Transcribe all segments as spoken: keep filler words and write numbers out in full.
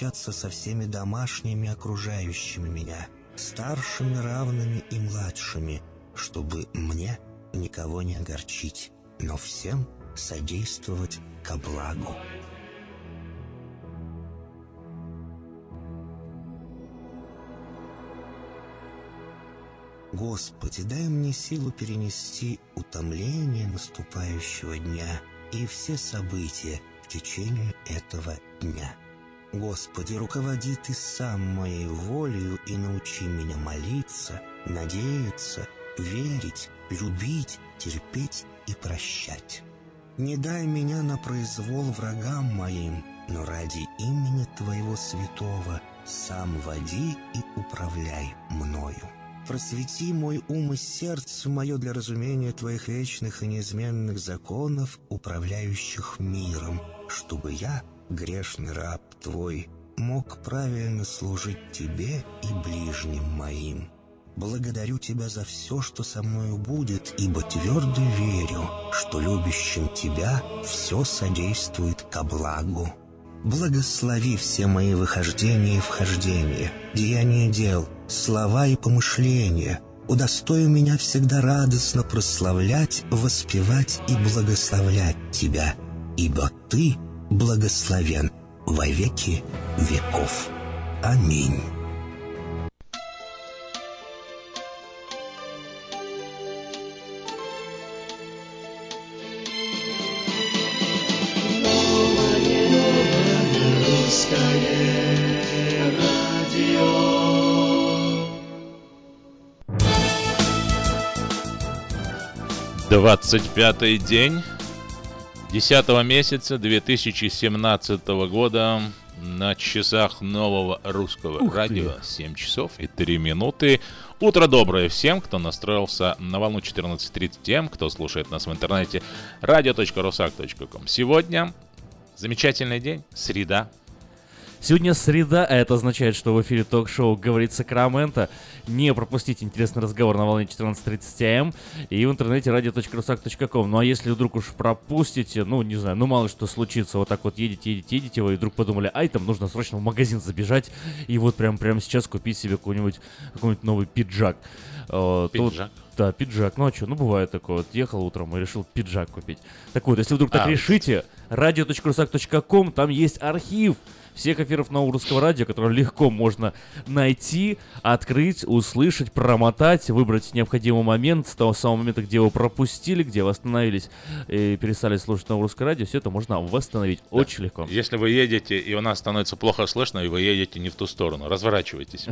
общаться со всеми домашними, окружающими меня, старшими, равными и младшими, чтобы мне никого не огорчить, но всем содействовать ко благу. Господи, дай мне силу перенести утомление наступающего дня и все события в течение этого дня. Господи, руководи Ты сам моей волею и научи меня молиться, надеяться, верить, любить, терпеть и прощать. Не дай меня на произвол врагам моим, но ради имени Твоего святого сам води и управляй мною. Просвети мой ум и сердце мое для разумения Твоих вечных и неизменных законов, управляющих миром, чтобы я, грешный раб Твой, мог правильно служить Тебе и ближним моим. Благодарю Тебя за все, что со мною будет, ибо твердо верю, что любящим Тебя все содействует ко благу. Благослови все мои выхождения и вхождения, деяния дел, слова и помышления. Удостой меня всегда радостно прославлять, воспевать и благословлять Тебя, ибо Ты благословен во веки веков. Аминь. двадцать пятый день десятого месяца две тысячи семнадцатого года. На часах нового русского Ух радио ты. семь часов и три минуты. Утро доброе всем, кто настроился на волну четырнадцать тридцать, тем, кто слушает нас в интернете радио точка русак точка ком. Сегодня замечательный день, среда. Сегодня среда, а это означает, что в эфире ток-шоу «Говорит Сакраменто». Не пропустите интересный разговор на волне четырнадцать тридцать АМ и в интернете радио точка русак точка ком. Ну а если вдруг уж пропустите, ну не знаю, ну мало что случится, вот так вот едете, едете, едете, вы и вдруг подумали, ай, там нужно срочно в магазин забежать и вот прям, прямо сейчас купить себе какой-нибудь, какой-нибудь новый пиджак. Пиджак? Тут, да, пиджак. Ну а что, ну бывает такое. Вот ехал утром и решил пиджак купить. Так вот, если вдруг так а, решите, радио точка русак точка ком, там есть архив всех эфиров нового русского радио, которые легко можно найти, открыть, услышать, промотать, выбрать необходимый момент с того самого момента, где вы пропустили, где вы остановились и перестали слушать новое русское радио. Все это можно восстановить да. очень легко. Если вы едете, и у нас становится плохо слышно, и вы едете не в ту сторону, разворачивайтесь.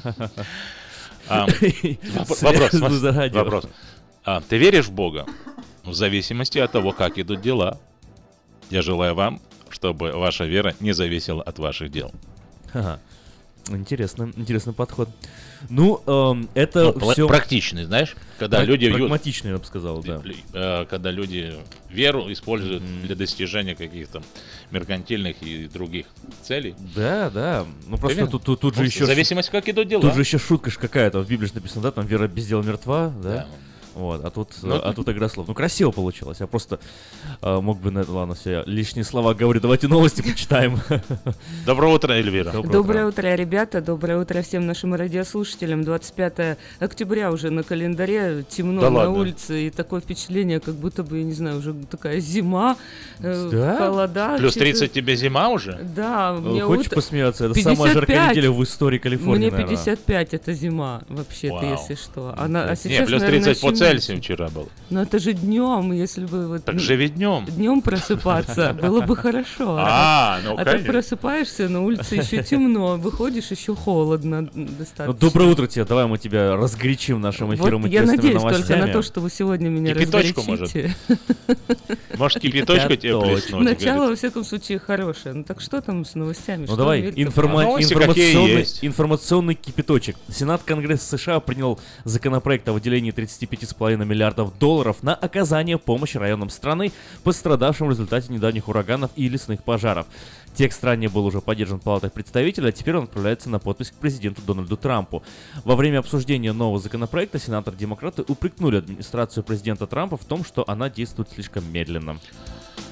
Вопрос. Вопрос. Ты веришь в Бога? В зависимости от того, как идут дела. Я желаю вам, чтобы ваша вера не зависела от ваших дел. Ага. Интересно, интересный подход. Ну, эм, это ну, все... Практичный, знаешь? Когда Праг- люди... Прагматичный, я бы сказал, да. Э, когда люди веру используют mm-hmm. для достижения каких-то меркантильных и других целей. Да, да. Ну, просто тут, тут, тут же еще... В зависимости, как идут дела. Тут же еще шутка ж какая-то. В Библии написано, да, там вера без дела мертва, да? Да. Вот, а тут, ну, а тут игра слов. Ну, красиво получилось. Я просто э, мог бы... Ладно, все, я лишние слова говорю. Давайте новости почитаем. Доброе утро, Эльвира. Доброе, Доброе утро. утро, ребята. Доброе утро всем нашим радиослушателям. двадцать пятое октября уже на календаре. Темно да на ладно. улице. И такое впечатление, как будто бы, я не знаю, уже такая зима. Э, да? Холода. Плюс тридцать тебе зима уже? Да. Мне Хочешь вот посмеяться? Это самая жаркая неделя в истории Калифорнии, Мне пятьдесят пять это зима, вообще-то, Вау. если что. Она, а сейчас, Не, плюс тридцать по Цельсию вчера было. Но это же днем, если бы... Вот, так же ведь днем. Днем просыпаться было бы хорошо. А, ну А ты просыпаешься, на улице еще темно, выходишь, еще холодно достаточно. Доброе утро тебе, давай мы тебя разгорячим нашим эфиром и интересными новостями. Я надеюсь только на то, что вы сегодня меня разгорячите. Может, кипяточку тебе плеснуть? Начало, во всяком случае, хорошее. Ну так что там с новостями? Ну давай, информационный кипяточек. Сенат Конгресса США принял законопроект о выделении тридцать пять целых пять десятых миллиардов долларов на оказание помощи районам страны, пострадавшим в результате недавних ураганов и лесных пожаров. Текст ранее был уже поддержан Палатой представителей, а теперь он отправляется на подпись к президенту Дональду Трампу. Во время обсуждения нового законопроекта сенаторы-демократы упрекнули администрацию президента Трампа в том, что она действует слишком медленно.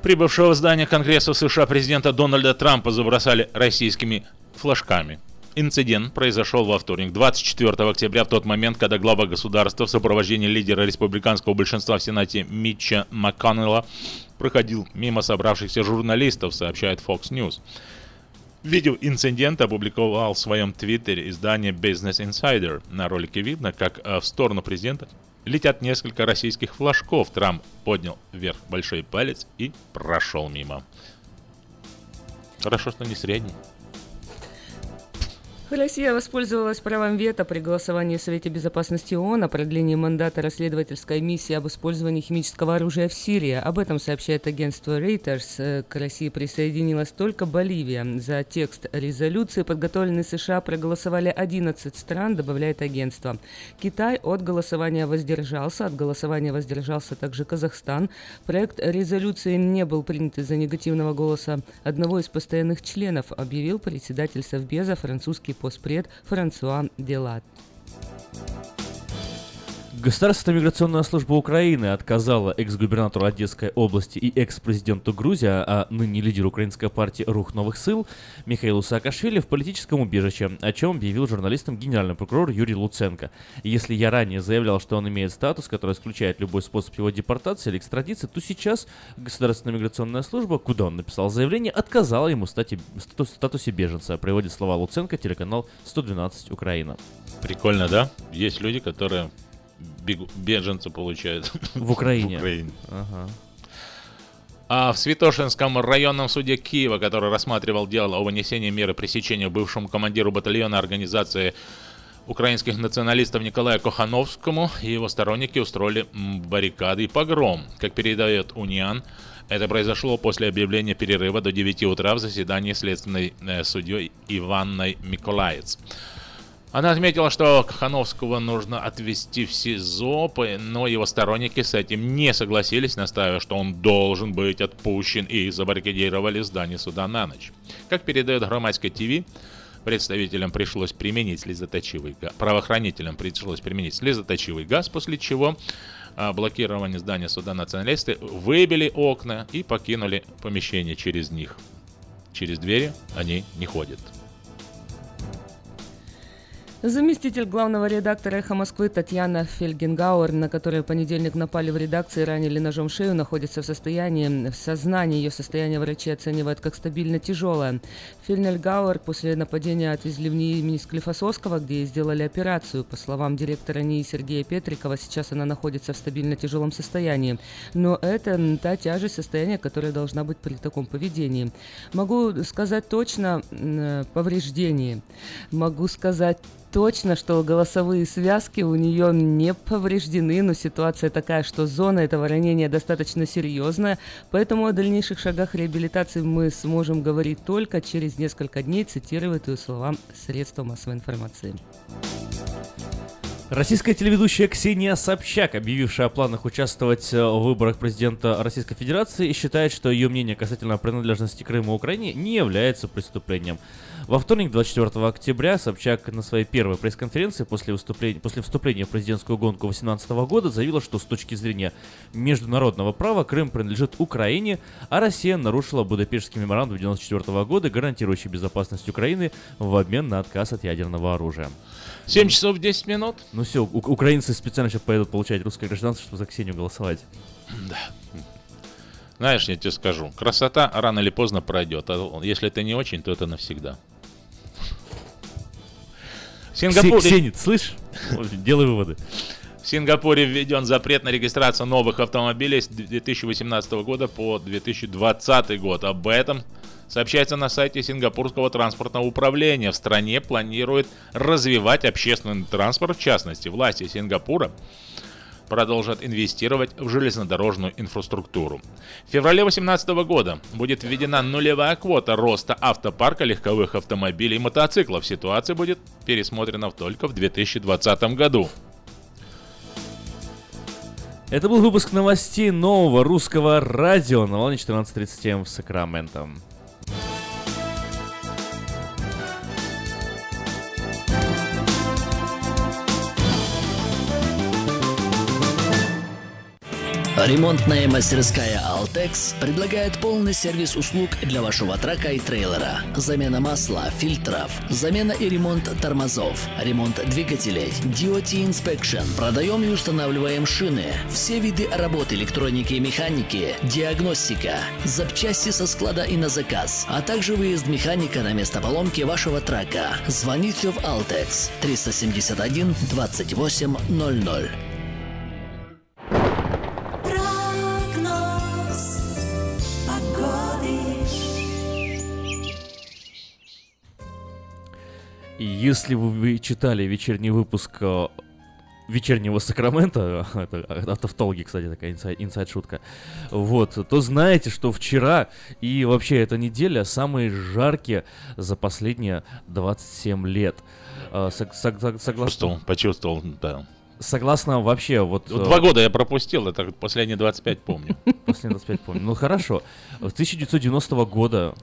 Прибывшего в здание Конгресса США президента Дональда Трампа забросали российскими флажками. Инцидент произошел во вторник, двадцать четвёртого октября, в тот момент, когда глава государства в сопровождении лидера республиканского большинства в Сенате Митча МакКоннелла проходил мимо собравшихся журналистов, сообщает Fox News. Видео инцидента опубликовал в своем твиттере издание Business Insider. На ролике видно, как в сторону президента летят несколько российских флажков. Трамп поднял вверх большой палец и прошел мимо. Хорошо, что не средний. Россия воспользовалась правом вето при голосовании в Совете Безопасности ООН о продлении мандата расследовательской миссии об использовании химического оружия в Сирии. Об этом сообщает агентство Reuters. К России присоединилась только Боливия. За текст резолюции, подготовленный США, проголосовали одиннадцать стран, добавляет агентство. Китай от голосования воздержался. От голосования воздержался также Казахстан. Проект резолюции не был принят из-за негативного голоса одного из постоянных членов, объявил председатель Совбеза, французский постпред Франсуа Делат. Государственная миграционная служба Украины отказала экс-губернатору Одесской области и экс-президенту Грузии, а ныне лидеру украинской партии «Рух новых сил» Михаилу Саакашвили в политическом убежище, о чем объявил журналистам генеральный прокурор Юрий Луценко. Если я ранее заявлял, что он имеет статус, который исключает любой способ его депортации или экстрадиции, то сейчас Государственная миграционная служба, куда он написал заявление, отказала ему в стати- статусе беженца, приводит слова Луценко телеканал сто двенадцать Украина. Прикольно, да? Есть люди, которые бегу, беженцы получают в Украине. в Украине. Ага. А в Святошинском районном суде Киева, который рассматривал дело о вынесении меры пресечения бывшему командиру батальона организации украинских националистов Николаю Кохановскому, и его сторонники устроили баррикады и погром. Как передает Униан, это произошло после объявления перерыва до девяти утра в заседании следственной э, судьей Иванной Миколаец. Она отметила, что Кохановского нужно отвезти в СИЗО, но его сторонники с этим не согласились, настаивая, что он должен быть отпущен, и забаррикадировали здание суда на ночь. Как передает Громадское ТВ, представителям пришлось применить слезоточивый газ, правоохранителям пришлось применить слезоточивый газ, после чего а, блокирование здания суда националисты выбили окна и покинули помещение через них. Через двери они не ходят. Заместитель главного редактора «Эхо Москвы» Татьяна Фельгенгауэр, на которой в понедельник напали в редакции и ранили ножом шею, находится в состоянии, в сознании. Ее состояние врачи оценивают как стабильно тяжелое. Фельгенгауэр после нападения отвезли в НИИ имени Склифосовского, где ей сделали операцию. По словам директора НИИ Сергея Петрикова, сейчас она находится в стабильно тяжелом состоянии. Но это та тяжесть состояния, которая должна быть при таком поведении. Могу сказать точно повреждение. Могу сказать точно, что голосовые связки у нее не повреждены, но ситуация такая, что зона этого ранения достаточно серьезная, поэтому о дальнейших шагах реабилитации мы сможем говорить только через несколько дней, цитирует ее слова средства массовой информации. Российская телеведущая Ксения Собчак, объявившая о планах участвовать в выборах президента Российской Федерации, считает, что ее мнение касательно принадлежности Крыма Украине не является преступлением. Во вторник, двадцать четвёртого октября, Собчак на своей первой пресс-конференции после, выступления, после вступления в президентскую гонку две тысячи восемнадцатого года заявила, что с точки зрения международного права Крым принадлежит Украине, а Россия нарушила Будапештский меморандум девяносто четвёртого года, гарантирующий безопасность Украины в обмен на отказ от ядерного оружия. семь часов десять минут. Ну все, у- украинцы специально сейчас поедут получать русское гражданство, чтобы за Ксению голосовать. Да. Знаешь, я тебе скажу, красота рано или поздно пройдет, а если это не очень, то это навсегда. В Сингапуре... Ксенит, слышь? Делай выводы. В Сингапуре введен запрет на регистрацию новых автомобилей с две тысячи восемнадцатого года по две тысячи двадцатый год. Об этом сообщается на сайте Сингапурского транспортного управления. В стране планируют развивать общественный транспорт. В частности, власти Сингапура продолжат инвестировать в железнодорожную инфраструктуру. В феврале две тысячи восемнадцатого года будет введена нулевая квота роста автопарка легковых автомобилей и мотоциклов. Ситуация будет пересмотрена только в две тысячи двадцатом году. Это был выпуск новостей нового русского радио на волне четырнадцать тридцать эм в Сакраменто. Ремонтная мастерская «Алтекс» предлагает полный сервис услуг для вашего трака и трейлера. Замена масла, фильтров, замена и ремонт тормозов, ремонт двигателей, ди о ти Inspection. Продаем и устанавливаем шины, все виды работ электроники и механики, диагностика, запчасти со склада и на заказ, а также выезд механика на место поломки вашего трака. Звоните в «Алтекс» триста семьдесят один двадцать восемь ноль ноль. И если вы читали вечерний выпуск э, вечернего Сакрамента, это от автологи, кстати, такая инсайд, инсайд-шутка, вот, то знаете, что вчера и вообще эта неделя самые жаркие за последние двадцать семь лет. Э, сог, сог, согласно... Почувствовал, почувствовал, да. Согласно вообще вот... Два года я пропустил, это последние двадцать пять помню. Последние двадцать пять помню. Ну хорошо. С тысяча девятьсот девяностого года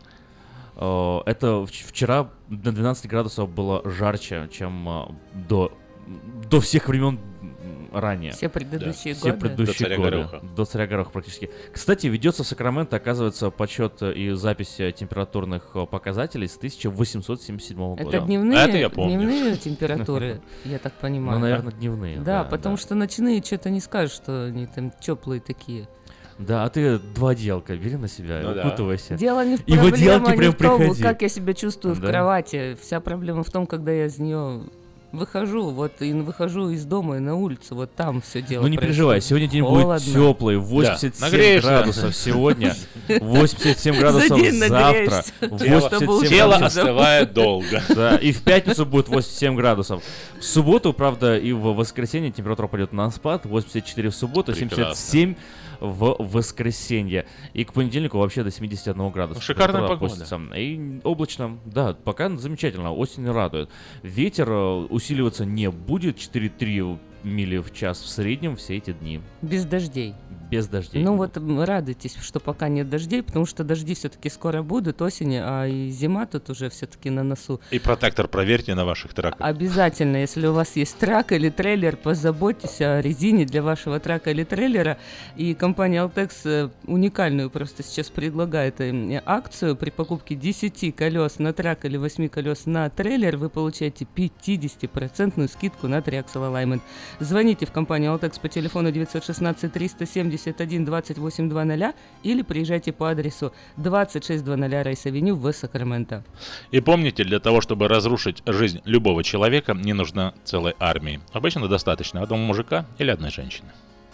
Uh, это вчера на двенадцать градусов было жарче, чем uh, до, до всех времен ранее. Все предыдущие да. годы. Все предыдущие до годы. Гороха. До царя Гороха практически. Кстати, ведется в Сакраменто, оказывается, подсчет и запись температурных показателей с тысяча восемьсот семьдесят седьмого года. Это дневные, это я помню. Дневные температуры, я так понимаю. Ну, наверное, дневные. Да, потому что ночные что-то не скажешь, что они там теплые такие. Да, а ты два одеялка бери на себя, ну, укутывайся. Да. Дело не в и проблеме, в одеялке не прям в том, приходи. как я себя чувствую да. в кровати. Вся проблема в том, когда я из нее выхожу, вот и выхожу из дома и на улицу, вот там все дело. Ну не происходит. переживай, сегодня день Холодно. будет теплый, восемьдесят семь да. градусов сегодня, восемьдесят семь градусов завтра, восемьдесят семь Тело градусов. остывает долго. Да, и в пятницу будет восемьдесят семь градусов. В субботу, правда, и в воскресенье температура пойдет на спад, восемьдесят четыре в субботу, семьдесят семь в воскресенье. И к понедельнику вообще до семьдесят один градуса. Шикарная погода. Опустится. И облачно, да, пока замечательно, осень радует. Ветер усиливаться не будет, четыре три мили в час в среднем все эти дни. Без дождей. Без дождей. Ну вот радуйтесь, что пока нет дождей, потому что дожди все-таки скоро будут, осень, а и зима тут уже все-таки на носу. И протектор проверьте на ваших траках. Обязательно, если у вас есть трак или трейлер, позаботьтесь о резине для вашего трака или трейлера. И компания Altex уникальную просто сейчас предлагает акцию. При покупке десяти колес на трак или восьми колес на трейлер вы получаете пятьдесят процентов скидку на Triaxle Alignment. Звоните в компанию Altex по телефону девять один шесть триста семьдесят один двадцать восемь двадцать или приезжайте по адресу двадцать шесть двадцать Райс-авеню в Сакраменто. И помните, для того, чтобы разрушить жизнь любого человека, не нужна целая армия. Обычно достаточно одного мужика или одной женщины.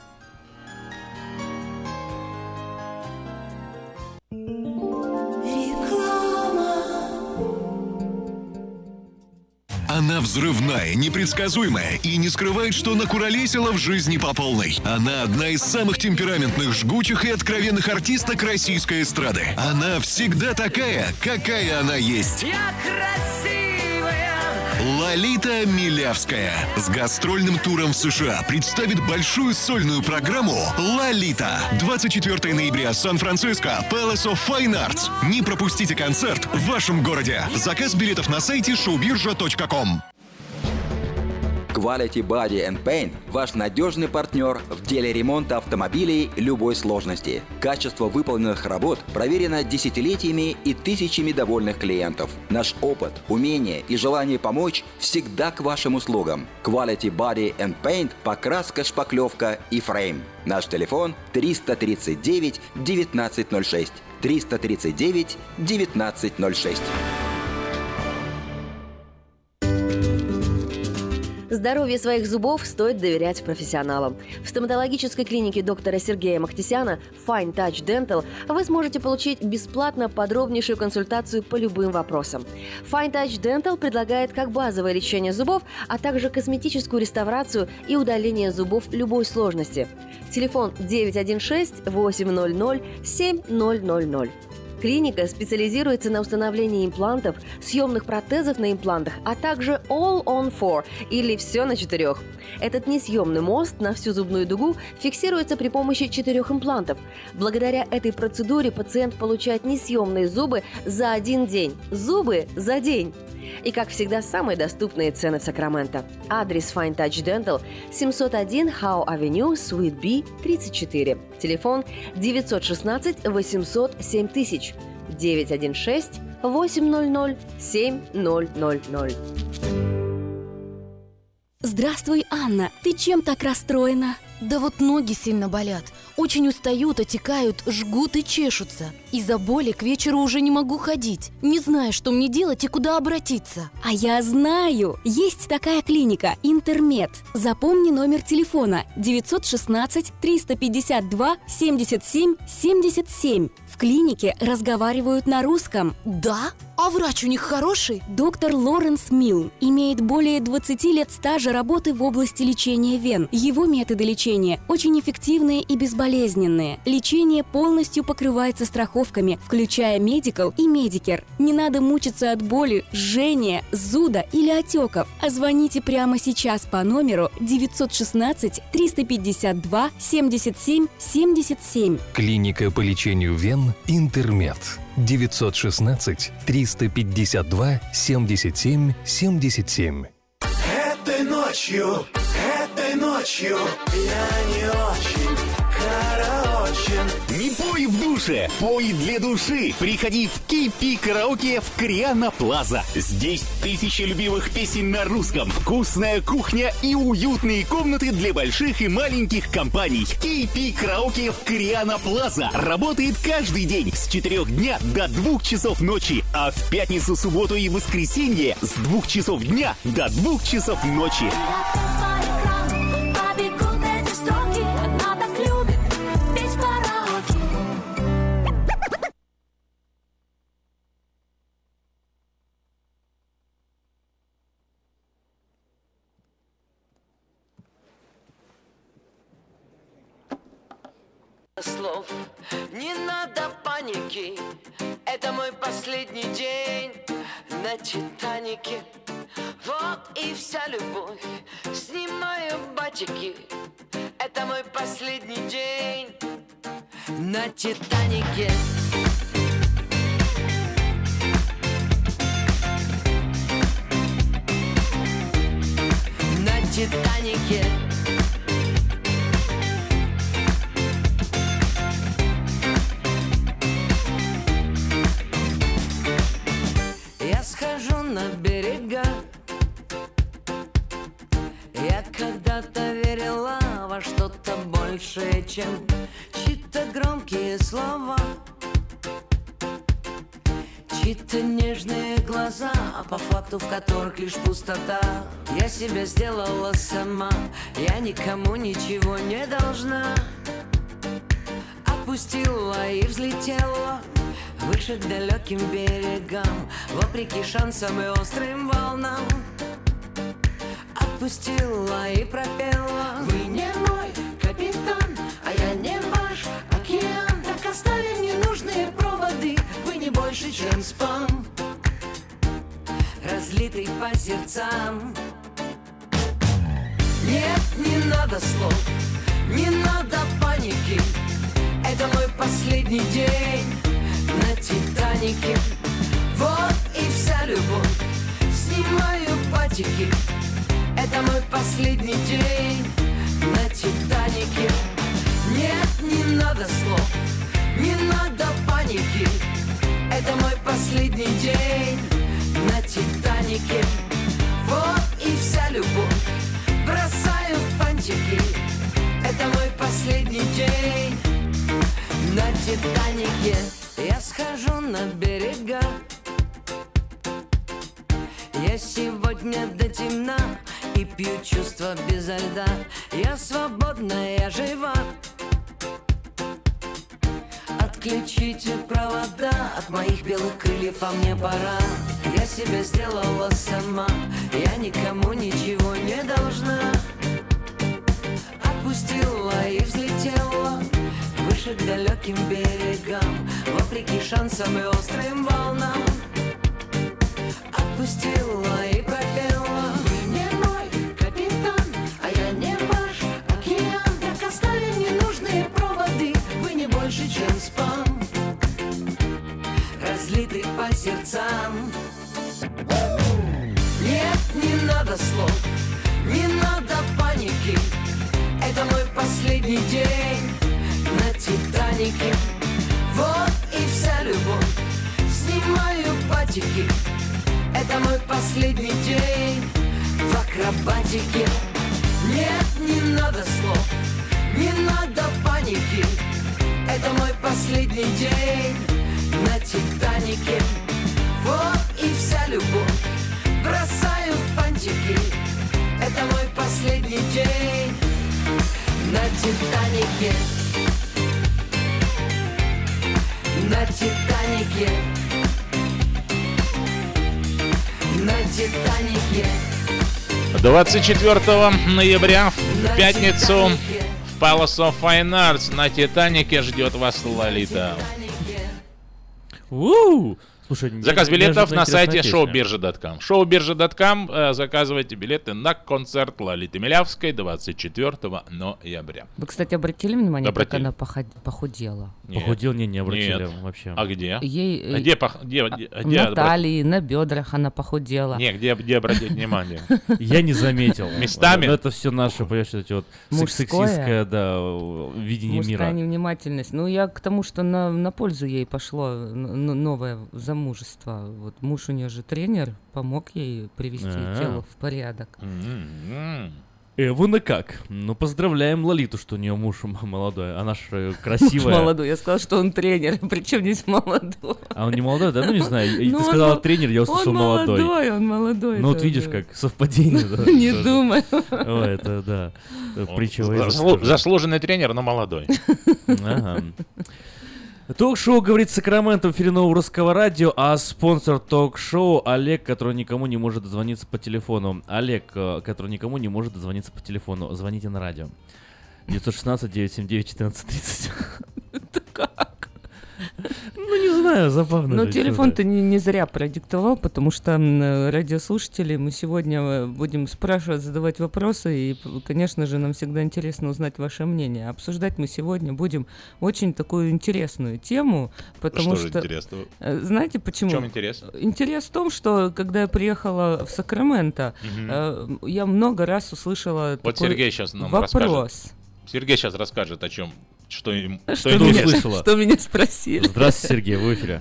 Она взрывная, непредсказуемая и не скрывает, что накуролесила в жизни по полной. Она одна из самых темпераментных, жгучих и откровенных артисток российской эстрады. Она всегда такая, какая она есть. Я красивая! Лолита Милявская с гастрольным туром в США представит большую сольную программу «Лолита». двадцать четвёртого ноября, Сан-Франциско, Palace of Fine Arts. Не пропустите концерт в вашем городе. Заказ билетов на сайте шоу биржа точка ком. Quality Body and Paint – ваш надежный партнер в деле ремонта автомобилей любой сложности. Качество выполненных работ проверено десятилетиями и тысячами довольных клиентов. Наш опыт, умение и желание помочь всегда к вашим услугам. Quality Body and Paint – покраска, шпаклевка и фрейм. Наш телефон триста тридцать девять девятнадцать ноль шесть. триста тридцать девять девятнадцать ноль шесть. Здоровье своих зубов стоит доверять профессионалам. В стоматологической клинике доктора Сергея Махтисяна Fine Touch Dental вы сможете получить бесплатно подробнейшую консультацию по любым вопросам. Fine Touch Dental предлагает как базовое лечение зубов, а также косметическую реставрацию и удаление зубов любой сложности. Телефон девять один шесть восемь ноль ноль семь ноль ноль ноль. Клиника специализируется на установлении имплантов, съемных протезов на имплантах, а также All on Four или все на четырех. Этот несъемный мост на всю зубную дугу фиксируется при помощи четырех имплантов. Благодаря этой процедуре пациент получает несъемные зубы за один день. Зубы за день! и, как всегда, самые доступные цены в Сакраменто. Адрес Fine Touch Dental семьсот один Howe Avenue, Suite B, тридцать четыре. Телефон девятьсот шестнадцать восемьсот семь тысяч, девятьсот шестнадцать восемьсот семь ноль ноль ноль. Здравствуй, Анна. Ты чем так расстроена? Да вот ноги сильно болят. Очень устают, отекают, жгут и чешутся. Из-за боли к вечеру уже не могу ходить. Не знаю, что мне делать и куда обратиться. А я знаю! Есть такая клиника «Интермед». Запомни номер телефона девятьсот шестнадцать триста пятьдесят два семьдесят семь семьдесят семь. В клинике разговаривают на русском. Да? А врач у них хороший? Доктор Лоренс Милн имеет более двадцати лет стажа работы в области лечения вен. Его методы лечения очень эффективные и безболезненные. Лечение полностью покрывается страховками, включая Medical и Medicare. Не надо мучиться от боли, жжения, зуда или отеков. А звоните прямо сейчас по номеру девятьсот шестнадцать триста пятьдесят два семьдесят семь семьдесят семь. Клиника по лечению вен «Интермед». девятьсот шестнадцать триста пятьдесят два семьдесят семь семьдесят семь. Этой ночью, этой ночью я не очень караочен. Не пой в душе, пой для души. Приходи в кей пи Караоке в Кориана Плаза. Здесь тысячи любимых песен на русском, вкусная кухня и уютные комнаты для больших и маленьких компаний. кей пи Караоке в Кориана Плаза работает каждый день с четырёх дня до двух часов ночи, а в пятницу, субботу и воскресенье с двух часов дня до двух часов ночи. Слов, не надо паники, это мой последний день на Титанике. Вот и вся любовь, снимаю батики, это мой последний день на Титанике. На Титанике. Схожу на берега. Я когда-то верила во что-то большее, чем чьи-то громкие слова, чьи-то нежные глаза, а по факту в которых лишь пустота. Я себя сделала сама, я никому ничего не должна. Отпустила и взлетела выше к далеким берегам, вопреки шансам и острым волнам. Отпустила и пропела: вы не мой капитан, а я не ваш океан. Так оставим ненужные проводы, вы не больше, чем спам, разлитый по сердцам. Нет, не надо слов, не надо паники, это мой последний день на Титанике. Вот и вся любовь, снимаю батики, это мой последний день на Титанике. Нет, не надо слов, не надо паники, это мой последний день на Титанике. Вот и вся любовь, бросаю фантики, это мой последний день на Титанике. Я схожу на берега, я сегодня до темна и пью чувства безо льда. Я свободна, я жива. Отключите провода от моих белых крыльев, а мне пора. Я себя сделала сама, я никому ничего не должна. Отпустила и взлетела выше к далеким берегам, вопреки шансам и острым волнам. Отпустила и пропела: вы не мой капитан, а я не ваш океан. Так оставим ненужные проводы, вы не больше, чем спам, разлитый по сердцам. фантики. Это мой последний день в акробатике. Нет, не надо слов, не надо паники. Это мой последний день на Титанике. Вот и вся любовь, бросаю фантики. Это мой последний день на Титанике. На Титанике. На Титанике. двадцать четвёртого ноября в пятницу в Palace of Fine Arts на Титанике ждет вас Лолита. У-у-у! Слушай, заказ билетов на сайте песня. шоу биржа точка ком. шоу биржа точка ком. Э, заказывайте билеты на концерт Лолиты Милявской двадцать четвёртого ноября. Вы, кстати, обратили внимание, Обратили. как она поход... похудела? Нет. Похудел, не, не обратили Нет. вообще. А где? Ей, а где, пох... где, где, на где талии, на бедрах она похудела. Не, где, где обратить внимание? Я не заметил. Местами? Но это все наше, понимаешь, эти вот Мужское? сексистское, да, видение Мужская мира. невнимательность. Ну, я к тому, что на, на пользу ей пошло н- новое замужество. Вот муж у нее же тренер, помог ей привести А-а-а. тело в порядок. Э, вы на как? Ну, поздравляем Лолиту, что у нее муж м- молодой. Она же красивая. Молодой. Я сказала, что он тренер. Причем здесь молодой. А он не молодой, да? Ну, не знаю. И Ну, Ты он сказала мол- тренер, я услышал он молодой. молодой, он молодой. Ну, вот тоже. видишь, как совпадение. да, Не тоже. думаю. Ой, это да. Притча во языцах Заслу- тоже. Заслуженный тренер, но молодой. Ага. Ток-шоу «Говорит Сакраменто» в эфире Нового Русского Радио, а спонсор ток-шоу Олег, который никому не может дозвониться по телефону. Олег, э, который никому не может дозвониться по телефону. Звоните на радио. девять один шесть девять семь девять четырнадцать тридцать. Это как? Ну, не знаю, забавно. Но же, телефон что-то. ты не, не зря продиктовал, потому что м, радиослушатели, мы сегодня э, будем спрашивать, задавать вопросы, и, п- конечно же, нам всегда интересно узнать ваше мнение. Обсуждать мы сегодня будем очень такую интересную тему, потому Что что... же интересного? Э, Знаете почему? В чем интерес? Интерес в том, что когда я приехала в Сакраменто, Мгм. э, я много раз услышала Вот такой Сергей сейчас нам вопрос. расскажет. Сергей сейчас расскажет о чем, что им, Что что им меня- интересно. что меня спросили. Здравствуйте, Сергей, вы в эфире.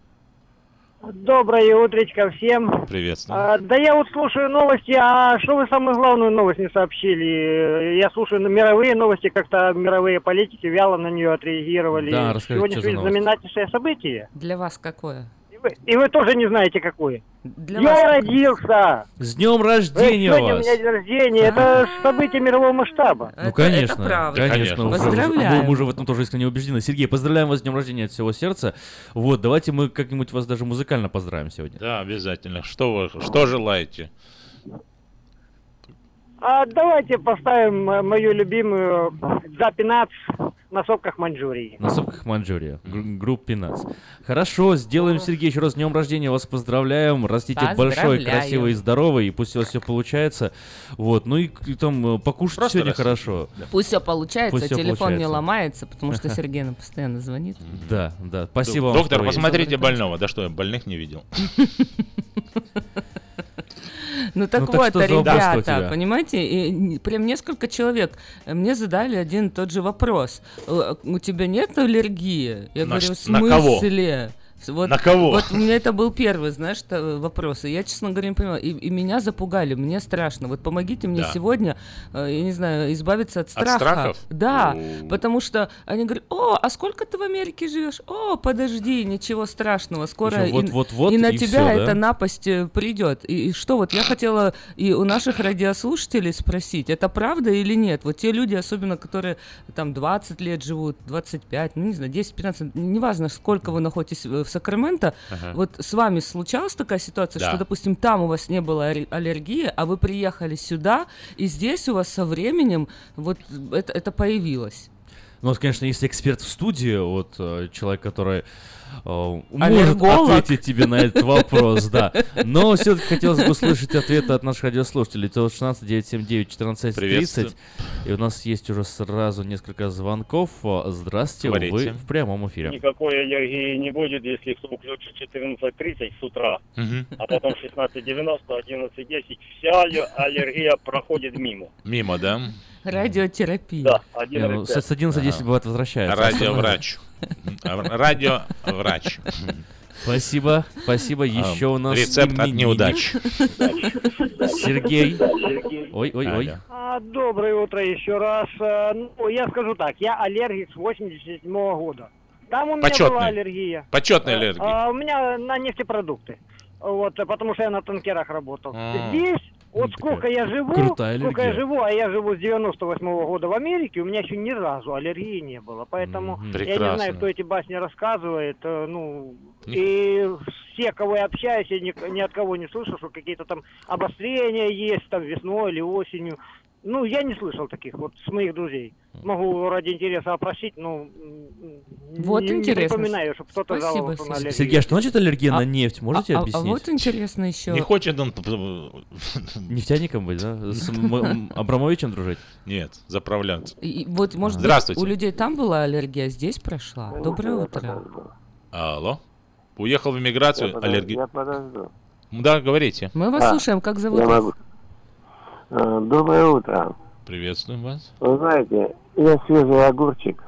Доброе утречко всем. Приветствую. А, да я вот слушаю новости, а что вы самую главную новость не сообщили? Я слушаю мировые новости, как-то мировые политики вяло на нее отреагировали. Да, расскажите, Сегодня что за же новость? знаменательное событие. Для вас какое? И вы, и вы тоже не знаете, какое. Для я вас- родился! С днем Э, рождения Сегодня у вас! меня день рождения. Это событие мирового масштаба. Ну, конечно, правда. конечно. уже- Поздравляем. Мы, мы уже в этом тоже искренне убеждены. Сергей, поздравляем вас с днем рождения от всего сердца. Вот, давайте мы как-нибудь вас даже музыкально поздравим сегодня. Да, обязательно. Что вы, что желаете? А давайте поставим э, мою любимую «Запинац» на сопках Маньчжурии. На сопках Маньчжурия. Гру- Группа Пинац. Хорошо, сделаем, Сергей, еще раз с днем рождения. Вас поздравляем. Растите большой, Поздравляю. красивый и здоровый. И пусть у вас все получается. Вот, ну и, и там э, покушать Просто сегодня растите. хорошо. Пусть все получается, Пусть всё телефон не получается. ломается, потому что Сергей нам постоянно звонит. Да, да. Спасибо вам. Доктор, что вы есть. посмотрите больного. Да что, я больных не видел. Ну так Ну так вот, что за убийство у ребята, тебя? понимаете, и н- прям несколько человек э, мне задали один и тот же вопрос. Э, У тебя нет аллергии? Я На говорю, ш- в на кого? смысле? Вот, На кого? Вот у меня это был первый, знаешь, та- вопрос. И я, честно говоря, не понимала. И, и меня запугали, мне страшно. Вот помогите мне Да. сегодня, э, я не знаю, избавиться от От страха. страхов? Да, О. потому что они говорят, о, а сколько ты в Америке живешь? О, подожди, ничего страшного, скоро Ещё и, вот-вот-вот, и на и тебя всё, да? эта напасть э, придет. И, и что вот я хотела и у наших радиослушателей спросить, это правда или нет? Вот те люди, особенно которые там двадцать лет живут, двадцать пять, ну не знаю, десять-пятнадцать, неважно, сколько вы находитесь в в Сакраменто, Ага. вот с вами случалась такая ситуация, Да. что, допустим, там у вас не было аллер- аллергии, а вы приехали сюда, и здесь у вас со временем вот это, это появилось? Ну, вот, конечно, есть эксперт в студии, вот э, человек, который э, может Аллерголог. ответить тебе на этот вопрос, да. Но все-таки хотелось бы услышать ответы от наших радиослушателей. девять один шесть девять семь девять четырнадцать тридцать. И у нас есть уже сразу несколько звонков. Э, Здравствуйте, Говорите. вы в прямом эфире. Никакой аллергии не будет, если кто включит четырнадцать тридцать с утра, Мгм. а потом шестнадцать девяносто, одиннадцать десять, вся алле- аллергия проходит мимо. Мимо, да? Радиотерапия. Да, Не, ну, с одиннадцати десять бывает возвращается. Радиоврач. А, Радиоврач. Спасибо, спасибо. Еще у нас рецепт от неудач. Сергей. Ой, ой, ой. А, доброе утро еще раз. А, ну, я скажу так, я аллергик с восемьдесят седьмого года. Там у меня Почетный. была аллергия. Почетная аллергия. А, у меня на нефтепродукты. Вот, потому что я на танкерах работал. А. Здесь, вот сколько я живу, крутая сколько я аллергия. живу, а я живу с девяносто восьмого года в Америке, у меня еще ни разу аллергии не было. Поэтому я не Прекрасно. знаю, кто эти басни рассказывает. э, Ну, и все, кого я общаюсь, я ни, ни от кого не слышу, что какие-то там обострения есть, там весной или осенью. Ну, я не слышал таких вот с моих друзей. Могу ради интереса опросить, но Вот не, интересно. не припоминаю, чтобы кто-то Спасибо, жаловался на аллергию. Сергей, а что значит аллергия А- на нефть? Можете а, а- объяснить? А вот интересно еще. Не хочет он... Нефтяником быть, да? С М- М- Абрамовичем дружить? Нет, заправляться. И вот, может быть, Здравствуйте. у людей там была аллергия, здесь прошла. Доброе утро. Алло. Уехал в эмиграцию, аллергия. Я подожду. Да, говорите. Мы вас А, слушаем, как зовут я вас? могу. А, Доброе утро. Приветствуем вас. Вы знаете, я свежий огурчик.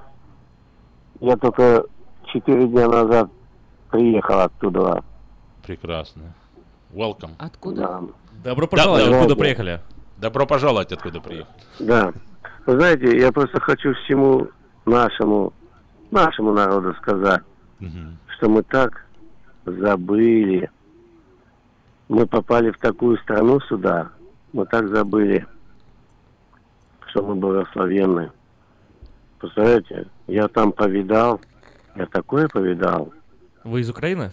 Я только четыре дня назад приехал оттуда. Прекрасно. Welcome. Откуда? Да. Добро пожаловать. Да, Откуда да. приехали? Добро пожаловать, откуда приехали. Да. Вы знаете, я просто хочу всему нашему, нашему народу сказать, Мгм. что мы так забыли. Мы попали в такую страну сюда, мы так забыли, что мы благословенны. Представляете, я там повидал, я такое повидал. Вы из Украины?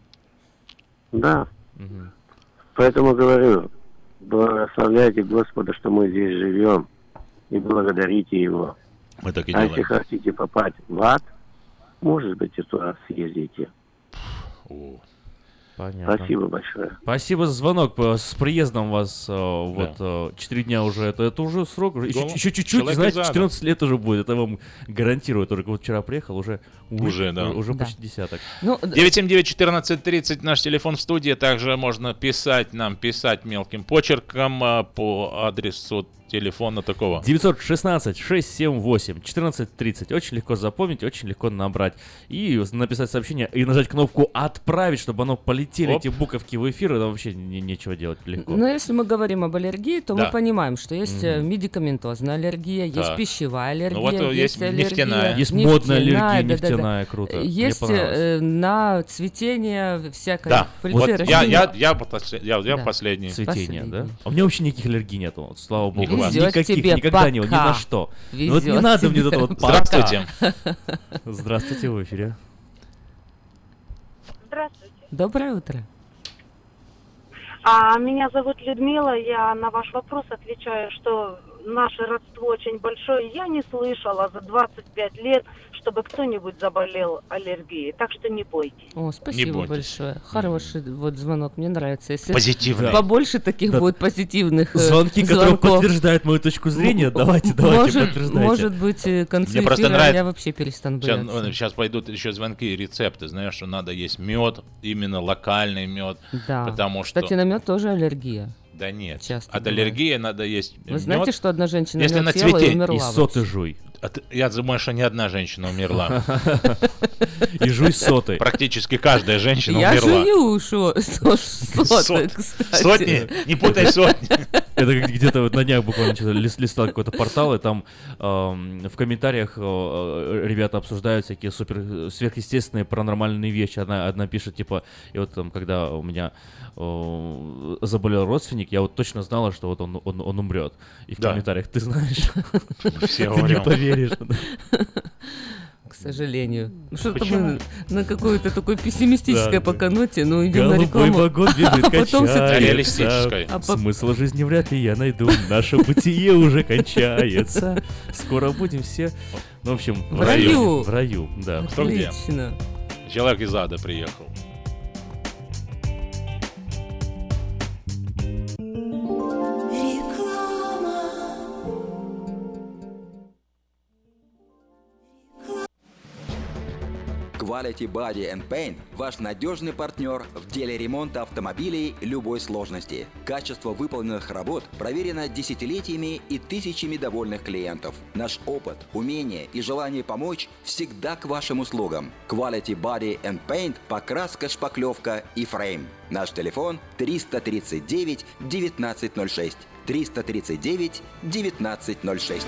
Да. Мгм. Поэтому говорю, благословляйте Господа, что мы здесь живем, и благодарите Его. Мы так и А если делаем. хотите попасть в ад, может быть, и туда съездите. О, Понятно. Спасибо большое. Спасибо за звонок. П- С приездом вас. э, Вот э, четыре дня уже. Это, это уже срок. Уже, еще, Да. еще чуть-чуть, Человек знаете, из ада. четырнадцать лет уже будет. Это вам гарантирую. Только вот вчера приехал, уже, Уже, да. Уже Да. почти десяток. Ну, д- девять семь девять четырнадцать тридцать наш телефон в студии. Также можно писать нам, писать мелким почерком а, по адресу телефона такого. девятьсот шестнадцать шестьсот семьдесят восемь четырнадцать тридцать. Очень легко запомнить, очень легко набрать. И написать сообщение, и нажать кнопку «Отправить», чтобы оно полетели, Оп. эти буковки в эфир. Это вообще не- нечего делать легко. Но если мы говорим об аллергии, то Да. мы понимаем, что есть э, Мгм. медикаментозная аллергия, есть Так. пищевая аллергия, Ну вот, э, есть аллергия, нефтяная. Есть модная аллергия, да-да-да. нефтяная, круто. Мне Есть понравилось. э, на цветение всякой Да, пыльцы вот растений. я, я, я, послед- я, я Да. последний. Цветение, да? Последний. А у меня вообще никаких аллергий нету, вот, слава богу. Везёт Никаких, тебе никогда не было, ни пока. на что. Ну вот не Везёт надо мне тебе вот это вот Здравствуйте. пока. Здравствуйте, в эфире. Здравствуйте. Доброе утро. А, меня зовут Людмила. Я на ваш вопрос отвечаю, что наше родство очень большое. Я не слышала за двадцать пять лет, чтобы кто-нибудь заболел аллергией. Так что не бойтесь. О, спасибо бойтесь. большое. Хороший вот звонок, мне нравится. Если Позитивный. побольше таких Да. будет позитивных э, Звонки, которые звонков. подтверждают мою точку зрения, давайте, давайте, может, подтверждайте. может быть, э, к концу Мне просто эфира нравится- я вообще перестану Сейчас, бояться. ну, сейчас пойдут еще звонки и рецепты. Знаешь, что надо есть мед, именно локальный мед. Да. Потому что... Кстати, на мед тоже аллергия. Да нет. часто От бывает. аллергии надо есть Вы мед. знаете, что одна женщина Если мед на съела и цвете. умерла И вообще. соты жуй. От- Я думаю, что ни одна женщина умерла. И жуй соты. Практически каждая женщина Я умерла. жую шо, со- соты, Сот- кстати. Сотни? Не путай сотни. Это как где-то вот на днях буквально что-то лис- листал какой-то портал, и там эм, в комментариях э, э, ребята обсуждают всякие супер сверхъестественные паранормальные вещи. Одна, одна пишет, типа, и вот там, когда у меня э, заболел родственник, я вот точно знала, что вот он, он, он умрет. И в Да. комментариях, ты знаешь, Все ты не умрем. поверишь. К сожалению. Ну, Что-то Почему? мы на какой-то такой пессимистической Да, пока ноте, ну идем на Голубой рекламу. вагон бежит, А потом качается. всё-таки- Реалистической. А по- Смысл жизни вряд ли я найду. Наше бытие уже кончается. Скоро будем все, ну, в общем, В раю. В раю, да. Кто где? Отлично. Человек из ада приехал. Quality Body and Paint – ваш надежный партнер в деле ремонта автомобилей любой сложности. Качество выполненных работ проверено десятилетиями и тысячами довольных клиентов. Наш опыт, умение и желание помочь всегда к вашим услугам. Quality Body and Paint – покраска, шпаклевка и фрейм. Наш телефон триста тридцать девять девятнадцать ноль шесть. триста тридцать девять девятнадцать ноль шесть.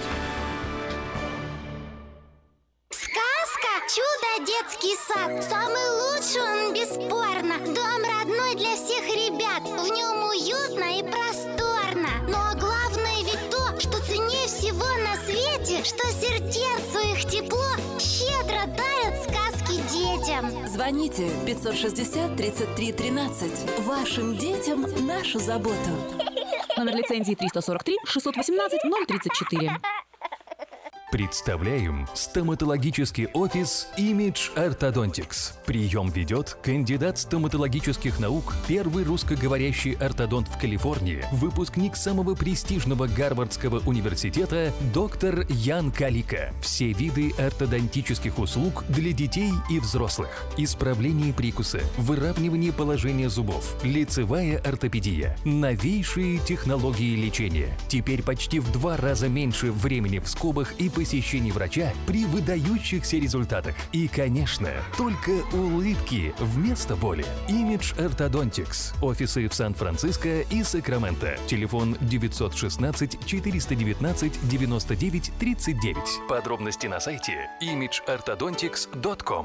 Чудо детский сад. Самый лучший он, бесспорно. Дом родной для всех ребят. В нем уютно и просторно. Но главное ведь то, что ценнее всего на свете, что сердцу их тепло щедро дарят сказки детям. Звоните пятьсот шестьдесят тридцать три тринадцать. Вашим детям нашу заботу. Номер лицензии триста сорок три шестьсот восемнадцать ноль тридцать четыре. Представляем стоматологический офис Image Orthodontics. Прием ведет кандидат стоматологических наук, первый русскоговорящий ортодонт в Калифорнии, выпускник самого престижного Гарвардского университета доктор Ян Калика. Все виды ортодонтических услуг для детей и взрослых. Исправление прикуса, выравнивание положения зубов, лицевая ортопедия, новейшие технологии лечения. Теперь почти в два раза меньше времени в скобах и посещений врача при выдающихся результатах. И, конечно, только улыбки вместо боли. Image Orthodontics. Офисы в Сан-Франциско и Сакраменто. Телефон девятьсот шестнадцать четыреста девятнадцать девяносто девять тридцать девять. Подробности на сайте имидж ортодонтикс точка ком.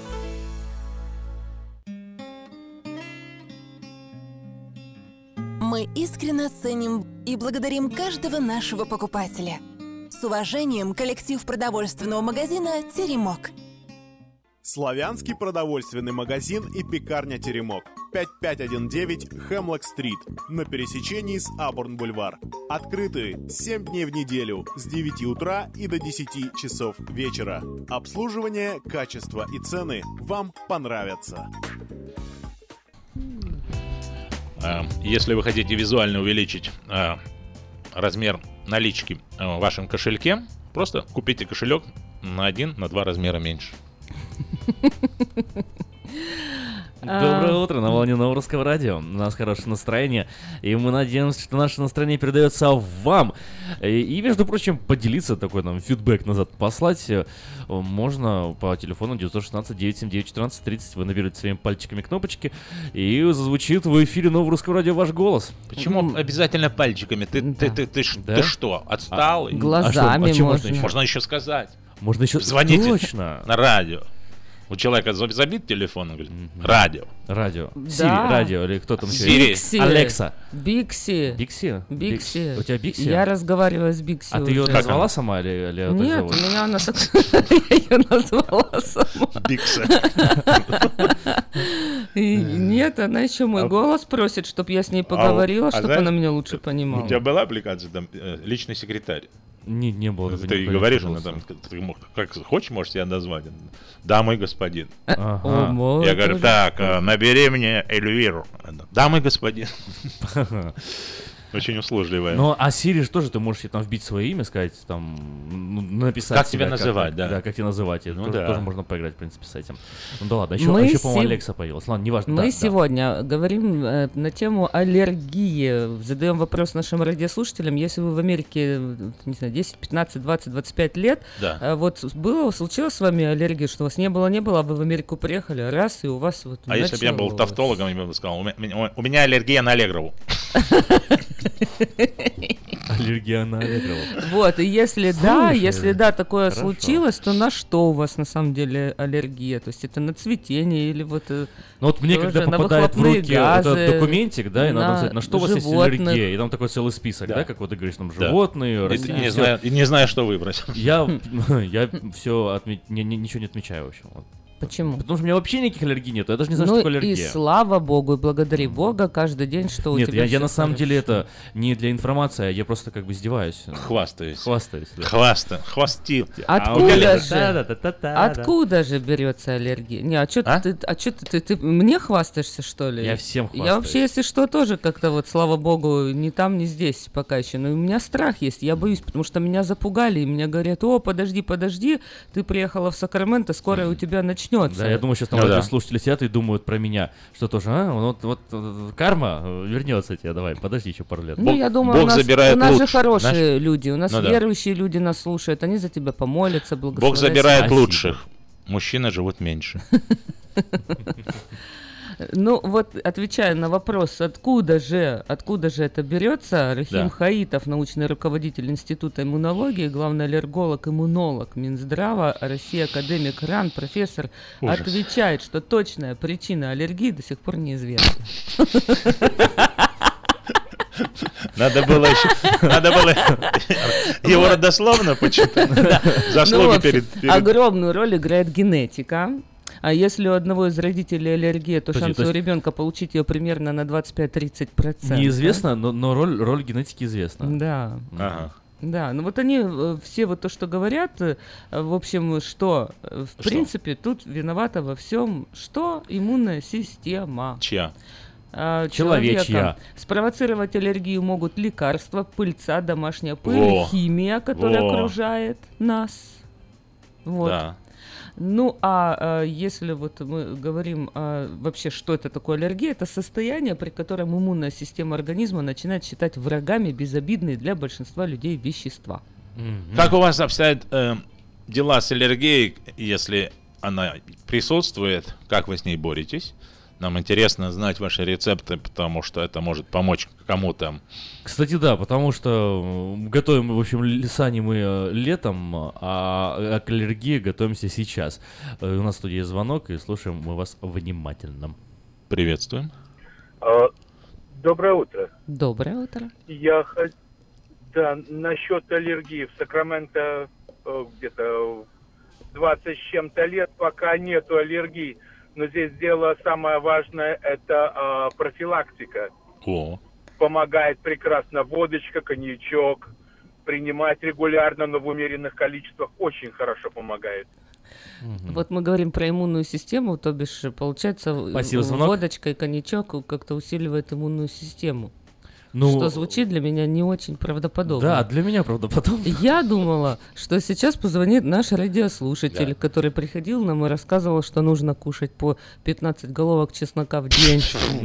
Мы искренне ценим и благодарим каждого нашего покупателя. С уважением, коллектив продовольственного магазина «Теремок». Славянский продовольственный магазин и пекарня «Теремок». пять пять один девять Хемлок-стрит на пересечении с Абурн-бульвар. Открыты семь дней в неделю с девяти утра и до десяти часов вечера. Обслуживание, качество и цены вам понравятся. Если вы хотите визуально увеличить размер налички в вашем кошельке, просто купите кошелек на один, на два размера меньше. Доброе утро, на волне Нового Русского Радио. У нас хорошее настроение, и мы надеемся, что наше настроение передается вам. И, и между прочим, поделиться такой нам фидбэк назад послать можно по телефону девятьсот шестнадцать девятьсот семьдесят девять четырнадцать тридцать. Вы наберете своими пальчиками кнопочки, и зазвучит в эфире Нового Русского Радио ваш голос. Почему mm. обязательно пальчиками? Ты, да. ты, ты, ты, ты, да? ты что, отстал? А, глазами а что, а можно. Можно, можно еще сказать. Можно еще... Звоните Точно. на радио. У человека забит телефон, он говорит, радио. Радио. Да. Сири, радио, или кто там еще? Бикси. Алекса. Бикси. Бикси? Бикси. У тебя Бикси? Я разговариваю с Бикси. А уже. ты ее назвала сама или, или Нет, так у меня она так... Я ее назвала сама. Бикси. Нет, она еще мой голос просит, чтобы я с ней поговорила, чтобы она меня лучше понимала. У тебя была аппликация, там, личный секретарь? Не, не было. Ты не говоришь, она там, ты мог, как хочешь, можешь себя назвать. Да, мой господин. Ага. О, я говорю, так, набери мне Эльвиру. Да, мой господин. Очень услужливая. Ну, а Сири же тоже ты можешь там вбить свое имя, сказать, там, ну, написать. Как тебя называть, как, да. Да, как тебя называть. Ну, тоже, да. тоже можно поиграть, в принципе, с этим. Ну да ладно, еще, Мы еще по-моему, сев... Алекса появилась. Ладно, неважно. Мы да, сегодня да. говорим э, на тему аллергии. Задаем вопрос нашим радиослушателям. Если вы в Америке, не знаю, десять, пятнадцать, двадцать, двадцать пять лет, да. э, вот было, случилось с вами аллергия, что у вас не было, не было, а вы в Америку приехали, раз, и у вас вот А если бы я был тавтологом, я бы сказал, у меня, у меня аллергия на Аллегрову. Аллергия на Аллегрову. Вот, и если да, если да, такое случилось, то на что у вас на самом деле аллергия? То есть это на цветение или вот... Ну вот мне когда попадает в руки этот документик, да, и надо написать, на что у вас есть аллергия, и там такой целый список, да, как вот ты говоришь, там животные, растения. И не знаю, что выбрать. Я все, ничего не отмечаю, в общем. Почему? Потому что у меня вообще никаких аллергий нет. Я даже не знаю, ну что такое аллергия. И слава богу, и благодари Бога каждый день, что у нет, тебя Нет, я, я на самом хорошо. деле это не для информации, а я просто как бы издеваюсь. Хвастаюсь. Хвастаюсь. Да. Хваста. Хвастил. Откуда а же? Да, да, да, да, да, откуда да. же берется аллергия? Не, а что а? ты, а что ты, ты, ты мне хвастаешься, что ли? Я всем хвастаюсь. Я вообще, если что, тоже как-то вот, слава богу, ни там, ни здесь пока еще. Но у меня страх есть, я боюсь, потому что меня запугали, и мне говорят, о, подожди, подожди, ты приехала в Сакраменто, скоро mm-hmm. у тебя начнется начнется. Да, я думаю, сейчас там Ну да. слушатели сидят и думают про меня, что тоже, а, вот, вот, вот карма вернется тебе, давай, подожди еще пару лет. Ну, Бог- я думаю, у Бог нас, забирает у нас же лучше, хорошие знаешь? люди, у нас Ну да. верующие люди нас слушают, они за тебя помолятся, Бог благословят. забирает Спасибо. лучших. Мужчины живут меньше. Ну, вот отвечая на вопрос, откуда же, откуда же это берется, Рахим Да. Хаитов, научный руководитель Института иммунологии, главный аллерголог, иммунолог Минздрава, Россия, академик РАН, профессор, Ужас. отвечает, что точная причина аллергии до сих пор неизвестна. Надо было еще... Надо было его родословно почитать. Ну, Заслуги в общем, перед... перед- огромную роль играет генетика. А если у одного из родителей аллергия, то Подожди, шансы то есть- у ребенка получить ее примерно на двадцать пять - тридцать процентов. Неизвестно, но, но роль, роль генетики известна. Да. Ага. Да, ну вот они э, все вот то, что говорят, э, в общем, что, э, в Что? принципе, тут виновата во всем, что иммунная система. Чья? а, Человечья. человека. Спровоцировать аллергию могут лекарства, пыльца, домашняя пыль, Во. химия, которая Во. окружает нас. Вот. Да. Ну, а, а если вот мы говорим а, вообще, что это такое аллергия, это состояние, при котором иммунная система организма начинает считать врагами безобидные для большинства людей вещества. Как у вас обстоят э, дела с аллергией, если она присутствует? Как вы с ней боретесь? Нам интересно знать ваши рецепты, потому что это может помочь кому-то. Кстати, да, потому что м, готовим, в общем, л- сани мы э, летом, а, а к аллергии готовимся сейчас. Э, У нас в студии есть звонок, и слушаем мы вас внимательно. Приветствуем. А, Доброе утро. Доброе утро. Я х- да, насчет аллергии в Сакраменто э, где-то двадцать с чем-то лет, пока нету аллергии. Но здесь дело самое важное, это а, профилактика. О. Помогает прекрасно водочка, коньячок. Принимать регулярно, но в умеренных количествах очень хорошо помогает. Вот мы говорим про иммунную систему, то бишь, получается, Спасибо, в- звонок. водочка и коньячок как-то усиливает иммунную систему. Ну, Что звучит для меня не очень правдоподобно. Да, для меня правдоподобно. Я думала, что сейчас позвонит наш радиослушатель, Да. который приходил нам и рассказывал, что нужно кушать по пятнадцать головок чеснока в день.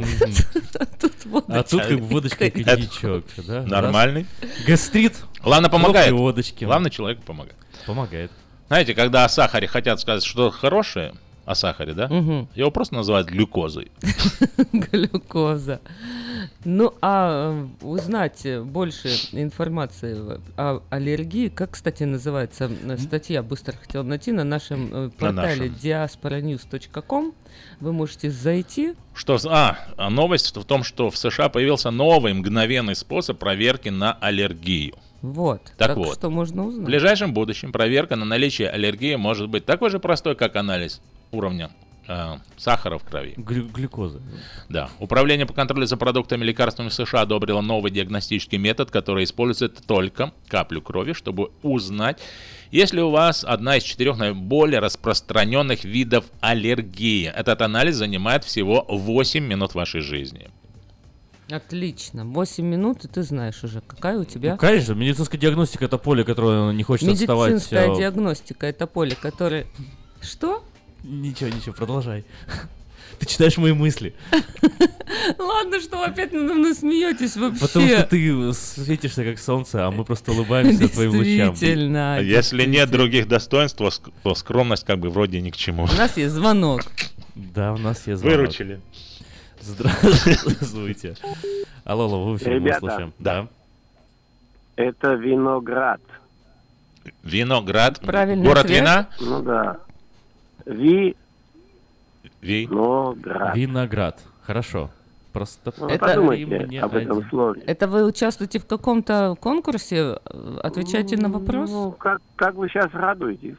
А тут как бы водочка и коньячок. да? Нормальный. Гастрит. Главное, помогает. хлопья водочки. Главное, человеку помогает. Помогает. Знаете, когда о сахаре хотят сказать что-то хорошее, о сахаре, да? Мгм. Его просто называют глюкозой. Глюкоза. Ну, а э, узнать э, больше информации в- о аллергии, как, кстати, называется э, статья, быстро хотел найти на нашем э, портале нашем. диаспора ньюс точка ком. Вы можете зайти. Что, с- а, а новость в том, что в США появился новый мгновенный способ проверки на аллергию. Вот. Так вот, что можно В узнать. ближайшем будущем проверка на наличие аллергии может быть такой же простой, как анализ уровня э, сахара в крови. Глю- глюкоза. Да. Управление по контролю за продуктами и лекарствами США одобрило новый диагностический метод, который использует только каплю крови, чтобы узнать, есть ли у вас одна из четырех наиболее распространенных видов аллергии. Этот анализ занимает всего восемь минут вашей жизни. Отлично. восемь минут, и ты знаешь уже, какая у тебя... Ну, конечно, медицинская диагностика — это поле, которое не хочет отставать. Медицинская э, диагностика — это поле, которое... Что? Ничего, ничего, продолжай. Ты читаешь мои мысли. Ладно, что вы опять надо мной смеетесь вообще. Потому что ты светишься как солнце, а мы просто улыбаемся твоим лучам. Действительно. А Если нет других достоинств, то ск- то скромность как бы вроде ни к чему. У нас есть звонок. Да, у нас есть звонок. Выручили. Здравствуйте. Алло, алло, вы в эфире, мы Ребята. слушаем. Да. Это виноград. Виноград. Правильный Город ответ. вина. Ну да. Ви. Ви. Виноград. Виноград. Хорошо. Просто Ну, Это- подумайте мне об этом один. слове. Это вы участвуете в каком-то конкурсе? э, Отвечаете на вопрос? Ну, как, как вы сейчас радуетесь?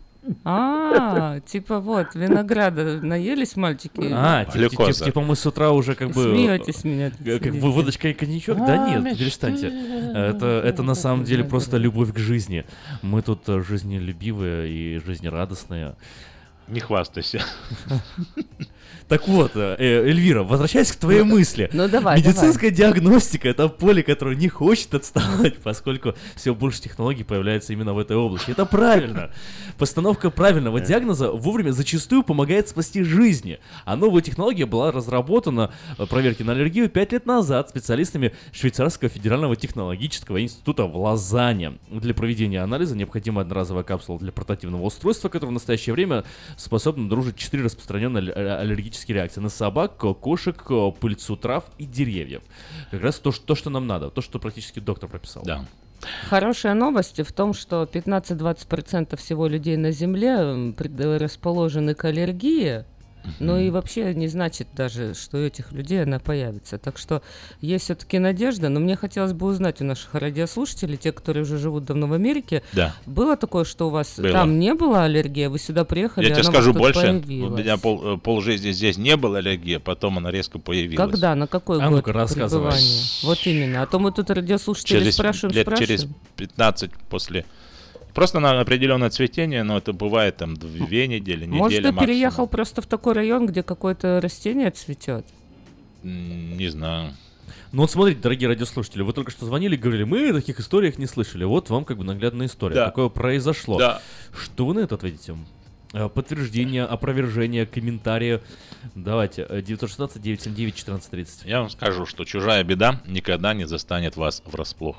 А, типа вот, винограда наелись мальчики? А, типа, типа, Глюкоза. типа мы с утра уже как бы... Смеетесь с меня. э, Как бы водочка и коньячок? Да нет, перестаньте. Это, это на самом деле просто любовь к жизни. Мы тут э, жизнелюбивые и жизнерадостные. Не хвастайся. Так вот, э, Эльвира, возвращаясь к твоей мысли. Ну давай, Медицинская давай. диагностика — это поле, которое не хочет отставать, поскольку все больше технологий появляется именно в этой области. Это правильно. Постановка правильного диагноза вовремя зачастую помогает спасти жизни. А новая технология была разработана, проверки на аллергию, пять лет назад специалистами Швейцарского федерального технологического института в Лозанне. Для проведения анализа необходима одноразовая капсула для портативного устройства, которое в настоящее время способно обнаружить четыре распространенные аллергические реакции на собак, кошек, пыльцу трав и деревьев. Как раз то, то, что нам надо, то, что практически доктор прописал. Да. Хорошая новость в том, что пятнадцать-двадцать процентов всего людей на Земле предрасположены к аллергии. Ну и вообще не значит даже, что у этих людей она появится. Так что есть все-таки надежда. Но мне хотелось бы узнать у наших радиослушателей, те, которые уже живут давно в Америке, да. было такое, что у вас было. Там не было аллергии, вы сюда приехали, Я тебе она скажу у вас больше, появилась. у меня пол, полжизни здесь не было аллергии, потом она резко появилась. Когда? На какой а год ну-ка, рассказывай. пребывания? Вот именно. А то мы тут радиослушателей через, спрашиваем, лет спрашиваем. через пятнадцать после... Просто на определенное цветение, но это бывает там две недели, неделя Может, ты максимум. переехал просто в такой район, где какое-то растение цветет? Не знаю. Ну вот смотрите, дорогие радиослушатели, вы только что звонили и говорили, мы о таких историях не слышали. Вот вам как бы наглядная история. Да. Такое произошло. Да. Что вы на это ответите? Подтверждение, опровержение, комментарии. Давайте, девять один шесть девять семь девять четырнадцать тридцать. Я вам скажу, что чужая беда никогда не застанет вас врасплох.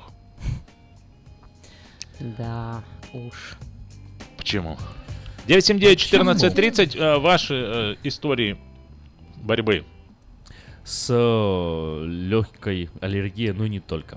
Да, уж. Почему? девять семь девять четырнадцать тридцать, э, ваши э, истории борьбы. С э, легкой аллергией, ну и не только.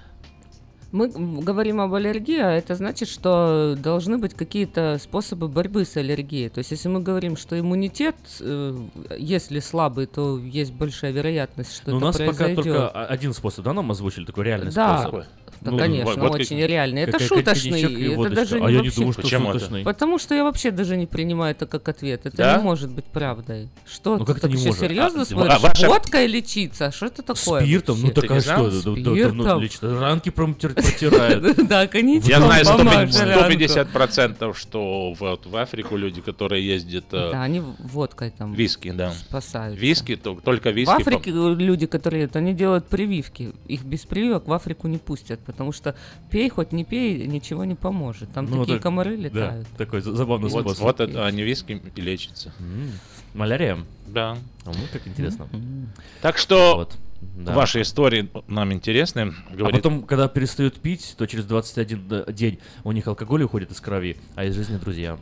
Мы говорим об аллергии, а это значит, что должны быть какие-то способы борьбы с аллергией. То есть, если мы говорим, что иммунитет, э, если слабый, то есть большая вероятность, что Но это у нас произойдет. пока только один способ, да, нам озвучили, такой реальный да. способ. Да, ну, конечно, вот, вот очень как, реальный. Это как, шуточный. Как это это даже а не я вообще... не думаю, что Почему шуточный. это? Потому что я вообще даже не принимаю это как ответ. Это да? не может быть правдой. Что, ну, ты как так не еще может? серьезно а, смотришь? а ваша... Водкой лечиться? Что это такое? Спиртом? Ну так а что? Спиртом? Лично ранки протирают. Да, конечно. Я знаю сто пятьдесят процентов, что вот в Африку люди, которые ездят... Да, они водкой там виски, да. спасаются. Виски, только виски. В Африке люди, которые это, они делают прививки. Их без прививок в Африку не пустят, потому что пей, хоть не пей, ничего не поможет. Там ну, такие так, комары летают. Да, такой забавный вот, способ. Вот это, они виски и лечатся. М-м. Малярия? Да. Ну, как интересно. Mm-hmm. Так что... Вот. Да. Ваши истории нам интересны. Говорит... А потом, когда перестают пить, то через двадцать один день у них алкоголь уходит из крови, а из жизни друзья.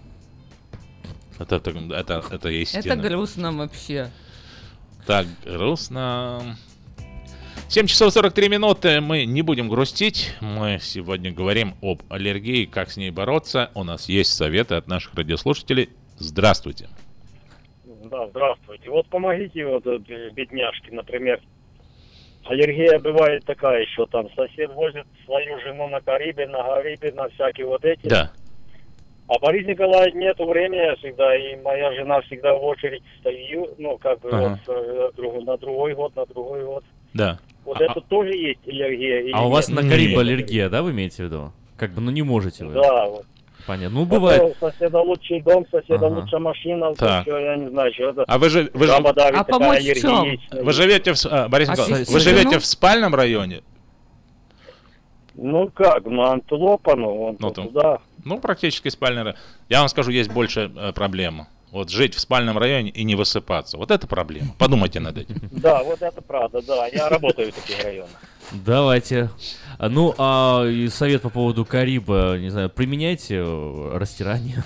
Это, это, это, это естественно. Это грустно вообще. Так, грустно. семь часов сорок три минуты. Мы не будем грустить. Мы сегодня говорим об аллергии, как с ней бороться. У нас есть советы от наших радиослушателей. Здравствуйте. Да, здравствуйте. Вот помогите вот бедняжке, например. Аллергия бывает такая еще, там сосед возит свою жену на Карибе, на Гарибе, на всякие вот эти. Да. А Борис Николаевич нету времени всегда, и моя жена всегда в очередь стою, ну, как бы ага. вот, на другой год, на другой год. Да. Вот а, это тоже есть аллергия. А у вас нет? на Карибе аллергия, да, вы имеете в виду? Как бы, ну не можете вы. Да, вот. Понятно. Ну, бывает. Соседа лучший дом, соседа ага. лучшая машина, так. Все, я не знаю, что это. А вы же... Вы, ж... а помочь в чем? Вы живете в... А, Борис а Николаевич, вы живете в спальном районе? Ну как, на Антилопа, ну, вон ну, туда. Ну, практически спальный район. Я вам скажу, есть больше э, проблема. Вот жить в спальном районе и не высыпаться. Вот это проблема. Подумайте над этим. Да, вот это правда, да. Я работаю в таких районах. Давайте. Ну, а и совет по поводу Кариба, не знаю, применяйте растирание.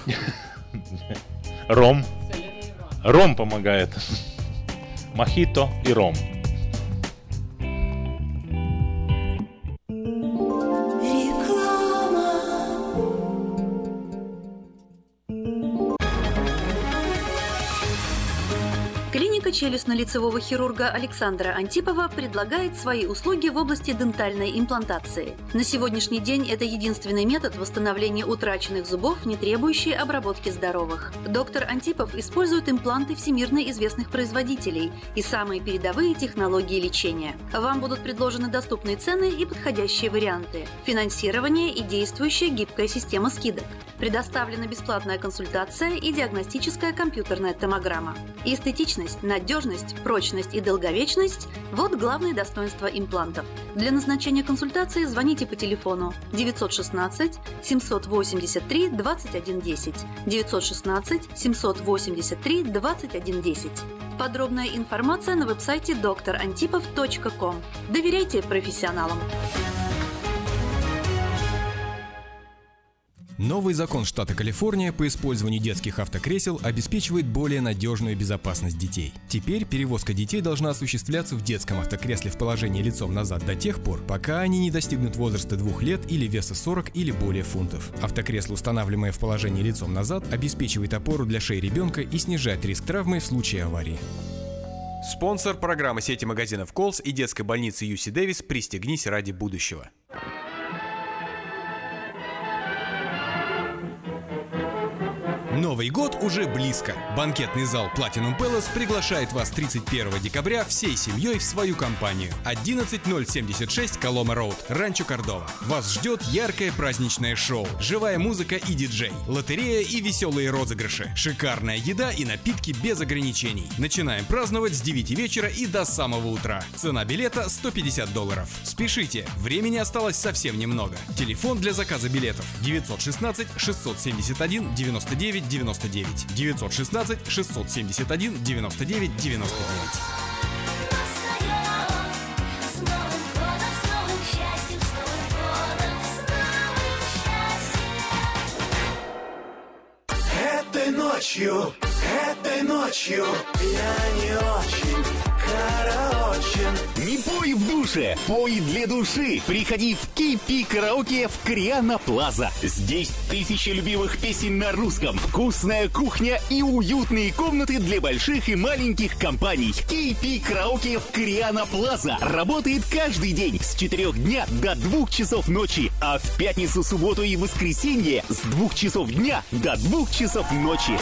Ром. Ром помогает. Мохито и ром. челюстно-лицевого хирурга Александра Антипова предлагает свои услуги в области дентальной имплантации. На сегодняшний день это единственный метод восстановления утраченных зубов, не требующий обработки здоровых. Доктор Антипов использует импланты всемирно известных производителей и самые передовые технологии лечения. Вам будут предложены доступные цены и подходящие варианты. Финансирование и действующая гибкая система скидок. Предоставлена бесплатная консультация и диагностическая компьютерная томограмма. Эстетичность, надежность, прочность и долговечность – вот главные достоинства имплантов. Для назначения консультации звоните по телефону девятьсот шестнадцать семьсот восемьдесят три двадцать один десять, девятьсот шестнадцать семьсот восемьдесят три двадцать один десять. Подробная информация на веб-сайте доктор антипов точка ком. Доверяйте профессионалам. Новый закон штата Калифорния по использованию детских автокресел обеспечивает более надежную безопасность детей. Теперь перевозка детей должна осуществляться в детском автокресле в положении лицом назад до тех пор, пока они не достигнут возраста двух лет или веса сорок или более фунтов. Автокресло, устанавливаемое в положении лицом назад, обеспечивает опору для шеи ребенка и снижает риск травмы в случае аварии. Спонсор программы сети магазинов Колс и детской больницы Ю Си Дэвис «Пристегнись ради будущего». Новый год уже близко. Банкетный зал Platinum Palace приглашает вас тридцать первого декабря всей семьей в свою компанию. одиннадцать тысяч семьдесят шесть Колома Роуд, Ранчо Кордова. Вас ждет яркое праздничное шоу, живая музыка и диджей, лотерея и веселые розыгрыши, шикарная еда и напитки без ограничений. Начинаем праздновать с девяти вечера и до самого утра. Цена билета сто пятьдесят долларов. Спешите, времени осталось совсем немного. Телефон для заказа билетов девятьсот шестнадцать шестьсот семьдесят один девяносто девять девяносто девять, девятьсот шестнадцать шестьсот семьдесят один девяносто девять девяносто девять. Этой ночью, этой ночью я не очень караочен. Не пой в душе, пой для души. Приходи в кей пи Караоке в Криана Плаза. Здесь тысячи любимых песен на русском, вкусная кухня и уютные комнаты для больших и маленьких компаний. кей пи Караоке в Криана Плаза работает каждый день с четырёх дня до двух часов ночи, а в пятницу, субботу и воскресенье с двух часов дня до двух часов ночи.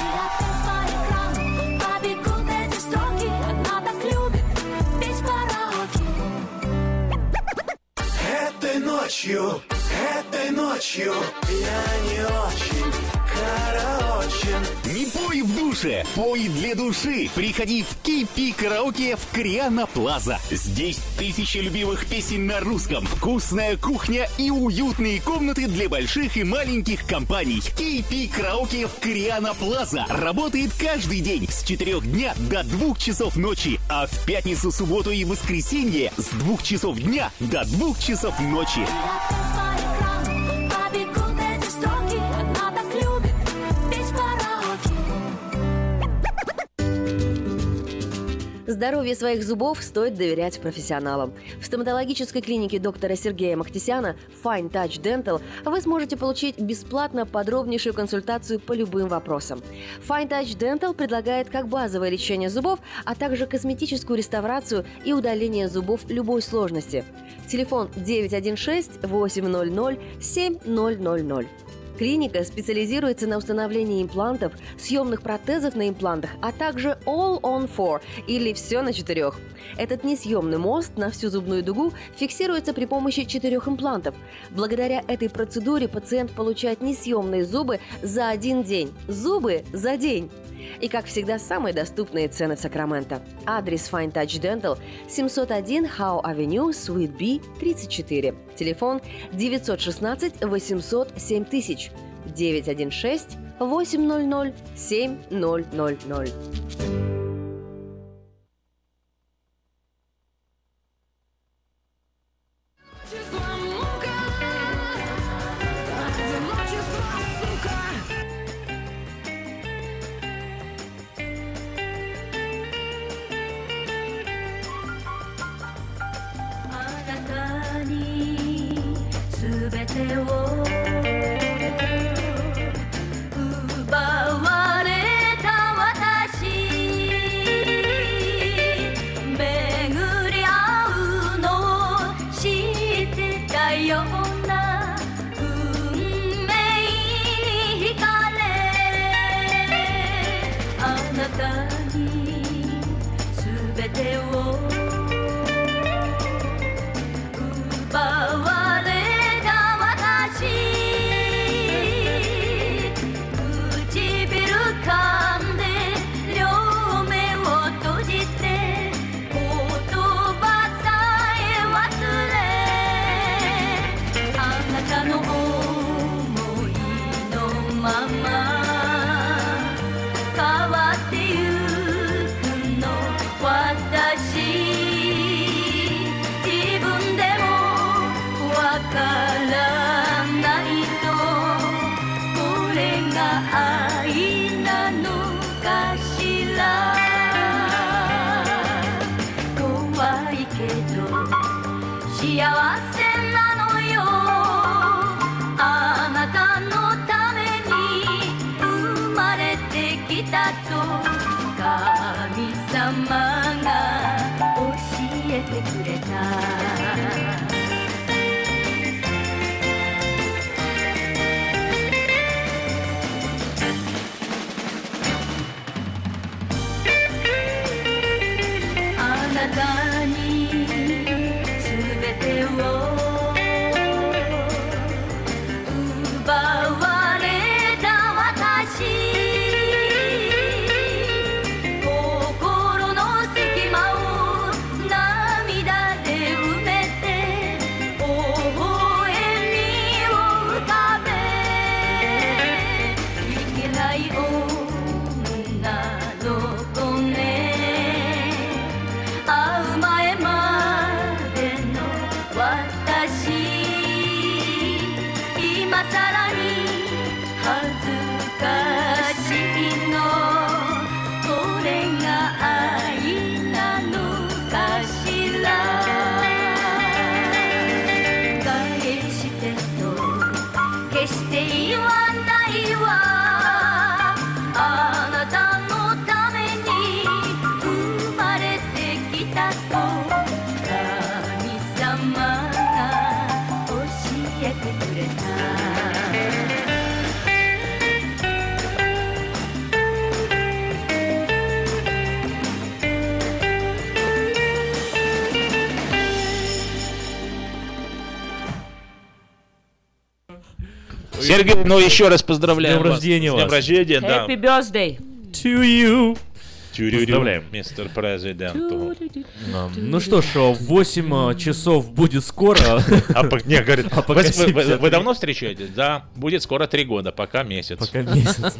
Этой ночью, этой ночью я не очень караочен. Не пой в душе, пой для души. Приходи в кей пи Караоке в Криана Плаза. Здесь тысячи любимых песен на русском, вкусная кухня и уютные комнаты для больших и маленьких компаний. кей пи Караоке в Криана Плаза работает каждый день с четырёх дня до двух часов ночи, а в пятницу, субботу и воскресенье с двух часов дня до двух часов ночи. Здоровье своих зубов стоит доверять профессионалам. В стоматологической клинике доктора Сергея Махтисяна Fine Touch Dental вы сможете получить бесплатно подробнейшую консультацию по любым вопросам. Fine Touch Dental предлагает как базовое лечение зубов, а также косметическую реставрацию и удаление зубов любой сложности. Телефон девять один шесть восемь ноль ноль семь ноль ноль ноль. Клиника специализируется на установлении имплантов, съемных протезов на имплантах, а также All on Four или все на четырех. Этот несъемный мост на всю зубную дугу фиксируется при помощи четырех имплантов. Благодаря этой процедуре пациент получает несъемные зубы за один день. Зубы за день! И, как всегда, самые доступные цены в Сакраменто. Адрес Fine Touch Dental семьсот один Howe Avenue, Suite B, тридцать четыре. Телефон девятьсот шестнадцать восемьсот семь тысяч, девять один шесть восемь ноль ноль семь ноль ноль ноль. ような運命に惹かれあなたに全てを奪われた私唇噛んで両目を閉じて言葉さえ忘れあなたの想いのまま変わってゆくの私自分でもわからないとこれが愛なのかしら怖いけど幸せなのよあなたのために生まれてきたと神様が教えてくれたあなたに全てを奪われた私心の隙間を涙で埋めて微笑みを浮かべいけない女の子ね会う前までの私今さらに恥ずかしいのこれが愛なのかしら返してと決して言わないわあなたのために生まれてきたと神様が教えてくれた Сергей, ну еще раз поздравляем С днем вас. рождения С днем вас. рождения, да. Happy birthday! To you! Поздравляем. Мистер Президент. Ну что ж, восемь часов будет скоро. А по- не, говорит, А пока вы, вы- вы- семьдесят вы давно встречаетесь? Да, будет скоро три года, пока месяц. Пока месяц.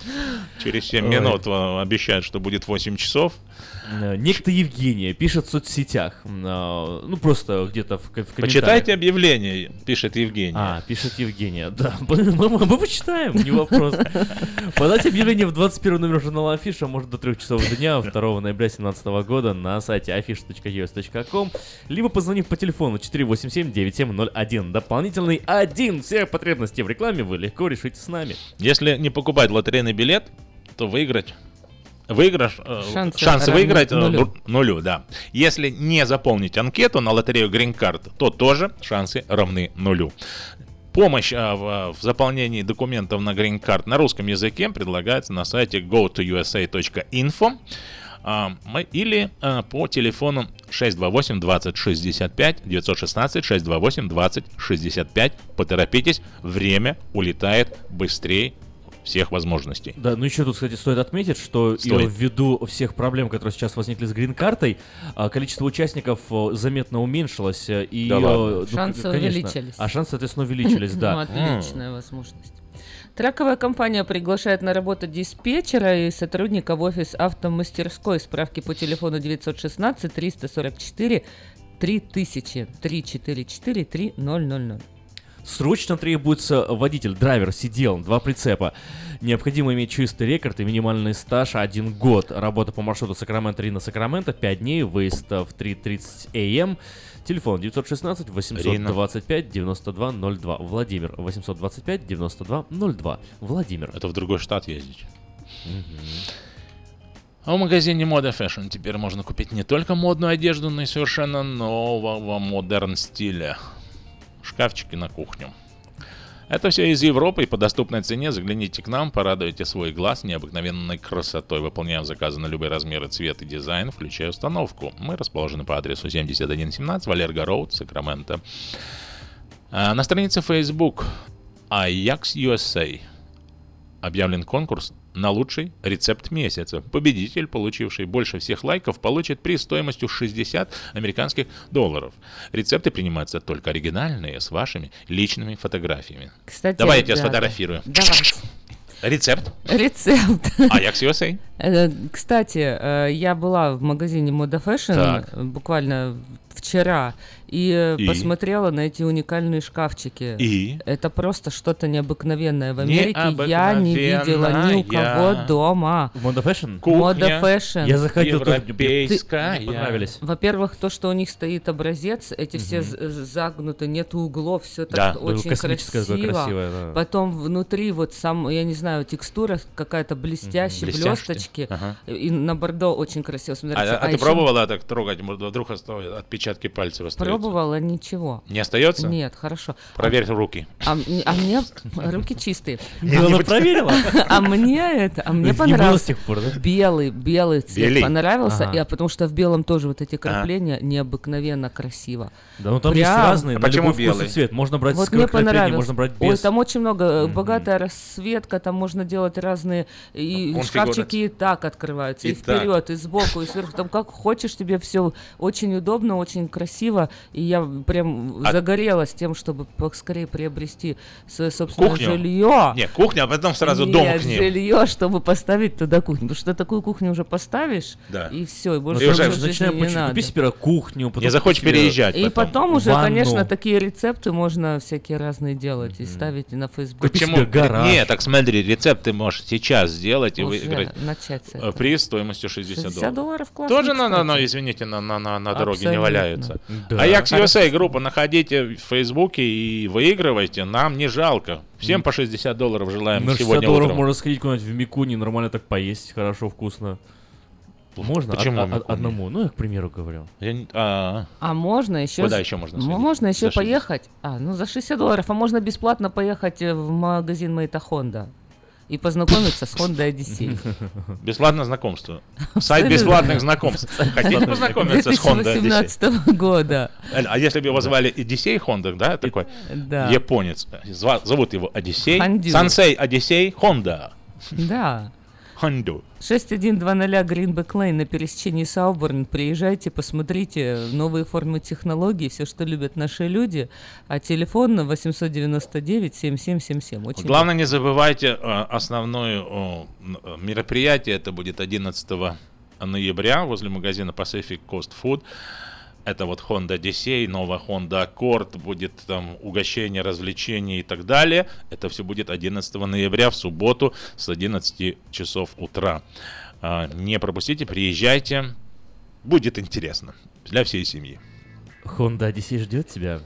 Через семь Ой. минут э, обещают, что будет восемь часов. Э, Некто Евгения пишет в соцсетях, э, ну просто где-то в, ко- в комментариях. Почитайте объявление, пишет Евгений. А, пишет Евгения, да, мы, мы- мы почитаем, не вопрос. Подать объявление в двадцать первый номер журнала Афиша может до трех часов дня второго ноября две тысячи семнадцатого года на сайте афиша точка ю эс точка ком, либо позвонив по телефону четыре восемь семь девять семь ноль один. Дополнительный один. Все потребности в рекламе вы легко решите с нами. Если не покупать лотерейный билет, то выиграть. Выигрыш, э, Шансы шансы равны выиграть э, нулю. ну- нулю, да. Если не заполнить анкету на лотерею Green Card, то тоже шансы равны нулю. Помощь а, в, в заполнении документов на Green Card на русском языке предлагается на сайте go to u s a точка info а, мы- или а, по телефону шесть два восемь двадцать шестьдесят пять девятьсот шестнадцать шесть два восемь двадцать шестьдесят пять. Поторопитесь, время улетает быстрее всех возможностей. Да, ну еще тут, кстати, стоит отметить, что и Стоит. ввиду всех проблем, которые сейчас возникли с грин-картой, а, количество участников э, заметно уменьшилось. э, И, Да э, ладно. ну, Шансы к- конечно. увеличились. А шансы, соответственно, увеличились, Ну, да. отличная возможность. Траковая компания приглашает на работу диспетчера и сотрудника в офис автомастерской. Справки по телефону девятьсот шестнадцать триста сорок четыре три тысячи три четыре четыре три ноль ноль ноль. Срочно требуется водитель, драйвер, сидел, два прицепа. Необходимо иметь чистый рекорд и минимальный стаж один год. Работа по маршруту Сакраменто-Рина Сакраменто, пять дней, выезд в три тридцать эй эм. Телефон девятьсот шестнадцать восемьсот двадцать пять девяносто два ноль два. Владимир, восемьсот двадцать пять девяносто два ноль два. Владимир. Это в другой штат ездить. А в магазине Moda Fashion теперь можно купить не только модную одежду, но и совершенно нового модерн стиля. шкафчики на кухню. Это все из Европы и по доступной цене. Загляните к нам, порадуйте свой глаз необыкновенной красотой. Выполняем заказы на любые размеры, цвет и дизайн, включая установку. Мы расположены по адресу семьдесят один семнадцать Валерго Роуд, Сакраменто. А на странице Facebook Ajax ю эс эй объявлен конкурс на лучший рецепт месяца. Победитель, получивший больше всех лайков, получит приз стоимостью шестьдесят американских долларов. Рецепты принимаются только оригинальные, с вашими личными фотографиями. Кстати, давай я тебя сфотографирую. Давайте. Рецепт. Рецепт. Ajax ю эс эй. Кстати, я была в магазине Moda Fashion буквально вчера и, и посмотрела на эти уникальные шкафчики. И? Это просто что-то необыкновенное. В Америке я не видела ни у кого дома. Moda Fashion? Moda Fashion. Я заходил, европейская. Мне понравились. Во-первых, то, что у них стоит образец, эти угу. все загнуты, нет углов, все так да. очень красиво. Красивое, да. Потом внутри вот сам, я не знаю, текстура какая-то блестящая, угу. блесточки. Ага. И на бордо очень красиво смотрится. А, а, а ты еще... пробовала так трогать? Вдруг отпечатки пальцев остаются? Пробовала, ничего. Не остается? Нет, хорошо. Проверь а, руки. А, а мне руки чистые. Она проверила? А мне это, а мне понравился белый, белый цвет понравился, а потому что в белом тоже вот эти крапления необыкновенно красиво. Да, ну там есть разные. Почему белый цвет? Можно брать с крапления, можно брать без. Ой, там очень много, богатая расцветка, там можно делать разные, и шкафчики и так открываются, и вперед, и сбоку, и сверху, там как хочешь, тебе все очень удобно, очень красиво. И я прям а... загорелась тем, чтобы поскорее приобрести свое собственное кухню? жилье. Не, кухня, а потом сразу Нет, дом к ним. жилье, чтобы поставить туда кухню. Потому что такую кухню уже поставишь, да. и все, и больше и уже начинаем не надо. Купи себе кухню, потом не захочешь переезжать. И потом, потом уже, ванну. Конечно, такие рецепты можно всякие разные делать mm-hmm. и ставить на Facebook. Почему? Нет, так смотри, рецепты можешь сейчас сделать и уже выиграть начать с этого. Приз стоимостью шестьдесят, шестьдесят долларов. Классно, тоже кстати. на, на, извините, на, на, на, на дороге Абсолютно. Не валяются. Да. Ajax ю эс эй группа находите в Фейсбуке и выигрывайте. Нам не жалко. Всем по шестьдесят долларов желаем на сегодня шестьдесят долларов утром. можно сходить куда-нибудь в Микуни, нормально так поесть, хорошо, вкусно. Можно? Почему Од- од- одному? Ну, я к примеру говорю. Я не... а, а можно еще... Куда еще можно сходить? Можно еще поехать... А, ну за шестьдесят долларов. А можно бесплатно поехать в магазин Мэйта Хонда и познакомиться с Honda Odyssey. Бесплатное знакомство. Сайт бесплатных знакомств. Хотите познакомиться с Honda Odyssey? две тысячи восемнадцатого года. А если бы его звали Одиссей Honda, да, такой да. японец, зовут его Одиссей, Хандю. Сансей Одиссей Honda. Да. Honda. шесть один два ноль Greenback Lane на пересечении Сауборн. Приезжайте, посмотрите новые формы технологий, все, что любят наши люди. А телефон восемь девять девять семь семь семь семь. Очень Главное, не забывайте основное мероприятие. Это будет одиннадцатого ноября возле магазина Pacific Coast Food. Это вот Honda Odyssey, новая Honda Accord, будет там угощение, развлечения и так далее. Это все будет одиннадцатого ноября в субботу с одиннадцати часов утра. А, не пропустите, приезжайте. Будет интересно для всей семьи. Honda Odyssey ждет тебя.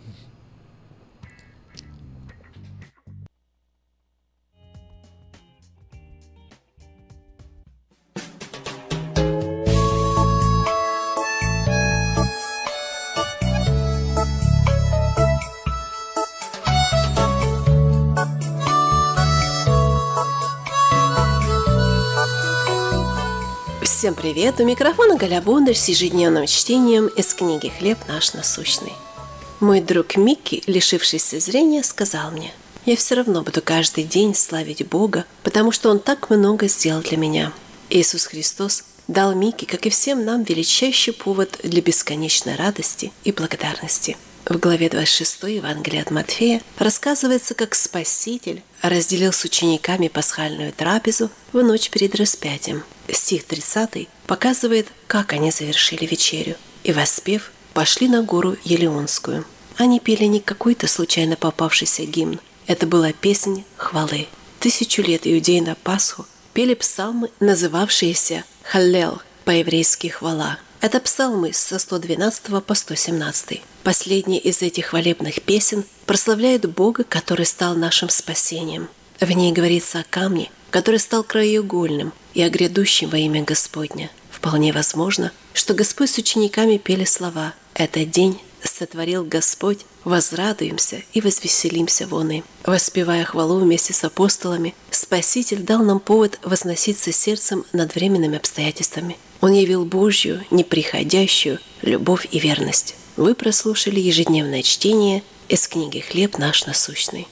Всем привет! У микрофона Галя Бондарь с ежедневным чтением из книги «Хлеб наш насущный». Мой друг Микки, лишившийся зрения, сказал мне: «Я все равно буду каждый день славить Бога, потому что Он так много сделал для меня». Иисус Христос дал Микки, как и всем нам, величайший повод для бесконечной радости и благодарности. В главе двадцать шесть Евангелия от Матфея рассказывается, как Спаситель разделил с учениками пасхальную трапезу в ночь перед распятием. Стих тридцатый показывает, как они завершили вечерю. «И, воспев, пошли на гору Елеонскую». Они пели не какой-то случайно попавшийся гимн. Это была песнь хвалы. Тысячу лет иудеи на Пасху пели псалмы, называвшиеся «Халлел», по-еврейски «хвала». Это псалмы со сто двенадцатого по сто семнадцатый. Последний из этих хвалебных песен прославляет Бога, который стал нашим спасением. В ней говорится о камне, который стал краеугольным, и о грядущем во имя Господня. Вполне возможно, что Господь с учениками пели слова: «Этот день сотворил Господь, возрадуемся и возвеселимся вон им. Воспевая хвалу вместе с апостолами, Спаситель дал нам повод возноситься сердцем над временными обстоятельствами. Он явил Божью, неприходящую любовь и верность. Вы прослушали ежедневное чтение из книги «Хлеб наш насущный».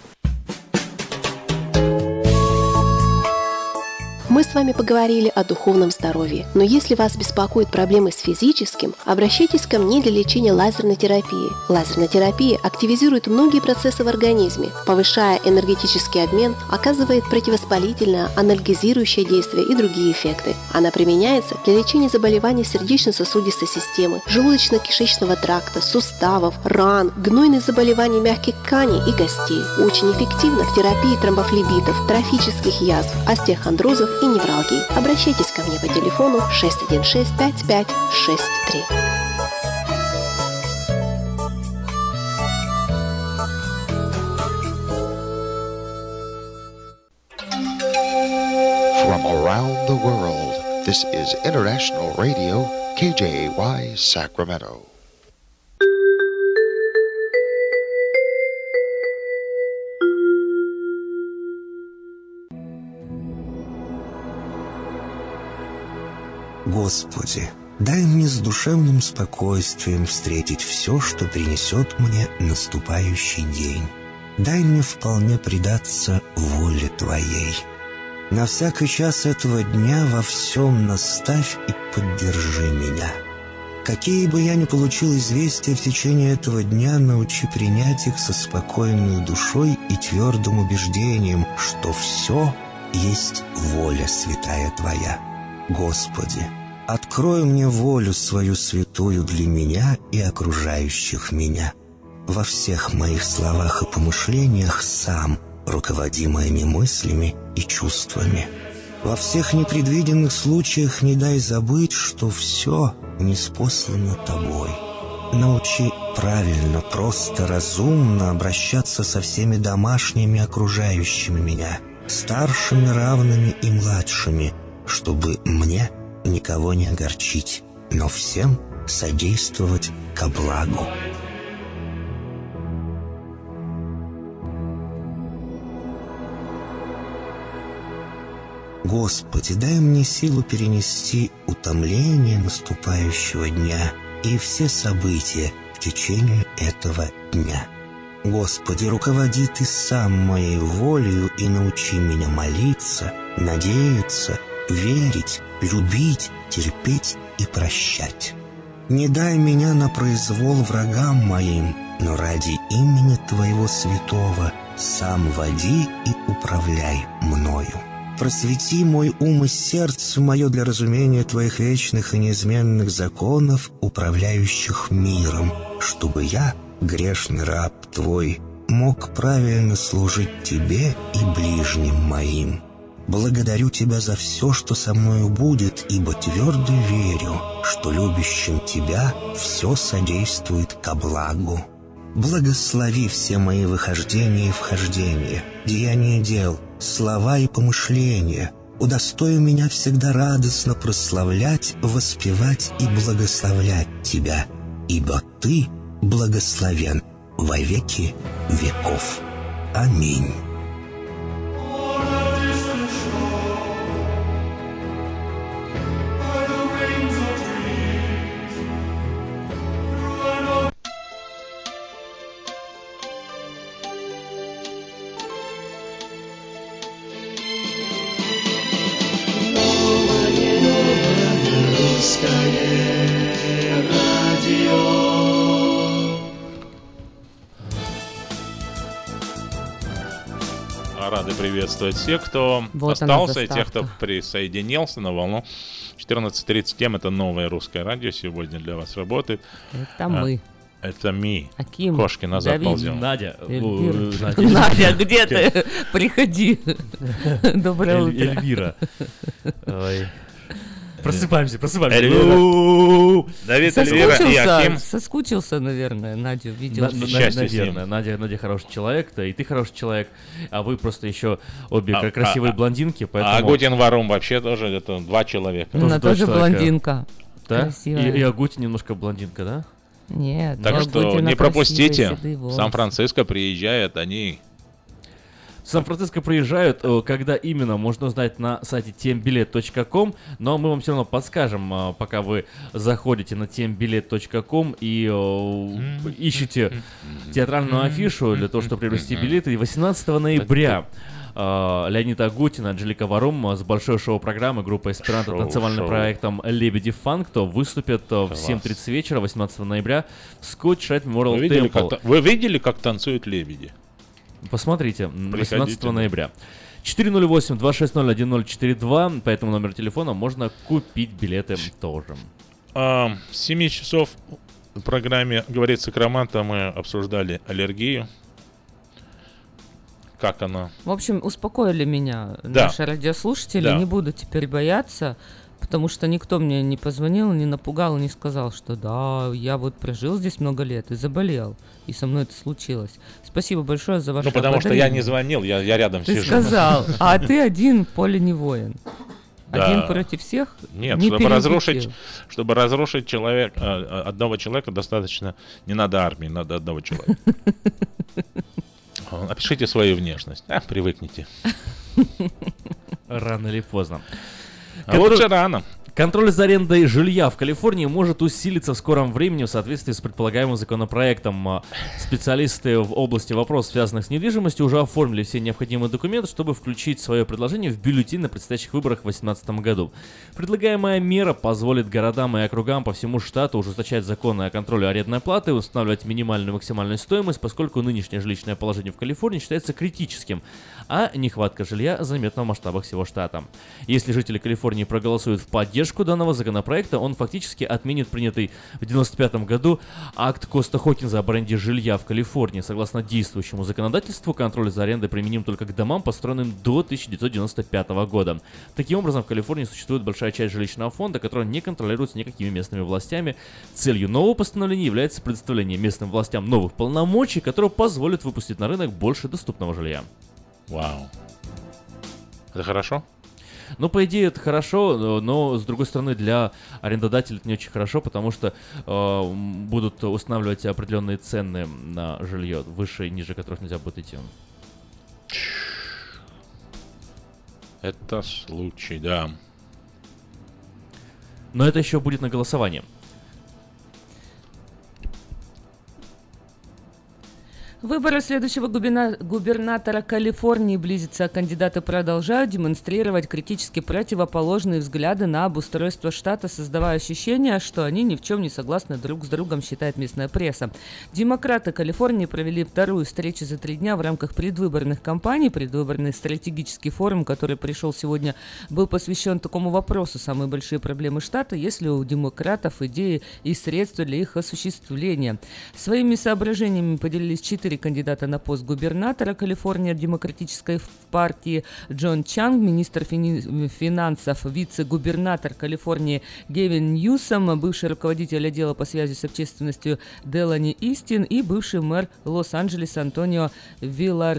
Мы с вами поговорили о духовном здоровье, но если вас беспокоят проблемы с физическим, обращайтесь ко мне для лечения лазерной терапии. Лазерная терапия активизирует многие процессы в организме, повышая энергетический обмен, оказывает противовоспалительное, анальгезирующее действие и другие эффекты. Она применяется для лечения заболеваний сердечно-сосудистой системы, желудочно-кишечного тракта, суставов, ран, гнойных заболеваний мягких тканей и костей. Очень эффективна в терапии тромбофлебитов, трофических язв, остеохондрозов и невралгии. Обращайтесь ко мне по телефону шесть один шесть пять пять шесть три. From around the world, this is International Radio, K J A Y, Sacramento. Господи, дай мне с душевным спокойствием встретить все, что принесет мне наступающий день. Дай мне вполне предаться воле Твоей. На всякий час этого дня во всем наставь и поддержи меня. Какие бы я ни получил известия в течение этого дня, научи принять их со спокойной душой и твердым убеждением, что все есть воля святая Твоя. Господи, открой мне волю свою святую для меня и окружающих меня. Во всех моих словах и помышлениях сам руководи моими мыслями и чувствами. Во всех непредвиденных случаях не дай забыть, что все ниспослано Тобой. Научи правильно, просто, разумно обращаться со всеми домашними окружающими меня, старшими, равными и младшими, чтобы мне никого не огорчить, но всем содействовать ко благу. Господи, дай мне силу перенести утомление наступающего дня и все события в течение этого дня. Господи, руководи Ты сам моей волею и научи меня молиться, надеяться, верить, любить, терпеть и прощать. Не дай меня на произвол врагам моим, но ради имени Твоего святого сам води и управляй мною. Просвети мой ум и сердце мое для разумения Твоих вечных и неизменных законов, управляющих миром, чтобы я, грешный раб Твой, мог правильно служить Тебе и ближним моим. Благодарю Тебя за все, что со мною будет, ибо твердо верю, что любящим Тебя все содействует ко благу. Благослови все мои выхождения и вхождения, деяния дел, слова и помышления. Удостой меня всегда радостно прославлять, воспевать и благословлять Тебя, ибо Ты благословен во веки веков. Аминь. Рады приветствовать всех, кто вот остался, и тех, кто присоединился на волну. четырнадцать тридцать эм — это новое русское радио, сегодня для вас работает. Это мы. Это ми. Аким. Кошки назад Давид. ползем. Надя. Эльвира. Надя, где ты? Приходи. Доброе утро. Эльвира. Ой. Просыпаемся, просыпаемся. Эльвира. Давид, Эльвира и Аким. Соскучился, наверное, Надю видел. Наверное, Надя, Надя хороший человек, да, и ты хороший человек, а вы просто еще обе а, красивые а, блондинки, поэтому... А Агутин Варум вообще тоже, это два человека. Она тоже, тоже блондинка. Да? Красивая. И, и Агутин немножко блондинка, да? Нет, так но что Агутина не пропустите. красивый, седый В Сан-Франциско приезжают они. В Сан-Франциско приезжают, э, когда именно, можно узнать на сайте тембилет точка ком, но мы вам все равно подскажем, э, пока вы заходите на тембилет точка ком и э, ищете театральную афишу для того, чтобы приобрести билеты. И восемнадцатого ноября э, Леонид Агутин, Анжелика Варум с большой шоу-программы группы «Эсперанто» танцевальным шоу. проектом «Лебеди Фанк», то выступят э, в семь тридцать вечера восемнадцатого ноября в Scotch Rite Memorial Вы видали, Temple. как, вы видели, как танцуют лебеди? Посмотрите, восемнадцатого Приходите. ноября. четыре ноль восемь два шесть ноль один ноль четыре два, по этому номеру телефона можно купить билеты тоже. А, с семи часов в программе «Говорит Сакраменто» мы обсуждали аллергию. Как она? В общем, успокоили меня Да. наши радиослушатели. Да. Не буду теперь бояться, потому что никто мне не позвонил, не напугал, не сказал, что да, я вот прожил здесь много лет и заболел, и со мной это случилось. Спасибо большое за ваше Ну, потому что я ободрение. не звонил, я, я рядом Ты сижу. сказал, а ты один в поле не воин. Да. Один против всех? Нет, не чтобы разрушить, перебудил. чтобы разрушить человек, э, одного человека достаточно, не надо армии, надо одного человека. Опишите свою внешность, а, привыкните. Рано или поздно. А лучше рано. Контроль за арендой жилья в Калифорнии может усилиться в скором времени в соответствии с предполагаемым законопроектом. Специалисты в области вопросов, связанных с недвижимостью, уже оформили все необходимые документы, чтобы включить свое предложение в бюллетень на предстоящих выборах в две тысячи восемнадцатом году. Предлагаемая мера позволит городам и округам по всему штату ужесточать законы о контроле арендной платы и устанавливать минимальную и максимальную стоимость, поскольку нынешнее жилищное положение в Калифорнии считается критическим, а нехватка жилья заметна в масштабах всего штата. Если жители Калифорнии проголосуют в поддержку данного законопроекта, он фактически отменит принятый в девяносто пятом году акт Коста Хокинза об аренде жилья в Калифорнии. Согласно действующему законодательству, контроль за арендой применим только к домам, построенным до тысяча девятьсот девяносто пятого года. Таким образом, в Калифорнии существует большая часть жилищного фонда, которая не контролируется никакими местными властями. Целью нового постановления является предоставление местным властям новых полномочий, которые позволят выпустить на рынок больше доступного жилья. Вау. Это хорошо? Ну, по идее, это хорошо, но, но, с другой стороны, для арендодателей это не очень хорошо, потому что э, будут устанавливать определенные цены на жилье, выше и ниже которых нельзя будет идти. Это случай, да. Но это еще будет на голосовании. Выборы следующего губерна- губернатора Калифорнии близятся, а кандидаты продолжают демонстрировать критически противоположные взгляды на обустройство штата, создавая ощущение, что они ни в чем не согласны друг с другом, считает местная пресса. Демократы Калифорнии провели вторую встречу за три дня в рамках предвыборных кампаний. Предвыборный стратегический форум, который пришел сегодня, был посвящен такому вопросу: самые большие проблемы штата, есть ли у демократов идеи и средства для их осуществления. Своими соображениями поделились четыре кандидата на пост губернатора Калифорнии от Демократической партии: Джон Чанг, министр фини- финансов, вице-губернатор Калифорнии Гевин Ньюсом, бывший руководитель отдела по связи с общественностью Делани Истин и бывший мэр Лос-Анджелеса Антонио Виллар...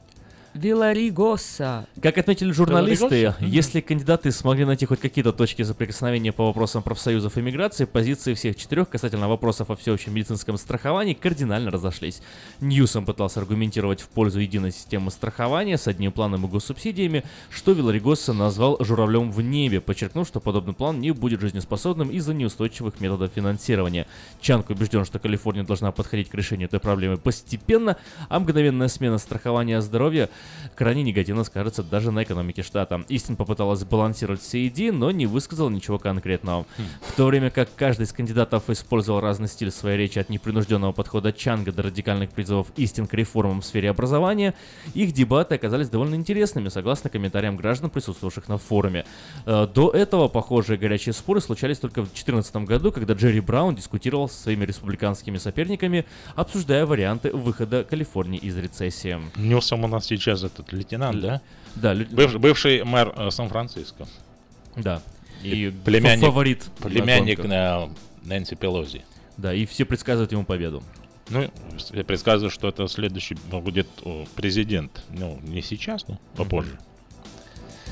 Вилларигоса. Как отметили журналисты, Вилларигоса? если кандидаты смогли найти хоть какие-то точки соприкосновения по вопросам профсоюзов и миграции, позиции всех четырех касательно вопросов о всеобщем медицинском страховании кардинально разошлись. Ньюсом пытался аргументировать в пользу единой системы страхования с одним планом и госсубсидиями, что Вилларигоса назвал «журавлем в небе», подчеркнув, что подобный план не будет жизнеспособным из-за неустойчивых методов финансирования. Чанг убежден, что Калифорния должна подходить к решению этой проблемы постепенно, а мгновенная смена страхования здоровья крайне негативно скажется даже на экономике штата. Истин попыталась сбалансировать все идеи, но не высказала ничего конкретного. Хм. В то время как каждый из кандидатов использовал разный стиль в своей речи, от непринужденного подхода Чанга до радикальных призывов Истин к реформам в сфере образования, их дебаты оказались довольно интересными, согласно комментариям граждан, присутствовавших на форуме. Э, До этого похожие горячие споры случались только в две тысячи четырнадцатом году, когда Джерри Браун дискутировал со своими республиканскими соперниками, обсуждая варианты выхода Калифорнии из рецессии. Ньюсом у нас сейчас этот лейтенант, да? Да. Быв- бывший мэр э, Сан-Франциско. Да. И племянник, фаворит на племянник гонках. на Нэнси Пелози. Да, и все предсказывают ему победу. Ну, я предсказываю, что это следующий будет о, президент. Ну, не сейчас, но попозже.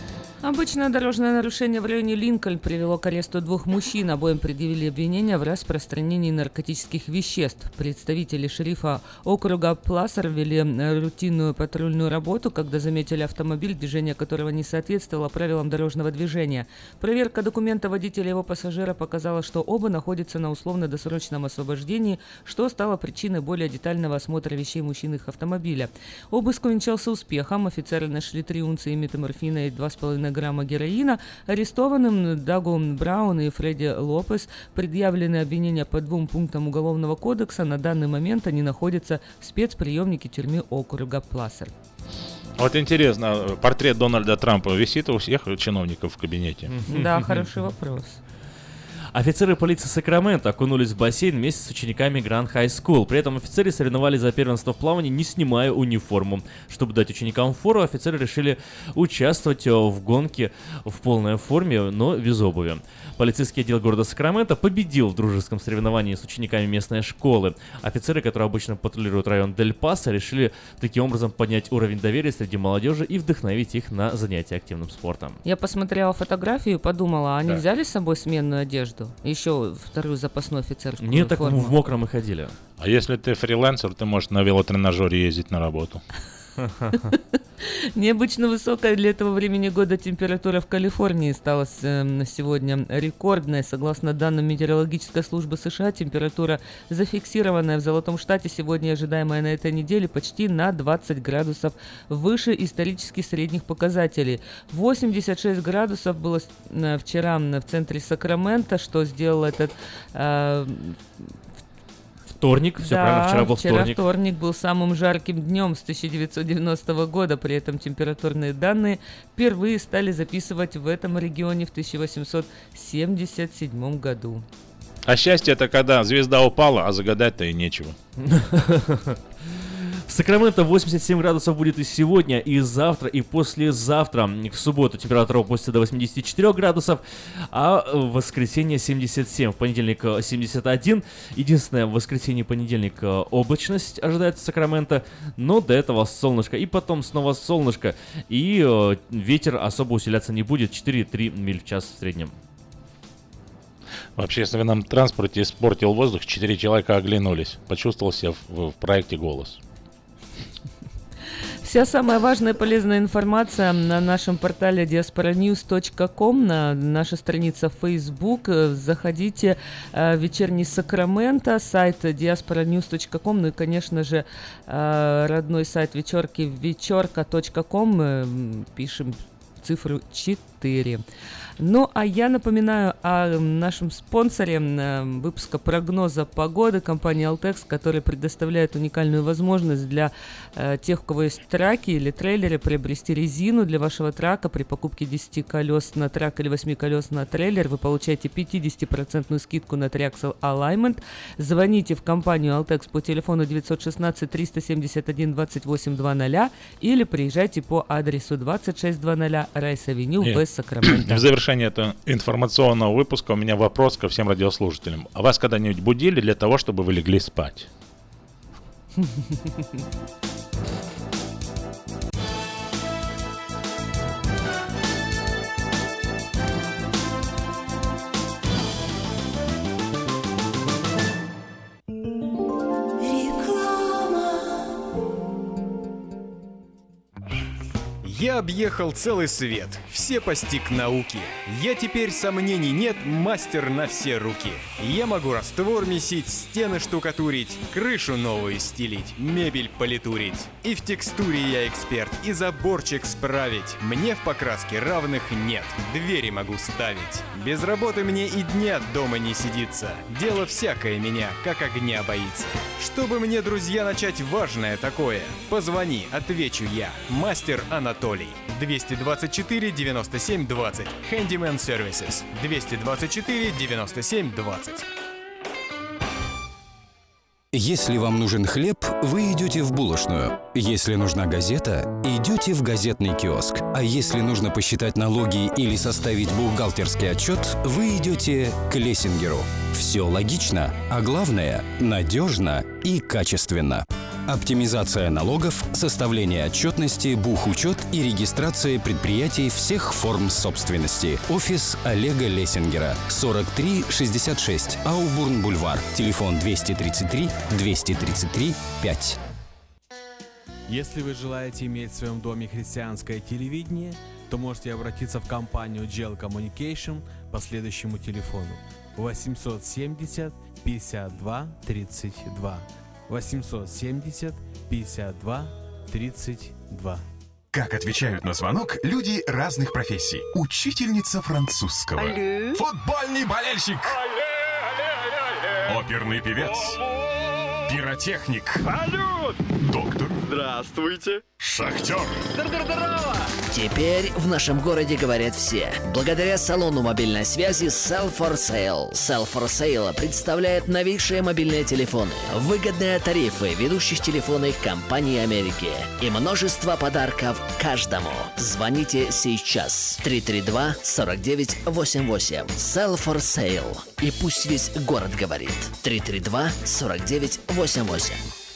Обычное дорожное нарушение в районе Линкольн привело к аресту двух мужчин. Обоим предъявили обвинения в распространении наркотических веществ. Представители шерифа округа Плассер вели рутинную патрульную работу, когда заметили автомобиль, движение которого не соответствовало правилам дорожного движения. Проверка документа водителя и его пассажира показала, что оба находятся на условно-досрочном освобождении, что стало причиной более детального осмотра вещей мужчин и их автомобиля. Обыск увенчался успехом. Офицеры нашли три унции метаморфина и два с половиной грамма героина. Арестованным Дагу Браун и Фредди Лопес предъявлены обвинения по двум пунктам Уголовного кодекса. На данный момент они находятся в спецприемнике тюрьмы округа Плассер. Вот интересно, портрет Дональда Трампа висит у всех чиновников в кабинете? Да, хороший вопрос. Офицеры полиции Сакрамента окунулись в бассейн вместе с учениками Grand High School. При этом офицеры соревновались за первенство в плавании, не снимая униформу. Чтобы дать ученикам фору, офицеры решили участвовать в гонке в полной форме, но без обуви. Полицейский отдел города Сакраменто победил в дружеском соревновании с учениками местной школы. Офицеры, которые обычно патрулируют район Дель-Пасо, решили таким образом поднять уровень доверия среди молодежи и вдохновить их на занятия активным спортом. Я посмотрела фотографию и подумала, а они Да. взяли с собой сменную одежду? Еще вторую запасной офицерскую Нет, так форму. в мокром и ходили. А если ты фрилансер, ты можешь на велотренажере ездить на работу. Необычно высокая для этого времени года температура в Калифорнии стала э, на сегодня рекордной. Согласно данным Метеорологической службы США, температура, зафиксированная в Золотом Штате, сегодня ожидаемая на этой неделе почти на двадцать градусов выше исторически средних показателей. восемьдесят шесть градусов было э, вчера в центре Сакрамента, что сделал этот... Э, Вторник, все да, правильно, вчера был вчера вторник. вторник был самым жарким днем с тысяча девятьсот девяностого года. При этом температурные данные впервые стали записывать в этом регионе в тысяча восемьсот семьдесят седьмом году. А счастье — это когда звезда упала, а загадать-то и нечего. В Сакраменто восемьдесят семь градусов будет и сегодня, и завтра, и послезавтра. В субботу температура опустится до восьмидесяти четырёх градусов, а в воскресенье семьдесят семь, в понедельник семьдесят один. Единственное, в воскресенье и понедельник облачность ожидается в Сакраменто, но до этого солнышко, и потом снова солнышко, и э, ветер особо усиляться не будет, четыре-три миль в час в среднем. В общественном транспорте испортил воздух, четыре человека оглянулись. Почувствовал себя в, в проекте «Голос». Вся самая важная и полезная информация на нашем портале диаспора ньюс точка ком, на наша страница в Facebook. Заходите в вечерний Сакраменто, сайт диаспора ньюс точка ком, ну и, конечно же, родной сайт вечерки вечерка точка ком. Пишем цифру четыре. Ну, а я напоминаю о нашем спонсоре выпуска прогноза погоды, компании Altex, которая предоставляет уникальную возможность для э, тех, у кого есть траки или трейлеры, приобрести резину для вашего трака. При покупке десяти колес на трак или восьми колес на трейлер вы получаете пятидесятипроцентную скидку на Triaxle Alignment. Звоните в компанию Altex по телефону девятьсот шестнадцать триста семьдесят один двадцать восемь двадцать или приезжайте по адресу двадцать шесть двадцать Райс-авеню в Сакраменто. В завершение этого информационного выпуска у меня вопрос ко всем радиослушателям. А вас когда-нибудь будили для того, чтобы вы легли спать? Я объехал целый свет, все постиг науки. Я теперь, сомнений нет, мастер на все руки. Я могу раствор месить, стены штукатурить, крышу новую стелить, мебель политурить. И в текстуре я эксперт, и заборчик справить. Мне в покраске равных нет, двери могу ставить. Без работы мне и дня дома не сидится. Дело всякое меня, как огня боится. Чтобы мне, друзья, начать важное такое, позвони, отвечу я. Мастер Анатолий. двести двадцать четыре девяносто семь двадцать. Handyman Services. двести двадцать четыре девяносто семь двадцать. Если вам нужен хлеб, вы идете в булочную. Если нужна газета, идете в газетный киоск. А если нужно посчитать налоги или составить бухгалтерский отчет, вы идете к Лессингеру. Все логично, а главное – надежно и качественно. Оптимизация налогов, составление отчетности, бухучет и регистрация предприятий всех форм собственности. Офис Олега Лессингера. сорок три шестьдесят шесть. Аубурн-Бульвар. Телефон двести тридцать три двести тридцать три пять. Если вы желаете иметь в своем доме христианское телевидение, то можете обратиться в компанию джи эл Communication по следующему телефону восемьсот семьдесят пятьдесят два тридцать два. восемьсот семьдесят пятьдесят два тридцать два. Как отвечают на звонок люди разных профессий. Учительница французского. Алле. Футбольный болельщик. Оперный певец. Пиротехник. Салют! Доктор. Здравствуйте. Шахтер. Здорово! Теперь в нашем городе говорят все. Благодаря салону мобильной связи Sell for Sale. Sell for Sale представляет новейшие мобильные телефоны, выгодные тарифы ведущих телефонных компаний Америки и множество подарков каждому. Звоните сейчас. три три два сорок девять восемьдесят восемь. Sell for Sale. И пусть весь город говорит. три три два сорок девять восемьдесят восемь.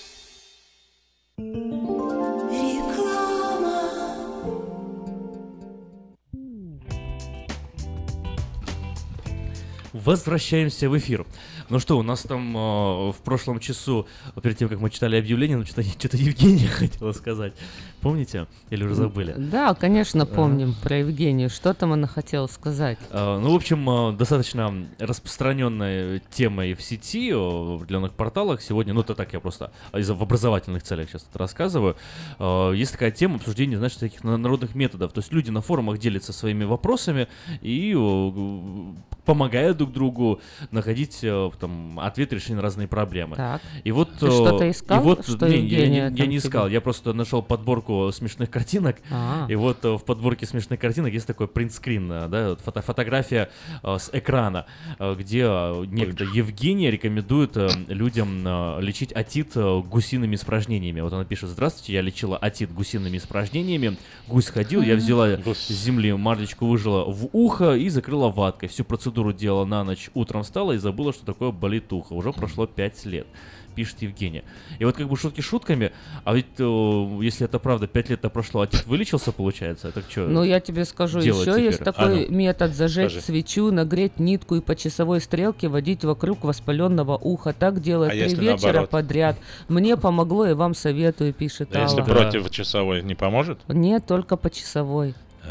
Возвращаемся в эфир. Ну что, у нас там э, в прошлом часу, перед тем, как мы читали объявление, ну что-то, что-то Евгения хотела сказать. Помните? Или уже забыли? Да, конечно, помним а. про Евгению. Что там она хотела сказать? А, ну, в общем, э, достаточно распространенная тема и в сети, в определенных порталах сегодня, ну, это так я просто из в образовательных целях сейчас это рассказываю. Э, есть такая тема обсуждения, значит, таких народных методов. То есть люди на форумах делятся своими вопросами и э, помогают друг другу находить э, там ответ, решение на разные проблемы. Так. И вот, Ты что-то искал? И вот, что не, я, я, я не тебе? искал, я просто нашел подборку смешных картинок. А-а-а. И вот в подборке смешных картинок есть такой принтскрин, да, фото, фотография э, с экрана, э, где некто Евгения рекомендует э, людям э, лечить отит э, гусиными испражнениями. Вот она пишет: здравствуйте, я лечила отит гусиными испражнениями. Гусь ходил, я взяла с земли марлечку, выжила в ухо и закрыла ваткой. Всю процедуру делала на ночь, утром встала и забыла, что такое болит ухо. Уже прошло пять лет, пишет Евгения. И вот как бы шутки шутками, а ведь э, если это правда, пять лет-то прошло, а отит вылечился, получается? Так что? Ну, я тебе скажу, еще теперь? есть такой а, ну. метод: зажечь Скажи. свечу, нагреть нитку и по часовой стрелке водить вокруг воспаленного уха. Так делать а три вечера наоборот? подряд. Мне помогло и вам советую, пишет а Алла. если против часовой не поможет? Нет, только по часовой.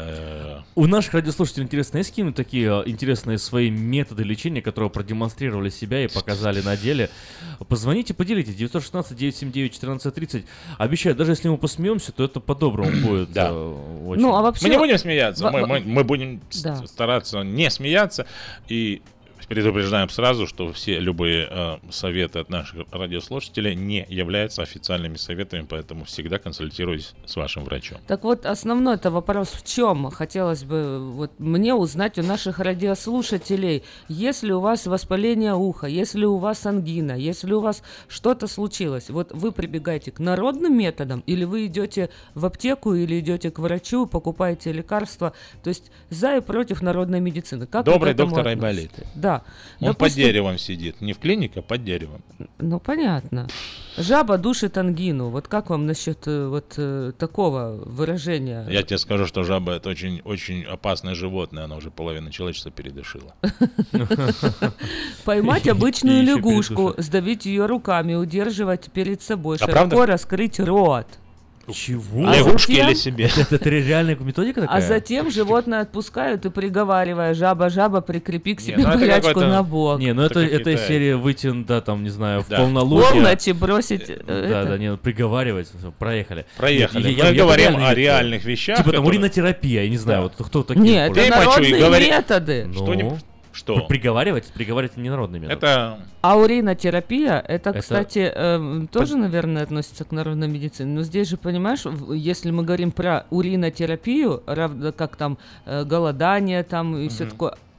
У наших радиослушателей, интересно, есть какие-нибудь такие интересные свои методы лечения, которые продемонстрировали себя и показали на деле? Позвоните, поделитесь. девять один шесть девять семь девять четырнадцать тридцать. Обещаю, даже если мы посмеемся, то это по-доброму будет. Да. Очень. Ну, а вообще... Мы не будем смеяться, Во- мы, мы, мы будем Да. стараться не смеяться. И предупреждаем сразу, что все любые э, советы от наших радиослушателей не являются официальными советами, поэтому всегда консультируйтесь с вашим врачом. Так вот, основной-то вопрос в чем? Хотелось бы вот мне узнать у наших радиослушателей. Если у вас воспаление уха, если у вас ангина, если у вас что-то случилось, вот вы прибегаете к народным методам, или вы идете в аптеку, или идете к врачу, покупаете лекарства, то есть за и против народной медицины. Как Добрый вы к этому доктор относитесь? Айболит. Да. Он Допустим, под деревом сидит, не в клинике, а под деревом. Ну, понятно. Жаба душит ангину. Вот как вам насчет э, вот э, такого выражения? Я тебе скажу, что жаба — это очень, очень опасное животное, она уже половину человечества передушила. Поймать обычную лягушку, сдавить ее руками, удерживать перед собой, широко раскрыть рот. Чего? Лягушки затем... или себе? Это, это реальная методика такая? А затем животное отпускают и приговаривая: жаба-жаба, прикрепи к себе Не, ну болячку на бок. Не, ну это, это, это серия выйти, да, там, не знаю, в да. полнолуние. Полночи бросить. Да, это. да, не, приговаривать, проехали. Проехали. Нет, Мы я, я говорим я о реальных вещах. Типа там которые... уринотерапия, я не знаю, да. вот кто такие. Нет, это народные говори... методы. Ну, что? Что? Приговаривать? Приговаривать не народный метод. Это... А уринотерапия, это, это... кстати, э, тоже, наверное, относится к народной медицине. Но здесь же, понимаешь, если мы говорим про уринотерапию, равно как там э, голодание там и mm-hmm. все такое,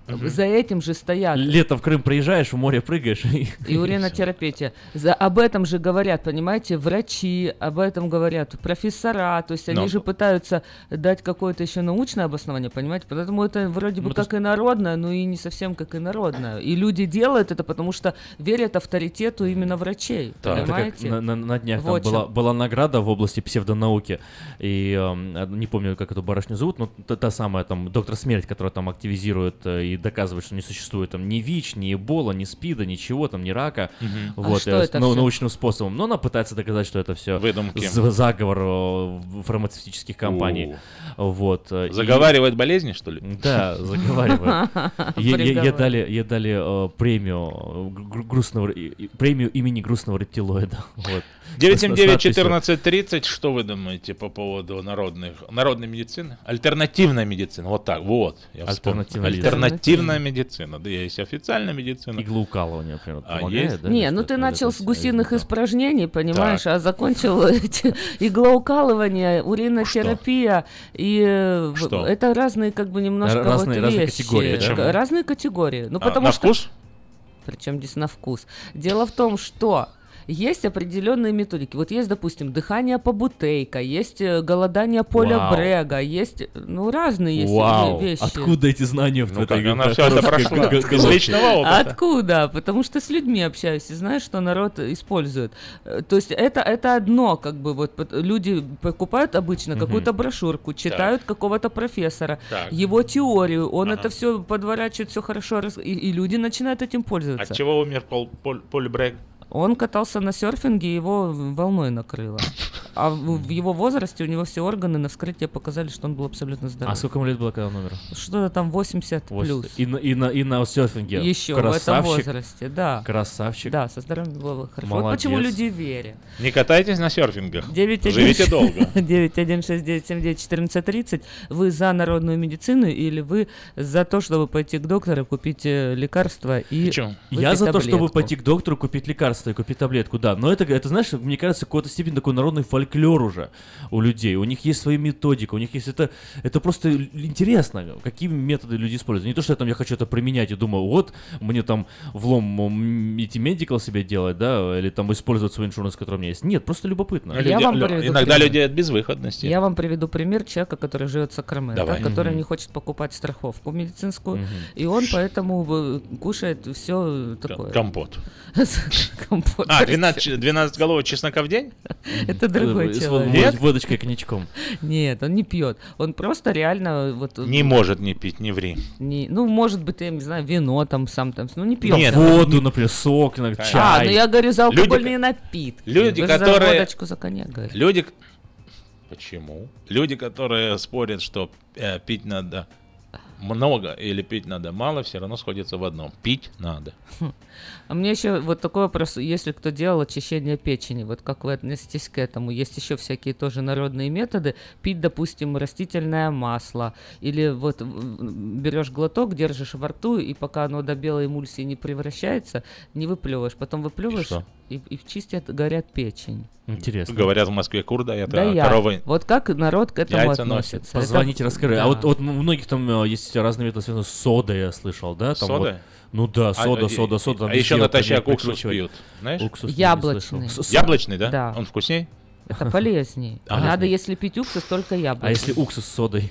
Мгм. За этим же стоят. Летом в Крым приезжаешь, в море прыгаешь. И, И уринотерапия. За, об этом же говорят, понимаете, врачи, об этом говорят профессора, то есть они Но- же пытаются дать какое-то еще научное обоснование, понимаете, поэтому это вроде бы Ну, как и народное, но и не совсем как и народное. И люди делают это, потому что верят авторитету именно врачей, Это как понимаете? на, на- на днях там Вот была, чем. была награда в области псевдонауки, и эм, не помню, как эту барышню зовут, но та, та самая там доктор Смерть, которая там активизирует э, и доказывает, что не существует там ни ВИЧ, ни Эбола, ни СПИДа, ничего там, ни рака, Мгм. А вот, что э, это нау- всё? научным способом. Но она пытается доказать, что это все Выдумки. заговор э, фармацевтических компаний. Вот. э, и- Заговаривает болезни, что ли? Да, заговаривает. Е- е- Ей Приговор. дали, ей дали э, премию э, гру- грустного, и- и- премию имени грустного рептилоида. Вот. девять С- семь с девять надписью. четырнадцать тридцать, что вы думаете по поводу народных, народной медицины? Альтернативная медицина, вот так, вот. Я вспомнил. Альтернативная медицина. Альтернативная медицина, да, есть официальная медицина. Иглоукалывание, например, А помогает, есть? да? Не, или ну что ты это? начал Или с это- гусиных испражнений, понимаешь, Так. а закончил эти иглоукалывание, уринотерапия, и э, в- Что? это разные как бы немножко Ра- разные- вот разные вещи. категории, да? К- Почему? Разные категории. Ну А, потому на что... вкус? Причем здесь на вкус. Дело в том, что есть определенные методики. Вот есть, допустим, дыхание по бутейка, есть э, голодание поля Вау. Брега, есть, ну, разные есть Вау, вещи. откуда эти знания в Ну этой как, она г- всё это г- прошла. г- г- Из головке? личного опыта. Откуда? Потому что с людьми общаюсь и знаю, что народ использует. Э, То есть это, это одно, как бы, вот пот- люди покупают обычно Мгм. какую-то брошюрку, читают какого-то профессора, Так. его теорию, он Ага. это все подворачивает, все хорошо, рас- и, и люди начинают этим пользоваться. От чего умер Пол, Поль, Поль Брег? Он катался на серфинге, его волной накрыло. А в, в его возрасте у него все органы на вскрытие показали, что он был абсолютно здоров. А сколько ему лет было, когда он умер? Что-то там восемьдесят плюс. И на, и на, и на серфинге. Еще в этом Красавчик. возрасте, да. Красавчик. Да, со здоровьем было хорошо. Вот Молодец. почему люди верят. Не катайтесь на серфингах. девять один Живите шесть долго. девять один шесть девять семь девять четырнадцать тридцать. Вы за народную медицину или вы за то, чтобы пойти к доктору, купить э, лекарства и Причем? Я выпить за то, чтобы таблетку? пойти к доктору, купить лекарство и купить таблетку, да. Но это, это, знаешь, мне кажется, в какой-то степени такой народный фольклор уже у людей. У них есть своя методика, у них есть это... Это просто л- интересно, какие методы люди используют. Не то, что я там я хочу это применять и думаю, вот, мне там влом м, идти медикал себе делать, да, или там использовать свой иншуранс, который у меня есть. Нет, просто любопытно. Люди- Я вам лю- приведу иногда пример. люди от безвыходности. Я вам приведу пример человека, который живет в Сакраменто, Давай. который Мгм. не хочет покупать страховку медицинскую, Мгм. и он поэтому э, кушает все такое. Компот. Компот. А, двенадцать, двенадцать голов чеснока в день? Это другой С человек. вод- вод- водочкой и коньячком. Нет, он не пьет. Он просто реально вот. Не может не пить, не ври. не- ну, может быть, я не знаю, вино там сам там, ну не пьет. Нет, Воду, например, сок, иногда, А, чай. ну я говорю за Люди, алкогольные напитки. люди, Вы же которые- за водочку, за коньяк говорите. Люди... к- Почему? Люди, которые спорят, что э, пить надо много или пить надо мало, все равно сходятся в одном. Пить надо. А мне еще вот такой вопрос, если кто делал очищение печени, вот как вы относитесь к этому? Есть еще всякие тоже народные методы. Пить, допустим, растительное масло, или вот м, берешь глоток, держишь во рту, и пока оно до белой эмульсии не превращается, не выплевываешь, потом выплевываешь, Что? и, и чистят, горят печень. Интересно. Говорят, в Москве кур дает, Да а я. коровы... Вот как народ к этому яйца относится? носят. Позвоните, Это- расскажи. Да. А вот, вот у многих там э, есть разные методы, связанные с содой, я слышал, да? Там Содой? вот- ну да, А, сода, и- сода, сода. там а везде еще вот натощак при- уксус прикручивать. пьют, знаешь? Уксус не Яблочный. слышал. С- с- Яблочный, да? Да. Он вкусней? Это полезнее. Ага. Надо, если пить уксус, только яблочный. А если уксус с содой?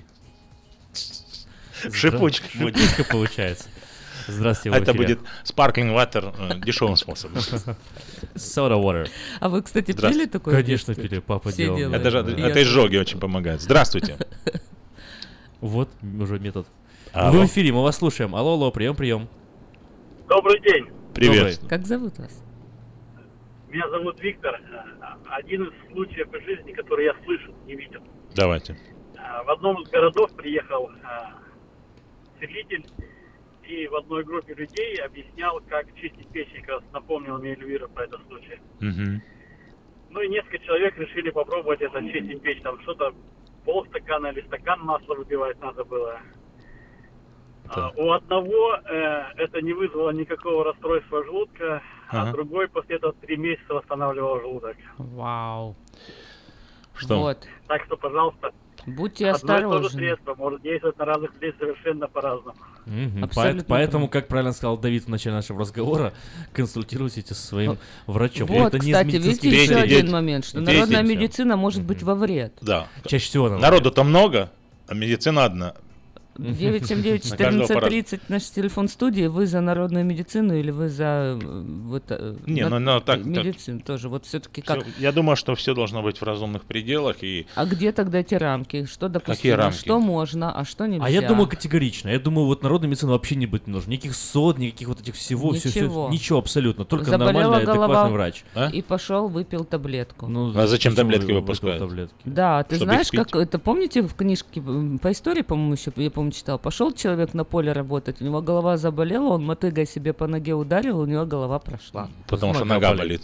Шипучка Здра- будет. Шипучка получается. Здравствуйте, А в это эфире. будет sparkling water э, дешевым способом. Soda water. А вы, кстати, Здравствуйте. пили такое? в Конечно, детстве? пили, папа Все делал. делают. Это же от И я этой тоже. изжоги очень помогает. Здравствуйте. Вот уже метод. Алло. Вы в эфире, мы вас слушаем. Алло, алло, прием, прием. Добрый день. Привет. Как зовут вас? Меня зовут Виктор. Один из случаев в жизни, который я слышал, не видел. Давайте. В одном из городов приехал целитель и в одной группе людей объяснял, как чистить печень. Как раз напомнил мне Эльвира про этот случай. Мгм. Ну и несколько человек решили попробовать это чистить печень. Там что-то полстакана или стакан масла выпивать надо было. А, у одного э, это не вызвало никакого расстройства желудка, Ага. а другой после этого три месяца восстанавливал желудок. Вау. Что? Вот. Так что, пожалуйста, Будьте одно и то же осторожны. средство может действовать на разных людей совершенно по-разному. Угу. Абсолютно Поэтому, как правильно сказал Давид в начале нашего разговора, консультируйтесь со своим врачом. Вот, это кстати, не видите, еще один момент, что народная медицина может быть во вред. Да. Чаще всего. Народу-то много, а медицина одна. девять семь девять четырнадцать тридцать наш телефон студии. Вы за народную медицину или вы за вот, Не, на, ну, ну, так, медицину так, тоже? Вот все-таки как... Все, я думаю, что все должно быть в разумных пределах. И... А где тогда эти рамки? Что допустимо? Какие рамки? Что можно, а что нельзя? А я думаю категорично. Я думаю, вот народная медицина вообще не быть не нужна. Никаких сод, никаких вот этих всего. Ничего. Все, все, ничего абсолютно. Только Заболела нормальный, голова, адекватный врач. А? И пошел, выпил таблетку. Ну, а зачем таблетки выпускают? Таблетки? Да, ты Чтобы знаешь, как это помните в книжке по истории, по-моему, еще я помню читал. Пошел человек на поле работать, у него голова заболела, он мотыгой себе по ноге ударил, у него голова прошла. Потому что нога болит.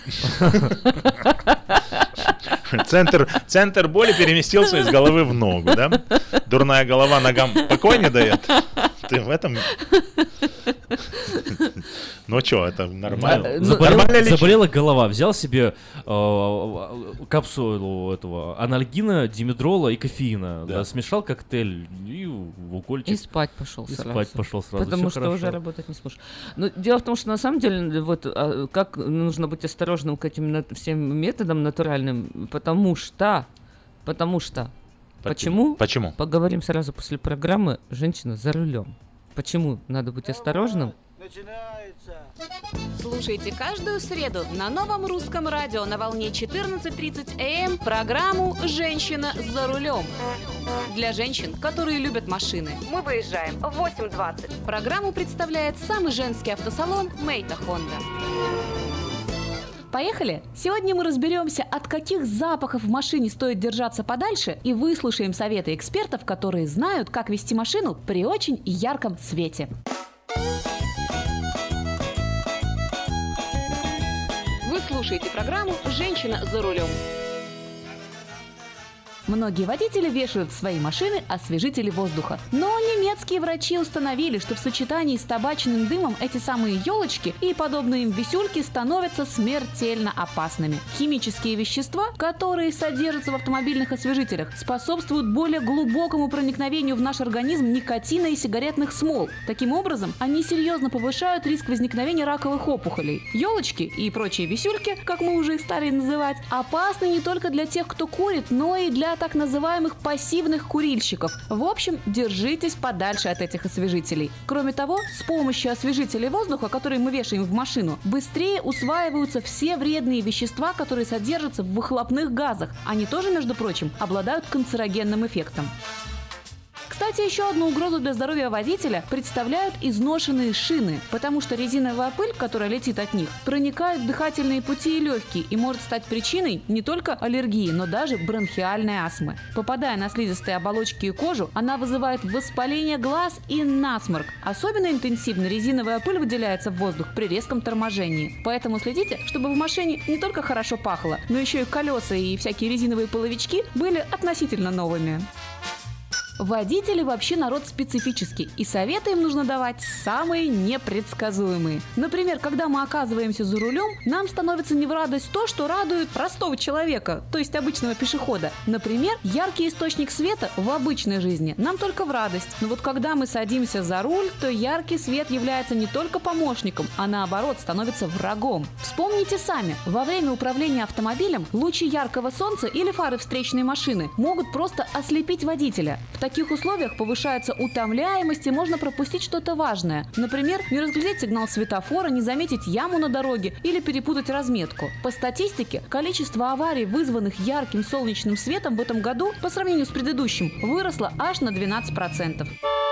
Центр, центр боли переместился из головы в ногу, да? Дурная голова ногам покой не дает. Ты в этом... Ну что, это нормально. Заболела, заболела голова, взял себе э, капсулу этого анальгина, димедрола и кофеина, да. Да, смешал коктейль и в укольчик. И спать пошел и сразу. спать пошел сразу. Потому Все что хорошо. уже работать не сможешь. Но дело в том, что на самом деле вот как нужно быть осторожным к этим всем методам натуральным, потому что, потому что, почему? Почему? Поговорим сразу после программы «Женщина за рулем». Почему надо быть осторожным? Слушайте каждую среду на новом русском радио на волне четырнадцать тридцать эй эм программу «Женщина за рулем». Для женщин, которые любят машины. Мы выезжаем в восемь двадцать. Программу представляет самый женский автосалон «Мейта Хонда». Поехали! Сегодня мы разберемся, от каких запахов в машине стоит держаться подальше, и выслушаем советы экспертов, которые знают, как вести машину при очень ярком свете. Вы слушаете программу «Женщина за рулем». Многие водители вешают в свои машины освежители воздуха. Но немецкие врачи установили, что в сочетании с табачным дымом эти самые елочки и подобные им висюльки становятся смертельно опасными. Химические вещества, которые содержатся в автомобильных освежителях, способствуют более глубокому проникновению в наш организм никотина и сигаретных смол. Таким образом, они серьезно повышают риск возникновения раковых опухолей. Елочки и прочие висюльки, как мы уже их стали называть, опасны не только для тех, кто курит, но и для так называемых пассивных курильщиков. В общем, держитесь подальше от этих освежителей. Кроме того, с помощью освежителей воздуха, которые мы вешаем в машину, быстрее усваиваются все вредные вещества, которые содержатся в выхлопных газах. Они тоже, между прочим, обладают канцерогенным эффектом. Кстати, еще одну угрозу для здоровья водителя представляют изношенные шины, потому что резиновая пыль, которая летит от них, проникает в дыхательные пути и легкие и может стать причиной не только аллергии, но даже бронхиальной астмы. Попадая на слизистые оболочки и кожу, она вызывает воспаление глаз и насморк. Особенно интенсивно резиновая пыль выделяется в воздух при резком торможении. Поэтому следите, чтобы в машине не только хорошо пахло, но еще и колеса и всякие резиновые половички были относительно новыми. Водители вообще народ специфический, и советы им нужно давать самые непредсказуемые. Например, когда мы оказываемся за рулем, нам становится не в радость то, что радует простого человека, то есть обычного пешехода. Например, яркий источник света в обычной жизни нам только в радость. Но вот когда мы садимся за руль, то яркий свет является не только помощником, а наоборот становится врагом. Вспомните сами, во время управления автомобилем лучи яркого солнца или фары встречной машины могут просто ослепить водителя. В В таких условиях повышается утомляемость и можно пропустить что-то важное. Например, не разглядеть сигнал светофора, не заметить яму на дороге или перепутать разметку. По статистике, количество аварий, вызванных ярким солнечным светом в этом году по сравнению с предыдущим, выросло аж на двенадцать процентов.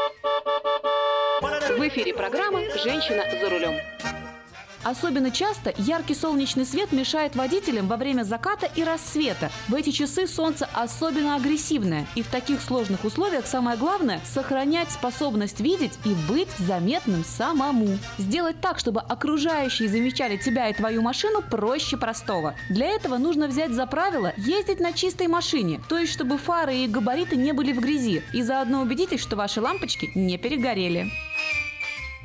В эфире программа «Женщина за рулем». Особенно часто яркий солнечный свет мешает водителям во время заката и рассвета. В эти часы солнце особенно агрессивное, и в таких сложных условиях самое главное – сохранять способность видеть и быть заметным самому. Сделать так, чтобы окружающие замечали тебя и твою машину, проще простого. Для этого нужно взять за правило ездить на чистой машине, то есть чтобы фары и габариты не были в грязи, и заодно убедитесь, что ваши лампочки не перегорели.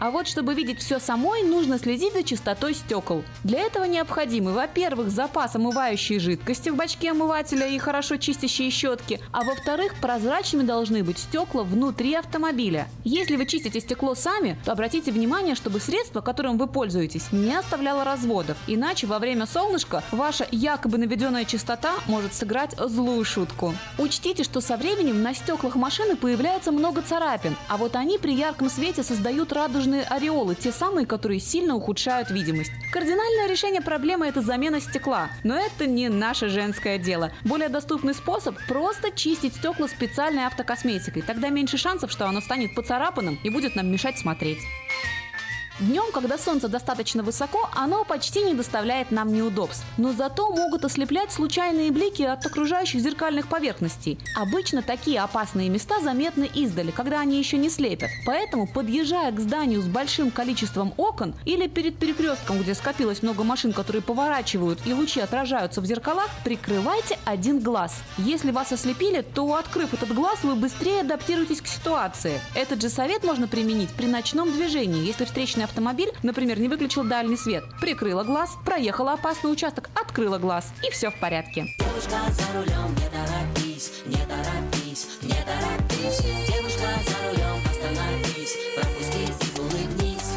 А вот чтобы видеть все самой, нужно следить за чистотой стекол. Для этого необходимы, во-первых, запас омывающей жидкости в бачке омывателя и хорошо чистящие щетки, а во-вторых, прозрачными должны быть стекла внутри автомобиля. Если вы чистите стекло сами, то обратите внимание, чтобы средство, которым вы пользуетесь, не оставляло разводов, иначе во время солнышка ваша якобы наведенная чистота может сыграть злую шутку. Учтите, что со временем на стеклах машины появляется много царапин, а вот они при ярком свете создают радужные ореолы, те самые, которые сильно ухудшают видимость. Кардинальное решение проблемы – это замена стекла, но это не наше женское дело. Более доступный способ – просто чистить стекла специальной автокосметикой, тогда меньше шансов, что оно станет поцарапанным и будет нам мешать смотреть. Днем, когда солнце достаточно высоко, оно почти не доставляет нам неудобств. Но зато могут ослеплять случайные блики от окружающих зеркальных поверхностей. Обычно такие опасные места заметны издали, когда они еще не слепят. Поэтому, подъезжая к зданию с большим количеством окон или перед перекрестком, где скопилось много машин, которые поворачивают и лучи отражаются в зеркалах, прикрывайте один глаз. Если вас ослепили, то, открыв этот глаз, вы быстрее адаптируетесь к ситуации. Этот же совет можно применить при ночном движении, если встречный автомобиль, например, не выключил дальний свет. Прикрыла глаз, проехала опасный участок, открыла глаз, и все в порядке. Девушка за рулем, не торопись, не торопись, не торопись. Девушка за рулем, остановись, пропусти и улыбнись.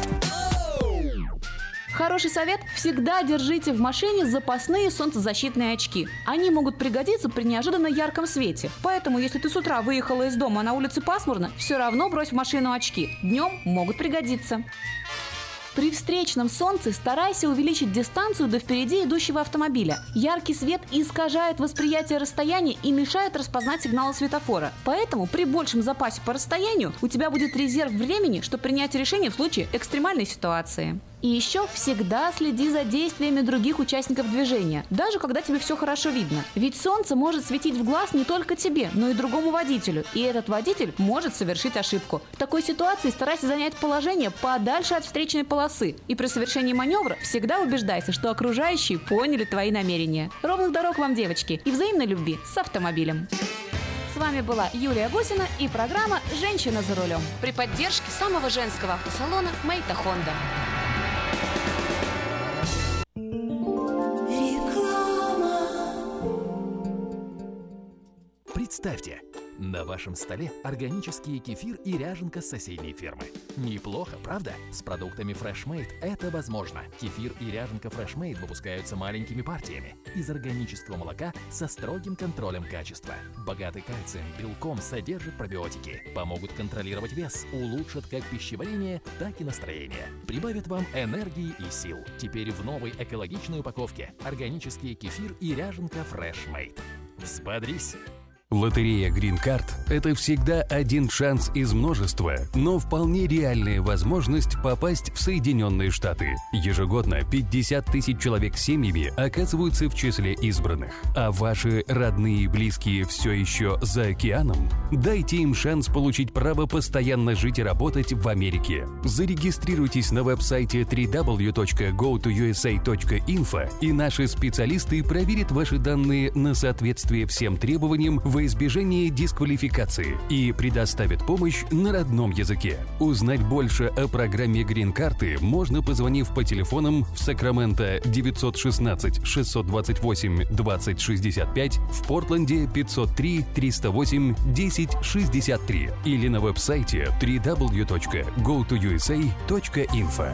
Хороший совет – всегда держите в машине запасные солнцезащитные очки. Они могут пригодиться при неожиданно ярком свете. Поэтому, если ты с утра выехала из дома, а на улице пасмурно, все равно брось в машину очки. Днем могут пригодиться. При встречном солнце старайся увеличить дистанцию до впереди идущего автомобиля. Яркий свет искажает восприятие расстояния и мешает распознать сигналы светофора. Поэтому при большем запасе по расстоянию у тебя будет резерв времени, чтобы принять решение в случае экстремальной ситуации. И еще всегда следи за действиями других участников движения, даже когда тебе все хорошо видно. Ведь солнце может светить в глаз не только тебе, но и другому водителю. И этот водитель может совершить ошибку. В такой ситуации старайся занять положение подальше от встречной полосы. И при совершении маневра всегда убеждайся, что окружающие поняли твои намерения. Ровных дорог вам, девочки, и взаимной любви с автомобилем. С вами была Юлия Гусина и программа «Женщина за рулем» при поддержке самого женского автосалона «Мэйта Хонда». Представьте, на вашем столе органический кефир и ряженка с соседней фермы. Неплохо, правда? С продуктами FreshMade это возможно. Кефир и ряженка FreshMade выпускаются маленькими партиями из органического молока со строгим контролем качества. Богатый кальцием, белком, содержит пробиотики, помогут контролировать вес, улучшат как пищеварение, так и настроение. Прибавят вам энергии и сил. Теперь в новой экологичной упаковке органический кефир и ряженка FreshMade. Взбодрись! Лотерея Green Card – это всегда один шанс из множества, но вполне реальная возможность попасть в Соединенные Штаты. Ежегодно пятьдесят тысяч человек с семьями оказываются в числе избранных. А ваши родные и близкие все еще за океаном? Дайте им шанс получить право постоянно жить и работать в Америке. Зарегистрируйтесь на веб-сайте дабл ю дабл ю дабл ю точка гоу ту ю эс эй точка инфо, и наши специалисты проверят ваши данные на соответствие всем требованиям в во избежание дисквалификации и предоставит помощь на родном языке. Узнать больше о программе Green Card можно, позвонив по телефонам в Сакраменто девятьсот шестнадцать шестьсот двадцать восемь двадцать шестьдесят пять, в Портленде пятьсот три триста восемь десять шестьдесят три или на веб-сайте дабл ю дабл ю дабл ю точка гоу ту ю эс эй точка инфо.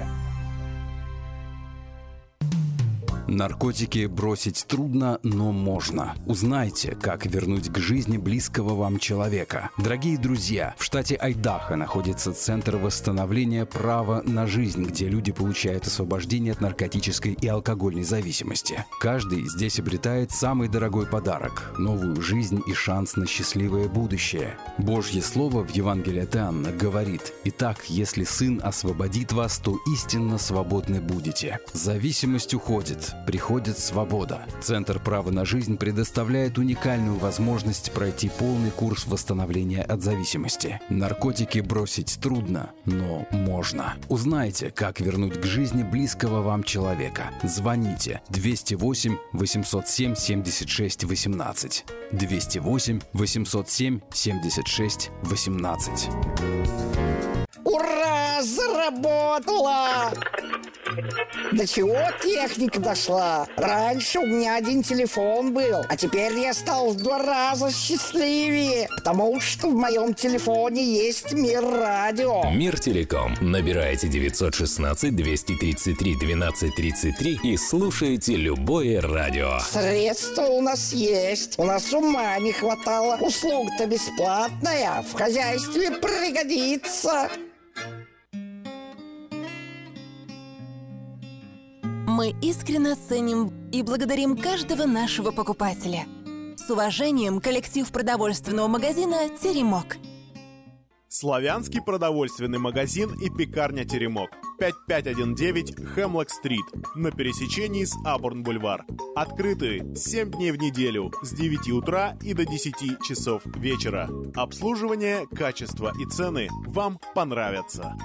Наркотики бросить трудно, но можно. Узнайте, как вернуть к жизни близкого вам человека. Дорогие друзья, в штате Айдахо находится Центр восстановления права на жизнь, где люди получают освобождение от наркотической и алкогольной зависимости. Каждый здесь обретает самый дорогой подарок – новую жизнь и шанс на счастливое будущее. Божье Слово в Евангелии от Иоанна говорит: «Итак, если Сын освободит вас, то истинно свободны будете». Зависимость уходит. Приходит свобода. Центр права на жизнь предоставляет уникальную возможность пройти полный курс восстановления от зависимости. Наркотики бросить трудно, но можно. Узнайте, как вернуть к жизни близкого вам человека. Звоните двести восемь восемьсот семь семьдесят шесть восемнадцать. двести восемь восемьсот семь семьдесят шесть восемнадцать. Ура! Заработал! заработала! До чего техника дошла? Раньше у меня один телефон был, а теперь я стал в два раза счастливее, потому что в моем телефоне есть Мир Радио. Мир Телеком. Набирайте девятьсот шестнадцать двести тридцать три двенадцать тридцать три и слушайте любое радио. Средства у нас есть, у нас ума не хватало. Услуга-то бесплатная, в хозяйстве пригодится. Мы искренне ценим и благодарим каждого нашего покупателя. С уважением, коллектив продовольственного магазина «Теремок». Славянский продовольственный магазин и пекарня «Теремок». пять пять один девять Хемлок-стрит на пересечении с Абурн-бульвар. Открыты семь дней в неделю с девяти утра и до десяти часов вечера. Обслуживание, качество и цены вам понравятся.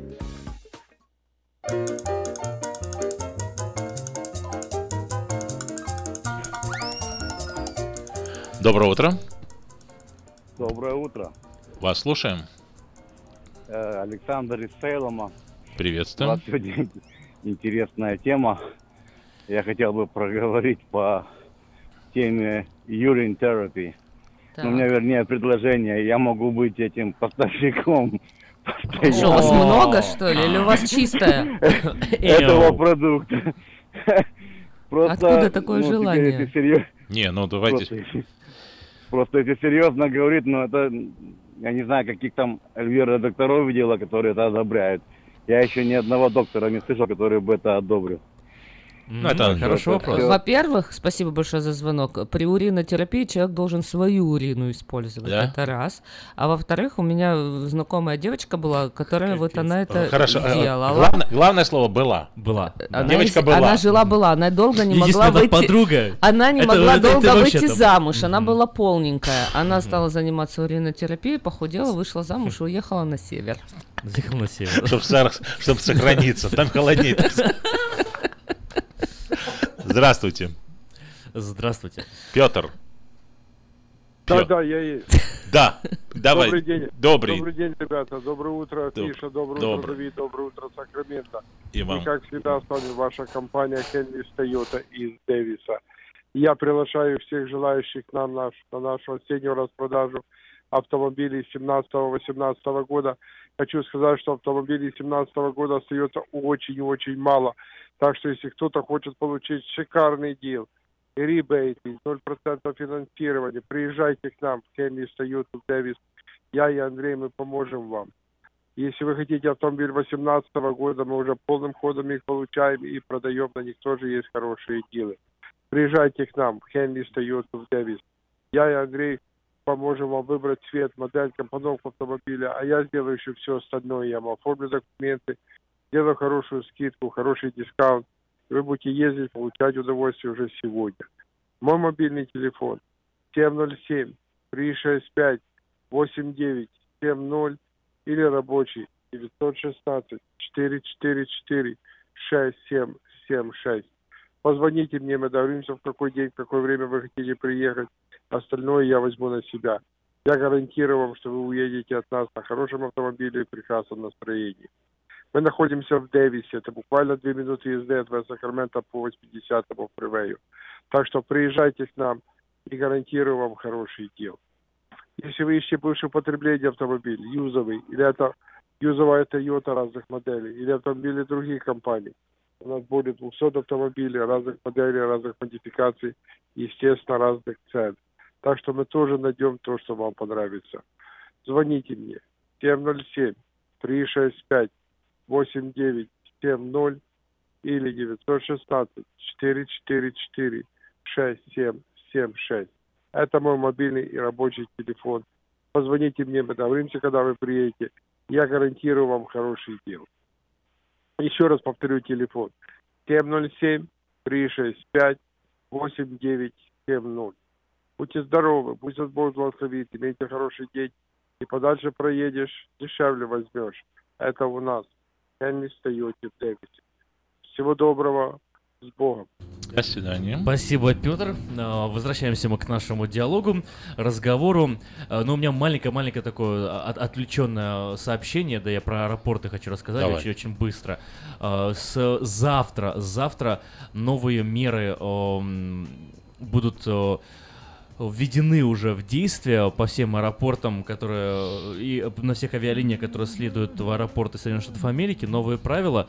Доброе утро. Доброе утро. Вас слушаем. Э, Александр из Сейлома. Приветствуем. У вас сегодня интересная тема. Я хотел бы проговорить по теме urine therapy. Так. У меня, вернее, предложение. Я могу быть этим поставщиком. Что, у вас много, что ли, или у вас чистое? Этого продукта. Откуда такое желание? Не, ну давайте... Просто, просто если серьезно говорить, ну это... Я не знаю, каких там Эльвира докторов видела, которые это одобряют. Я еще ни одного доктора не слышал, который бы это одобрил. Ну, это хороший вопрос. Во-первых, спасибо большое за звонок. При уринотерапии человек должен свою урину использовать. Да? Это раз. А во-вторых, у меня знакомая девочка была, которая вот она это Хорошо. делала. Главное, главное слово «была». Была. Она, Девочка из... была. Она жила-была, она долго не могла выйти... подруга. Она не это, могла это, долго это выйти там... замуж. Она mm-hmm. была полненькая. Она mm-hmm. стала заниматься уринотерапией, похудела, вышла замуж и уехала на север. Уехала на север. Чтобы сохраниться. Там холоднее. Здравствуйте. Здравствуйте. Петр. Да, Пё... да, я есть. Да, давай. Добрый день. Добрый. Добрый день, ребята. Доброе утро, Доб... Фиша. Доброе Добрый. утро, Давид. Доброе утро, Сакраменто. И вам. И как всегда, с вами ваша компания Henry's Toyota из Дэвиса. Я приглашаю всех желающих на, наш, на нашу осеннюю распродажу автомобилей семнадцатого-восемнадцатого года. Хочу сказать, что автомобилей семнадцатого года остается очень-очень мало. Так что, если кто-то хочет получить шикарный дил, ребейты, ноль процентов финансирования, приезжайте к нам в Henry's Toyota Дэвис. Я и Андрей, мы поможем вам. Если вы хотите автомобиль восемнадцатого года, мы уже полным ходом их получаем и продаем, на них тоже есть хорошие дилы. Приезжайте к нам в Henry's Toyota Дэвис. Я и Андрей поможем вам выбрать цвет, модель, компоновку автомобиля, а я сделаю еще все остальное. Я вам оформлю документы, сделаю хорошую скидку, хороший дискаунт. Вы будете ездить, получать удовольствие уже сегодня. Мой мобильный телефон семь ноль семь три шесть пять восемь девять семь ноль или рабочий девятьсот шестнадцать четыреста четырьдесят четыре шесть семь семь шесть. Позвоните мне, мы договоримся, в какой день, в какое время вы хотите приехать. Остальное я возьму на себя. Я гарантирую вам, что вы уедете от нас на хорошем автомобиле и прекрасном настроении. Мы находимся в Дэвисе. Это буквально две минуты езды от Вест-Сакрамента по восьмидесятому фривею. Так что приезжайте к нам и гарантирую вам хороший дел. Если вы ищете бывшее употребление автомобиль, юзовый, или это юзовая Toyota разных моделей, или автомобили других компаний, у нас более двухсот автомобилей, разных моделей, разных модификаций, естественно, разных цен. Так что мы тоже найдем то, что вам понравится. Звоните мне семь ноль семь три шесть пять восемь девять семь ноль или девятьсот шестнадцать четыреста четырьдесят четыре шесть семь семь шесть. Это мой мобильный и рабочий телефон. Позвоните мне, мы договоримся, когда вы приедете. Я гарантирую вам хороший дел. Еще раз повторю телефон. семь ноль семь три шесть пять восемь девять семь ноль. Будьте здоровы, пусть вас Бог благословит, имейте хороший день. И подальше проедешь, дешевле возьмешь. Это у нас. Henry's Toyota Дэвис. Всего доброго, с Богом. До свидания. Спасибо, Петр. А, Возвращаемся мы к нашему диалогу, разговору. А, Ну, у меня маленькое-маленькое такое от- отвлеченное сообщение, да, я про аэропорты хочу рассказать Давай. очень-очень быстро. А, С завтра, завтра новые меры ам, будут а, введены уже в действие по всем аэропортам, которые и на всех авиалиниях, которые следуют в аэропорты Соединенных Штатов Америки, новые правила.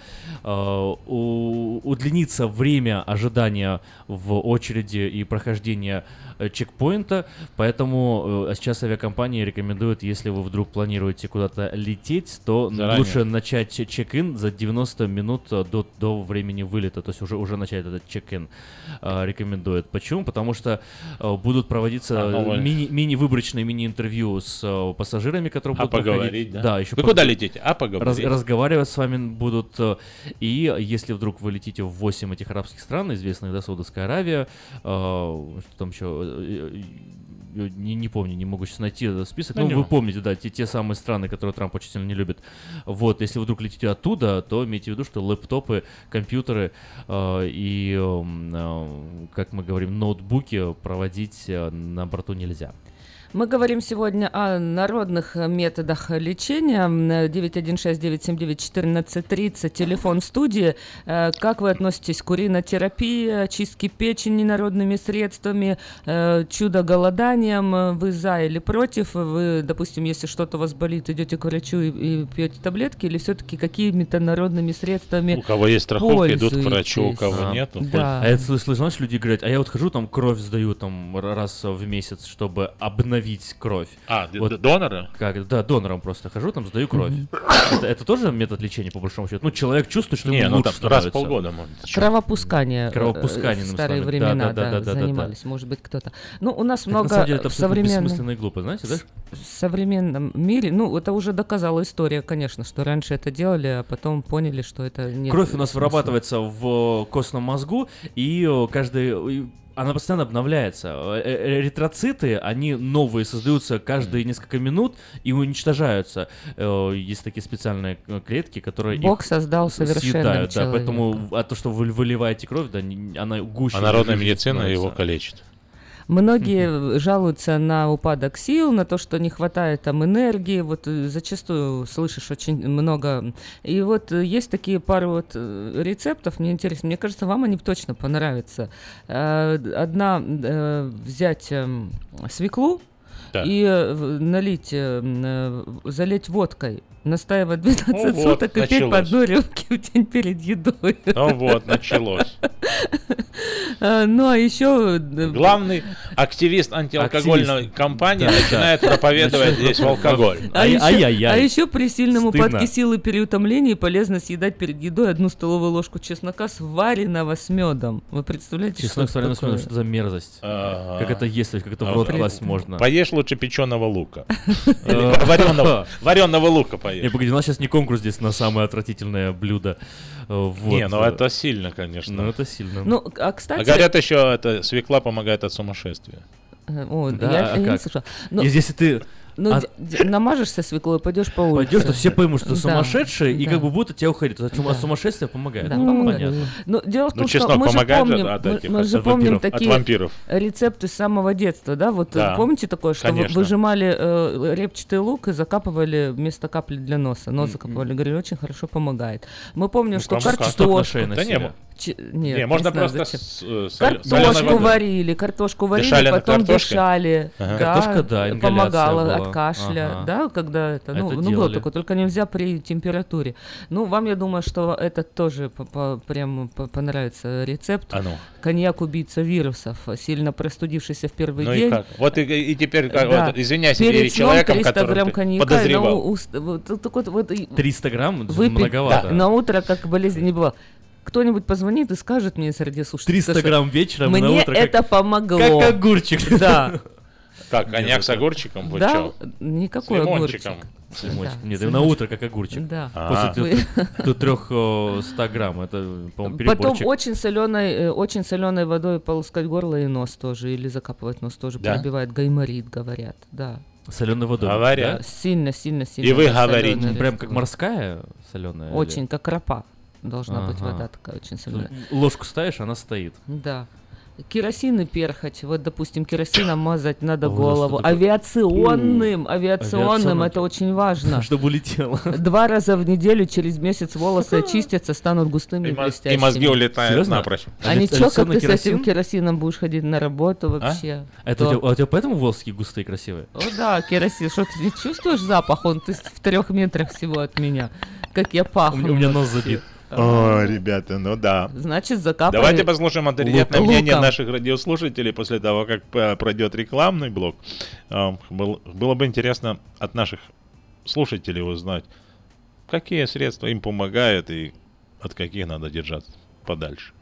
Э, у- удлинится время ожидания в очереди и прохождения э, чекпоинта, поэтому э, сейчас авиакомпании рекомендуют, если вы вдруг планируете куда-то лететь, то Заранее. лучше начать че- чек-ин за девяносто минут э, до, до времени вылета, то есть уже, уже начать этот чек-ин э, рекомендуют. Почему? Потому что э, будут проводиться А, новое. мини, мини-выборочные мини-интервью с э, пассажирами, которые А будут поговорить, проходить. да? еще Вы по- куда летите? А раз- поговорить. разговаривать с вами будут. э, И если вдруг вы летите в восемь этих арабских стран, известных, да, Саудовская Аравия, э, что там еще, э, э, не, не помню, не могу сейчас найти этот список. Ну, Ну, не вы важно. помните, да, те, те самые страны, которые Трамп очень сильно не любит. Вот, если вы вдруг летите оттуда, то имейте в виду, что лэптопы, компьютеры э, и, э, э, как мы говорим, ноутбуки проводить э, на борту нельзя. Мы говорим сегодня о народных методах лечения. девять один шесть девять семь девять четырнадцать тридцать, телефон студии. Э, Как вы относитесь к уринотерапии, очистке печени народными средствами, э, чудо-голоданием? Вы за или против? Вы, допустим, если что-то у вас болит, идете к врачу и, и пьете таблетки, или все-таки какими-то народными средствами У кого есть страховка, идут к врачу, у пользуетесь? кого А, нет. Да. А я слышал, знаешь, люди говорят, а я вот хожу, там кровь сдаю там р- раз в месяц, чтобы обновить кровь. А, д- Вот д- донора? Как, да, донором просто хожу, там сдаю кровь. Мгм. Это, это тоже метод лечения, по большому счету? Ну, человек чувствует, что Не, ему ну лучше там становится. раз в полгода может. Кровопускание, э, Кровопускание, в ну, старые с вами. времена, Да, да, да, да, да, да, да. занимались, может быть, кто-то. Ну, у нас Так, много на самом деле, это в абсолютно современном, бессмысленно и глупо, знаете, да? в современном мире, ну, это уже доказала история, конечно, что раньше это делали, а потом поняли, что это не Кровь у нас вырабатывается в костном мозгу, и э, каждый... и она постоянно обновляется. Э, э, Эритроциты, они новые создаются каждые несколько минут и уничтожаются. Э, Есть такие специальные э, клетки, которые Бог их создал совершенным съедают, да, человеком. поэтому а то, что вы выливаете кровь, да, не- она гуще. А народная жиже медицина становится. его калечит. Многие жалуются на упадок сил, на то, что не хватает там энергии, вот э, зачастую слышишь очень много. И вот э, есть такие пару вот э, рецептов, мне интересно, мне кажется, вам они точно понравятся. Э, Одна, э, взять эм, свеклу Да. и э, в- налить, э, м, э, залить водкой, настаивать двенадцать Ну вот, суток и пить по началось. одной рюмке в день перед едой. Ну вот, началось. А, Ну, а еще... Главный активист антиалкогольной Активист. кампании Да, начинает да. проповедовать Начинает здесь алкоголь. А Ай- еще, ай-яй-яй. а еще при сильном Стыдно. упадке силы переутомлении полезно съедать перед едой одну столовую ложку чеснока, сваренного с медом. Вы представляете, Чеснок что с вареным такое? медом, что за мерзость? Ага. Как это есть, как это в А, рот при- класть можно? Поешь лучше печеного лука. Э, Вареного, вареного лука Не, поешь. погоди, у нас сейчас не конкурс здесь на самое отвратительное блюдо. Э, Вот. Не, ну это сильно, конечно. Ну, это сильно. Ну, а кстати... А говорят еще, это свекла помогает от сумасшествия. э, О, Да, я, а я не как? слышала. Ну, И если ты ну, а- д- д- намажешься свеклой, пойдешь по улице. пойдешь, то все поймут, что ты Да, сумасшедший, и да. как бы будут от тебя уходить. От Да. от сумасшествия помогает. Да, Ну, помогает. понятно. Но дело в Ну, том, что чеснок мы же помогает же помним, от мы, этих, мы от же помним вампиров. От такие вампиров. рецепты с самого детства, да? Вот Да. э, помните такое, что вы Конечно. выжимали э, репчатый лук и закапывали вместо капли для носа. Нос закапывали, говорили, очень хорошо помогает. Мы помним, Ну, что кому как. Чеснок на картошку... шее Да носили. не, Ч- Нет, не, можно знаю, просто зачем. с, э, солё- соленой Картошку водой. варили, картошку варили, Дышали над потом картошкой? дышали. Ага. Да, Картошка, да, ингаляция помогала была. от кашля, Ага. да, когда это, ну, Это ну было делали. такое, только нельзя при температуре. Ну, вам, я думаю, что это тоже по- по- прям по- понравится рецепт. А ну. Коньяк убийца вирусов, сильно простудившийся в первый Ну день. и как? Вот и, и теперь, как, Да. вот, извиняйся Перед перед сном человеком, триста который грамм ты коньяка, подозревал. на уст- вот, вот такой вот и триста грамм? Это выпить многовато. на утро, как болезнь не было. Кто-нибудь позвонит и скажет мне среди слушателей, триста что грамм вечером мне на утро. как- это помогло. Как огурчик. Да. Как, коньяк с огурчиком? Вы Да, чё? никакой С огурчик. лимончиком. С лимончиком. Да, Нет, с на лимончиком. утро как огурчик. Да. А. После трехсот грамм. Это, по-моему, переборчик. Потом очень соленой, э, очень соленой водой полоскать горло и нос тоже, или закапывать нос тоже, Да? пробивает гайморит, говорят, да. Соленой водой. Говорят. Да, Сильно, сильно, сильно. И вы да, говорите. солёное Прям вещество. как морская соленая? Очень, как ропа. должна быть Ага. вода такая очень соленая. Ложку ставишь, она стоит. Да. Керосин и перхоть. Вот, допустим, керосином мазать надо Ой, голову. что такое? Авиационным, У, авиационным, авиационным. это очень важно. Чтобы улетело. Два раза в неделю, через месяц волосы очистятся, станут густыми и И, моз- блестящими. и мозги улетают Серьезно? напрочь. А Ави- ничего, как авиационный ты с этим керосин? керосином будешь ходить на работу вообще? Это у То- тебя, а у тебя поэтому волосы такие густые, красивые? О да, керосин. Что ты не чувствуешь запах? Он ты в трех метрах всего от меня. Как я У пахну. меня, у меня нос вообще. забит. О, ребята, ну да. Значит, закапывай. Давайте послушаем авторитетное луком. мнение наших радиослушателей после того, как э, пройдет рекламный блок. Э, был- Было бы интересно от наших слушателей узнать, какие средства им помогают и от каких надо держаться подальше.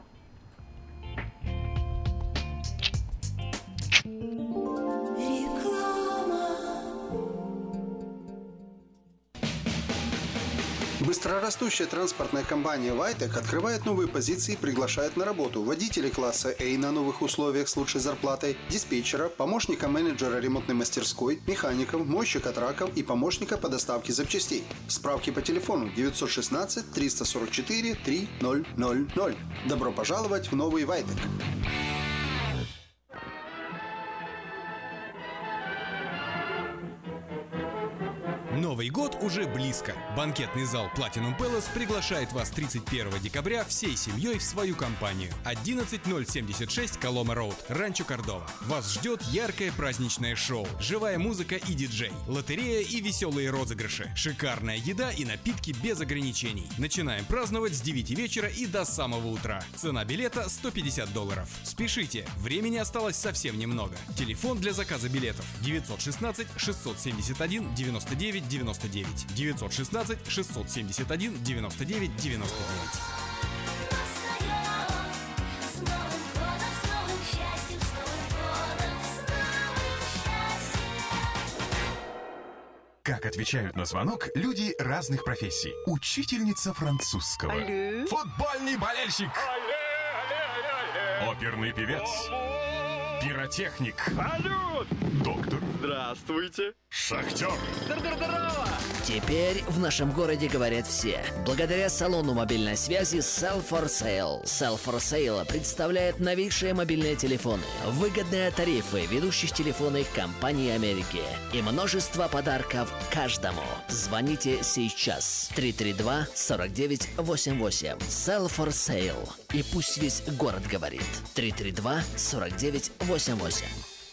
Быстрорастущая транспортная компания «Вайтек» открывает новые позиции и приглашает на работу водителей класса А на новых условиях с лучшей зарплатой, диспетчера, помощника менеджера ремонтной мастерской, механиков, мойщика траков и помощника по доставке запчастей. Справки по телефону девятьсот шестнадцать триста сорок четыре три ноль ноль ноль. Добро пожаловать в новый «Вайтек». Новый год уже близко. Банкетный зал Platinum Palace приглашает вас тридцать первого декабря всей семьей в свою компанию. одиннадцать ноль семьдесят шесть Колома Роуд, Ранчо Кордова. Вас ждет яркое праздничное шоу, живая музыка и диджей, лотерея и веселые розыгрыши, шикарная еда и напитки без ограничений. Начинаем праздновать с девяти вечера и до самого утра. Цена билета сто пятьдесят долларов. Спешите, времени осталось совсем немного. Телефон для заказа билетов девятьсот шестнадцать шестьсот семьдесят один девяносто девять девяносто девять. девятьсот шестнадцать шестьсот семьдесят один девяносто девять девяносто девять. Как отвечают на звонок люди разных профессий. Учительница французского. Алле. Футбольный болельщик. Оперный певец. Пиротехник. Салют! Доктор. Здравствуйте. Шахтер. Здорово! Теперь в нашем городе говорят все. Благодаря салону мобильной связи Sell for Sale. Sell for Sale представляет новейшие мобильные телефоны, выгодные тарифы ведущих телефонных компаний Америки и множество подарков каждому. Звоните сейчас. три три два сорок девять восемьдесят восемь. Sell for Sale. И пусть весь город говорит. три три два сорок девять восемьдесят восемь.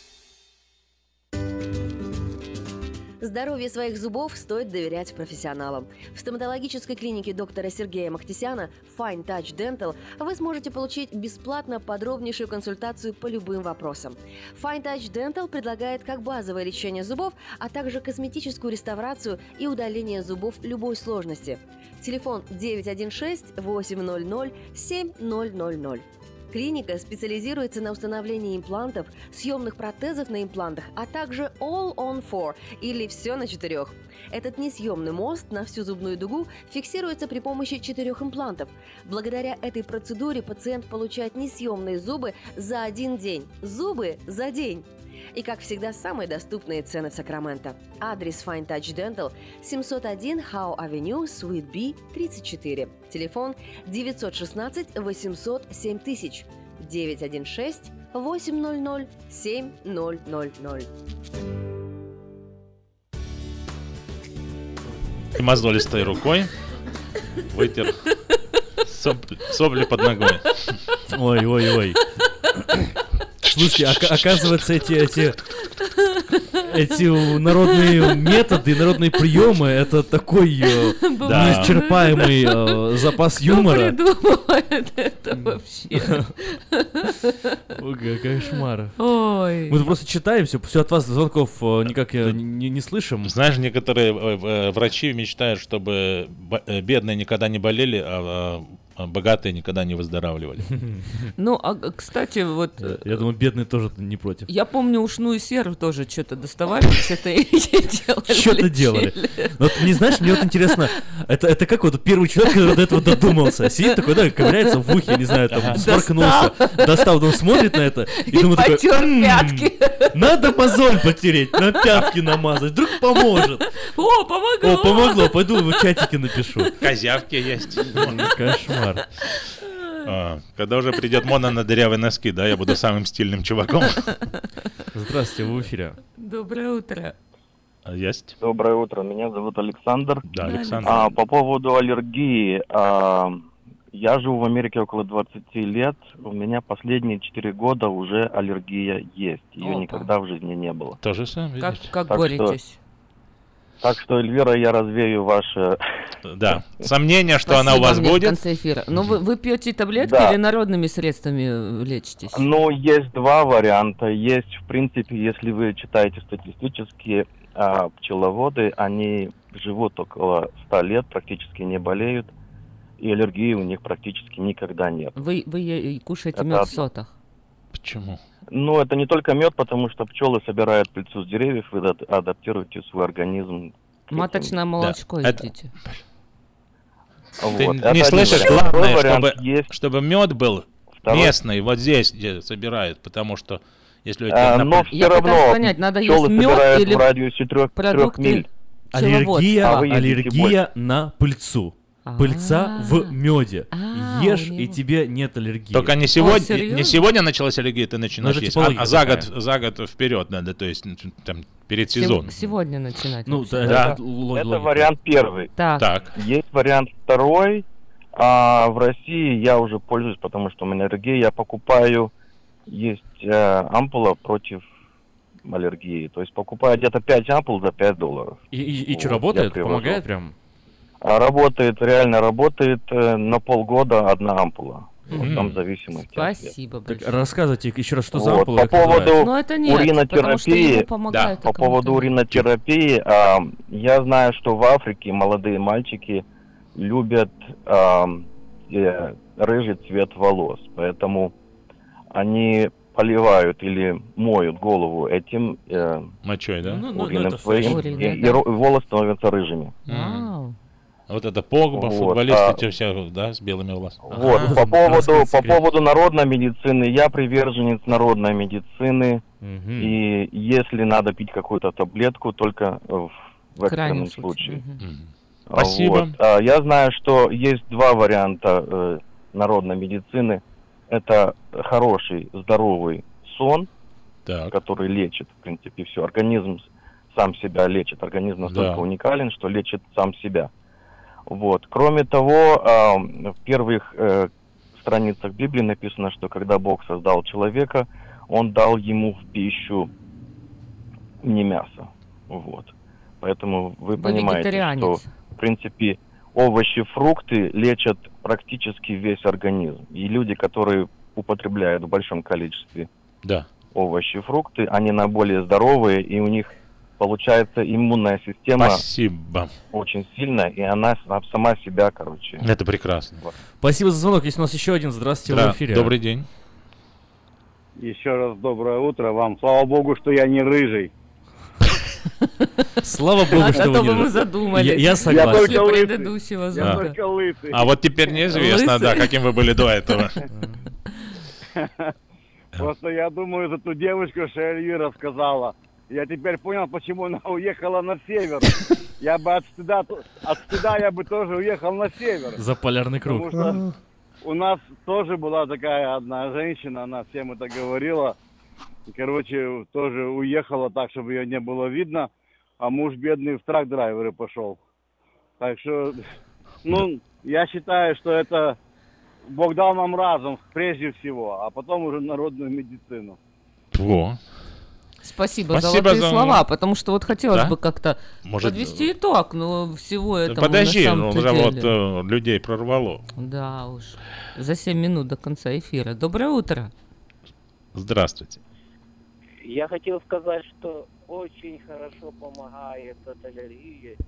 Здоровью своих зубов стоит доверять профессионалам. В стоматологической клинике доктора Сергея Махтисяна Fine Touch Dental вы сможете получить бесплатно подробнейшую консультацию по любым вопросам. Fine Touch Dental предлагает как базовое лечение зубов, а также косметическую реставрацию и удаление зубов любой сложности. Телефон девять один шесть восемь ноль ноль семь ноль ноль ноль. Клиника специализируется на установлении имплантов, съемных протезов на имплантах, а также All on Four или все на четырех. Этот несъемный мост на всю зубную дугу фиксируется при помощи четырех имплантов. Благодаря этой процедуре пациент получает несъемные зубы за один день. Зубы за день! И, как всегда, самые доступные цены в Сакраменто. Адрес Fine Touch Dental семьсот один Howe Avenue, Suite B, тридцать четыре. Телефон девятьсот шестнадцать восемьсот семь тысяч. девять один шесть восемь ноль ноль семь ноль ноль ноль. И мозолистой рукой вытер сопли, сопли под ногой. Ой-ой-ой. Слушайте, ока- оказывается, эти, эти, эти народные методы, народные приемы, это такой э, Да. неисчерпаемый э, запас юмора. Кто придумывает это вообще? Ой, кошмар. Ой. Мы просто читаем все, все от вас звонков э, никак э, не, не слышим. Знаешь, некоторые э, э, врачи мечтают, чтобы бо- э, бедные никогда не болели, а богатые никогда не выздоравливали. Ну, а, кстати, вот... Я думаю, бедные тоже не против. Я помню, ушную серу тоже что-то доставали, что-то делали. Что-то делали. Вот, не знаешь, мне вот интересно, это, это как вот первый человек, который до этого додумался, сидит такой, да, ковыряется в ухе, не знаю, там, сморкнулся, достал, он смотрит на это и, и думает такой, потер пятки. Надо мозоль потереть, на пятки намазать, вдруг поможет. О, помогло. О, помогло, пойду в чатике напишу. Козявки есть. Кошмар. А, когда уже придет мода на дырявые носки, да, я буду самым стильным чуваком. Здравствуйте, в эфире. Доброе утро. Есть. Доброе утро, меня зовут Александр. Да, Александр. А, по поводу аллергии, а, я живу в Америке около двадцати лет, у меня последние четыре года уже аллергия есть, ее Опа. никогда в жизни не было. То же самое, Как, видишь? как Так боретесь? Что, так что, Эльвира, я развею ваши... Да, сомнения, что Спасибо она у вас мне будет. в конце эфира. Но вы, вы пьете таблетки Да. или народными средствами лечитесь? Ну, есть два варианта. Есть, в принципе, если вы читаете статистически, а, пчеловоды, они живут около ста лет, практически не болеют, и аллергии у них практически никогда нет. Вы, вы е- кушаете Это мед в одно. сотах? Почему? Ну, это не только мед, потому что пчелы собирают пыльцу с деревьев, вы ад- адаптируете свой организм. к этим. Маточное молочко Да. едите. Вот. Ты Это не один слышишь, вариант. главное, Второй вариант чтобы, есть. чтобы мед был Второй. местный, вот здесь, где собирают, потому что если у А, тебя но на- все Я равно пытаюсь понять, надо есть пчелы мед собирают или в радиусе трех, трех продукты миль. Аллергия, А вы едите аллергия на пыльцу. Пыльца в А. меде. А, Ешь, у и него. тебе нет аллергии. Только не сегодня, серьезно? не сегодня началась аллергия, ты начинаешь Ну, это есть, а, типология а за год, такая. за год вперед надо, то есть ну, там перед Сев- сезоном. Сегодня начинать. Ну, вообще. да, Да. это лог- Это логика. вариант первый. Так. Так, Есть вариант второй. А в России я уже пользуюсь, потому что у меня аллергия. Я покупаю, есть э, ампула против аллергии. То есть покупаю где-то пять ампул за пять долларов. И, и, и Вот, что, я работает? привожу. Помогает прям? А работает, реально работает э, на полгода одна ампула. Вот Мгм. там в зависимости от цвета. Спасибо Так, большое. рассказывайте еще раз, что за Вот, ампула, по как называется? поводу Но это нет, потому что уринотерапии, ему помогает. по а кому-то поводу нет. уринотерапии, а, я знаю, что в Африке молодые мальчики любят а, э, рыжий цвет волос, поэтому они поливают или моют голову этим э, мочой, да? Ну, ну, ну, урином это своим, Урин, и, да. и ро- волосы становятся рыжими. Вау. Вот это Погба, Вот, футболисты, а- те все, да, с белыми волосами. Вот, Ага, по поводу, раскрыть по секрет. поводу народной медицины, я приверженец народной медицины, Мгм. и если надо пить какую-то таблетку, только в, в В крайнем экстренном случае. Мгм. Мгм. А, Спасибо. вот. А, я знаю, что есть два варианта э, народной медицины. Это хороший, здоровый сон, Так, который лечит, в принципе, все. Организм сам себя лечит. Организм настолько Да. уникален, что лечит сам себя. Вот. Кроме того, а, в первых э, страницах Библии написано, что когда Бог создал человека, Он дал ему в пищу не мясо. Вот. Поэтому вы, Вы понимаете, вегетарианец. что, в принципе, овощи, фрукты лечат практически весь организм. И люди, которые употребляют в большом количестве да. овощи, фрукты, они на более здоровые, и у них получается иммунная система Спасибо. очень сильная, и она с- сама себя, короче. Это прекрасно. Спасибо за звонок. Есть у нас еще один. Здравствуйте, Да, в эфире. добрый день. Еще раз доброе утро вам. Слава богу, что я не рыжий. Слава богу, А что то вы бы не... мы задумались. Я, я Я согласен. только После лысый. предыдущего Я звонка. только лысый. А вот теперь неизвестно, Лысый. да, каким вы были до этого. Просто я думаю, за ту девушку, что Эльвира сказала. Я теперь понял, почему она уехала на север. Я бы от стыда, от стыда я бы тоже уехал на север. За полярный круг. Потому что у нас тоже была такая одна женщина, она всем это говорила. И, короче, тоже уехала так, чтобы ее не было видно. А муж бедный в трак-драйверы пошел. Так что, ну, я считаю, что это Бог дал нам разум прежде всего, а потом уже народную медицину. Во. Спасибо, Спасибо за золотые за- слова, потому что вот хотелось Да? бы как-то Может, подвести итог, но всего этого Подожди, на ну, самом-то уже вот деле. э, людей прорвало. Да уж, за семь минут до конца эфира. Доброе утро. Здравствуйте. Я хотел сказать, что очень хорошо помогает от аллергии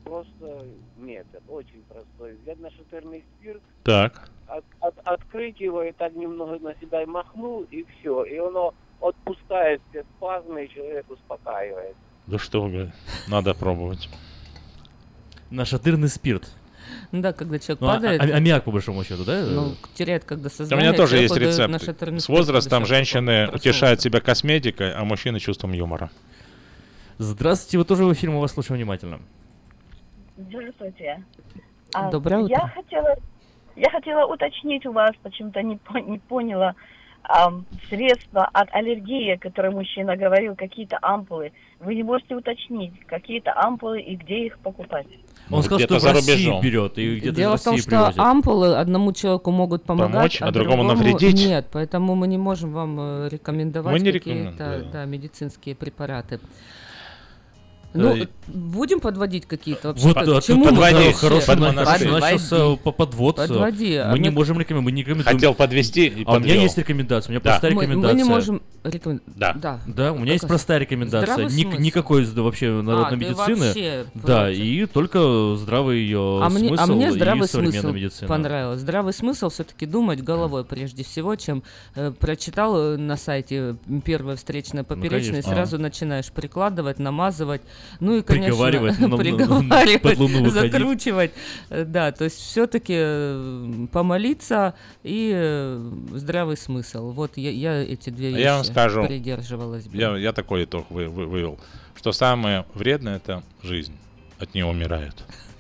просто метод, очень простой. Взять нашатырный спирт, Так. от, от, открыть его и так немного на себя и махнул, и все. И оно отпускает все спазмы, и человек успокаивается. Да что вы, надо пробовать. Нашатырный спирт. Ну да, когда человек Ну, падает. а- а- аммиак, по большому счету, да? Ну, теряет, когда У сознание. меня тоже есть человеку дают рецепт. нашатырный С спирт, возрастом чтобы женщины проснулся. утешают себя косметикой, а мужчины чувством юмора. Здравствуйте, вы тоже в эфире, мы вас слушаем внимательно. Здравствуйте. А, Доброе утро. Я хотела, я хотела уточнить у вас, почему-то не, по- не поняла, ам, средства от аллергии, которые мужчина говорил, какие-то ампулы. Вы не можете уточнить, какие-то ампулы и где их покупать? Он сказал, что в России берет и где-то Дело из в том, России что привозит. ампулы одному человеку могут помогать, Помочь, а другому навредить. нет. Поэтому мы не можем вам э, рекомендовать Мы не какие-то рекомендуем. да, медицинские препараты. Ну, Э, будем подводить какие-то вообще? Вот как- а к чему тут мы подводи, вообще? хороший Подводи. начался, начался по подвод. Подводи. А Мы не мы- можем рекомендовать, мы не рекомендуем. Хотел подвести и А у меня подвел. есть рекомендация, у меня Да. простая Мы- мы не рекомендация. можем рекомен- Да. Да. Да, у меня есть Только простая рекомендация. здравый Ник- смысл. никакой з- вообще народной А, ты медицины. вообще Да, против. и только здравый ее А мне, смысл а мне и здравый современная смысл медицина. понравилось. Здравый смысл все-таки думать головой прежде всего, чем э, прочитал э, на сайте первое встречное поперечное, и конечно. сразу начинаешь прикладывать, намазывать, ну и, конечно, Приговаривать, ну, ну, приговаривать, под луну выходить. закручивать. Э, Да, то есть все-таки помолиться и э, здравый смысл. Вот я, я эти две вещи Я вам скажу, придерживалась. бы. я, я такой итог вы- вы- вывел, что самое вредное — это жизнь. От нее умирают.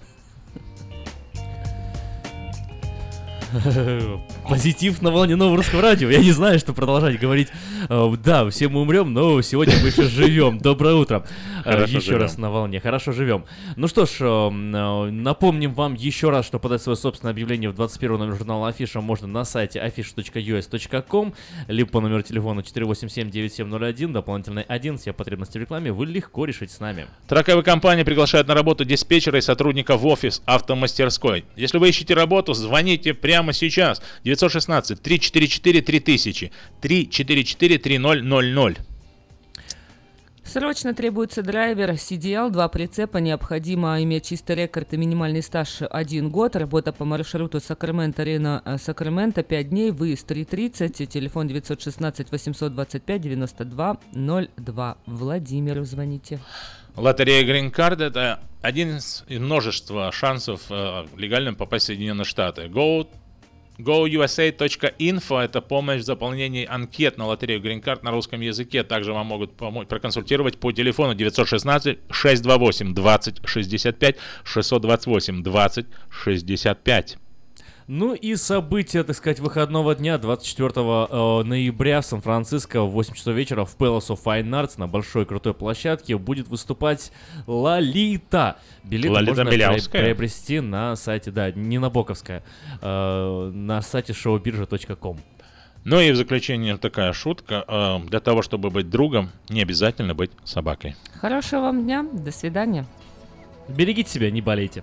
Позитив на волне нового русского радио. Я не знаю, что продолжать говорить. Э, Да, все мы умрем, но сегодня мы еще живем. Доброе утро. Э, Хорошо Еще живем. раз на волне. Хорошо живем. Ну что ж, э, э, напомним вам еще раз, что подать свое собственное объявление в двадцать первый номер журнала Афиша можно на сайте афиша точка ю эс точка ком, либо по номеру телефона четыре восемь семь девять семь ноль один, дополнительный один. Все потребности в рекламе вы легко решите с нами. Траковая компания приглашает на работу диспетчера и сотрудника в офис автомастерской. Если вы ищете работу, звоните прямо сейчас. девять один шесть три четыре четыре три тысячи, три четыре четыре три ноль ноль ноль. Срочно требуется драйвер, си ди эл, два прицепа, необходимо иметь чистый рекорд и минимальный стаж один год, работа по маршруту Сакраменто-Рено, Сакраменто, пять дней, выезд три тридцать, телефон девять один шесть восемь два пять девять два ноль два. Владимиру звоните. Лотерея Green Card — это один из множества шансов э, легально попасть в Соединенные Штаты. Go go u s a точка info — это помощь в заполнении анкет на лотерею Green Card на русском языке. Также вам могут помочь проконсультировать по телефону девять один шесть шесть два восемь двадцать шестьдесят пять, шестьсот двадцать восемь двадцать шестьдесят пять. Ну и события, так сказать, выходного дня двадцать четвёртого ноября в Сан-Франциско в восемь часов вечера в Palace of Fine Arts на большой крутой площадке будет выступать Лолита. Билеты Лолита можно Милявская. приобрести на сайте, да, не Набоковская, э, на сайте шоу биржа точка ком. Ну и в заключение такая шутка. Э, Для того, чтобы быть другом, не обязательно быть собакой. Хорошего вам дня, до свидания. Берегите себя, не болейте.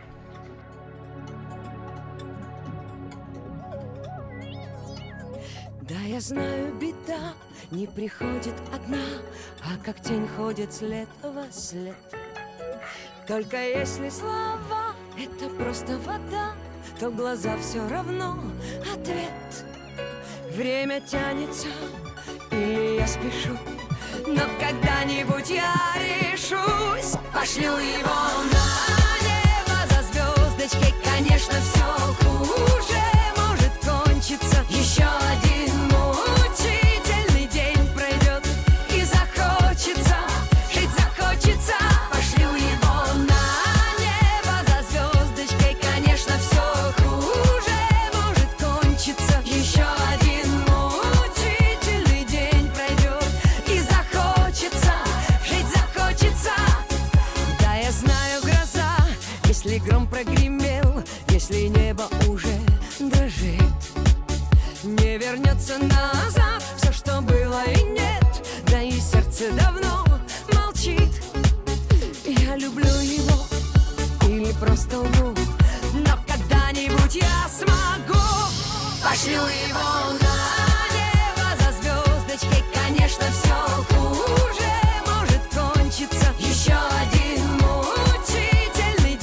Да, я знаю, беда не приходит одна, а как тень ходит след во след. Только если слова — это просто вода, то глаза все равно ответ. Время тянется, или я спешу, но когда-нибудь я решусь. Пошлю его на небо за звездочкой, конечно, все хуже может кончиться. Еще один мучительный день пройдет, и захочется, жить захочется. Пошлю его на небо за звездочкой, конечно, все хуже может кончиться. Еще один мучительный день пройдет, и захочется, жить захочется. Да, я знаю, гроза, если гром прогремел, если небо уже дрожит, не вернется назад все, что было и нет, да и сердце давно молчит. Я люблю его или просто лгу, но когда-нибудь я смогу. Пошлю его на небо за звездочкой, конечно, все хуже может кончиться. Еще один мучительный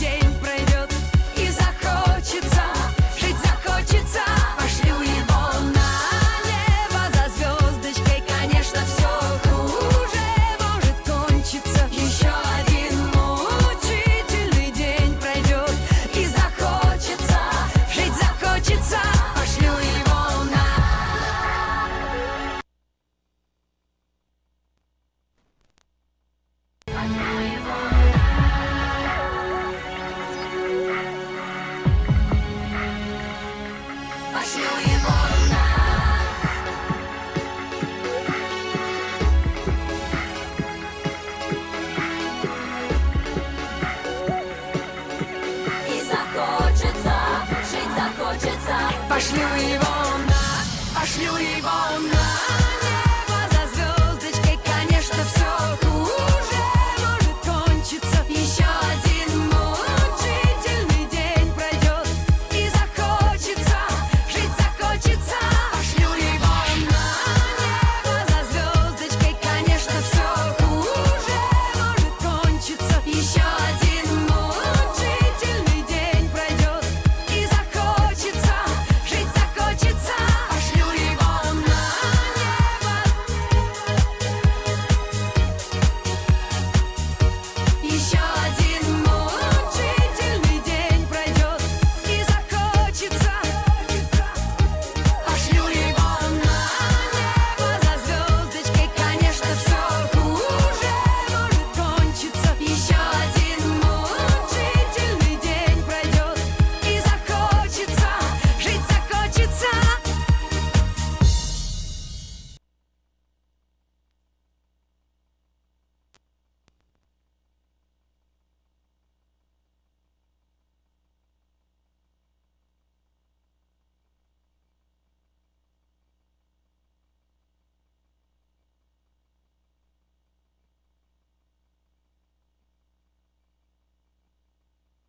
Пошлю его на, пошлю его на.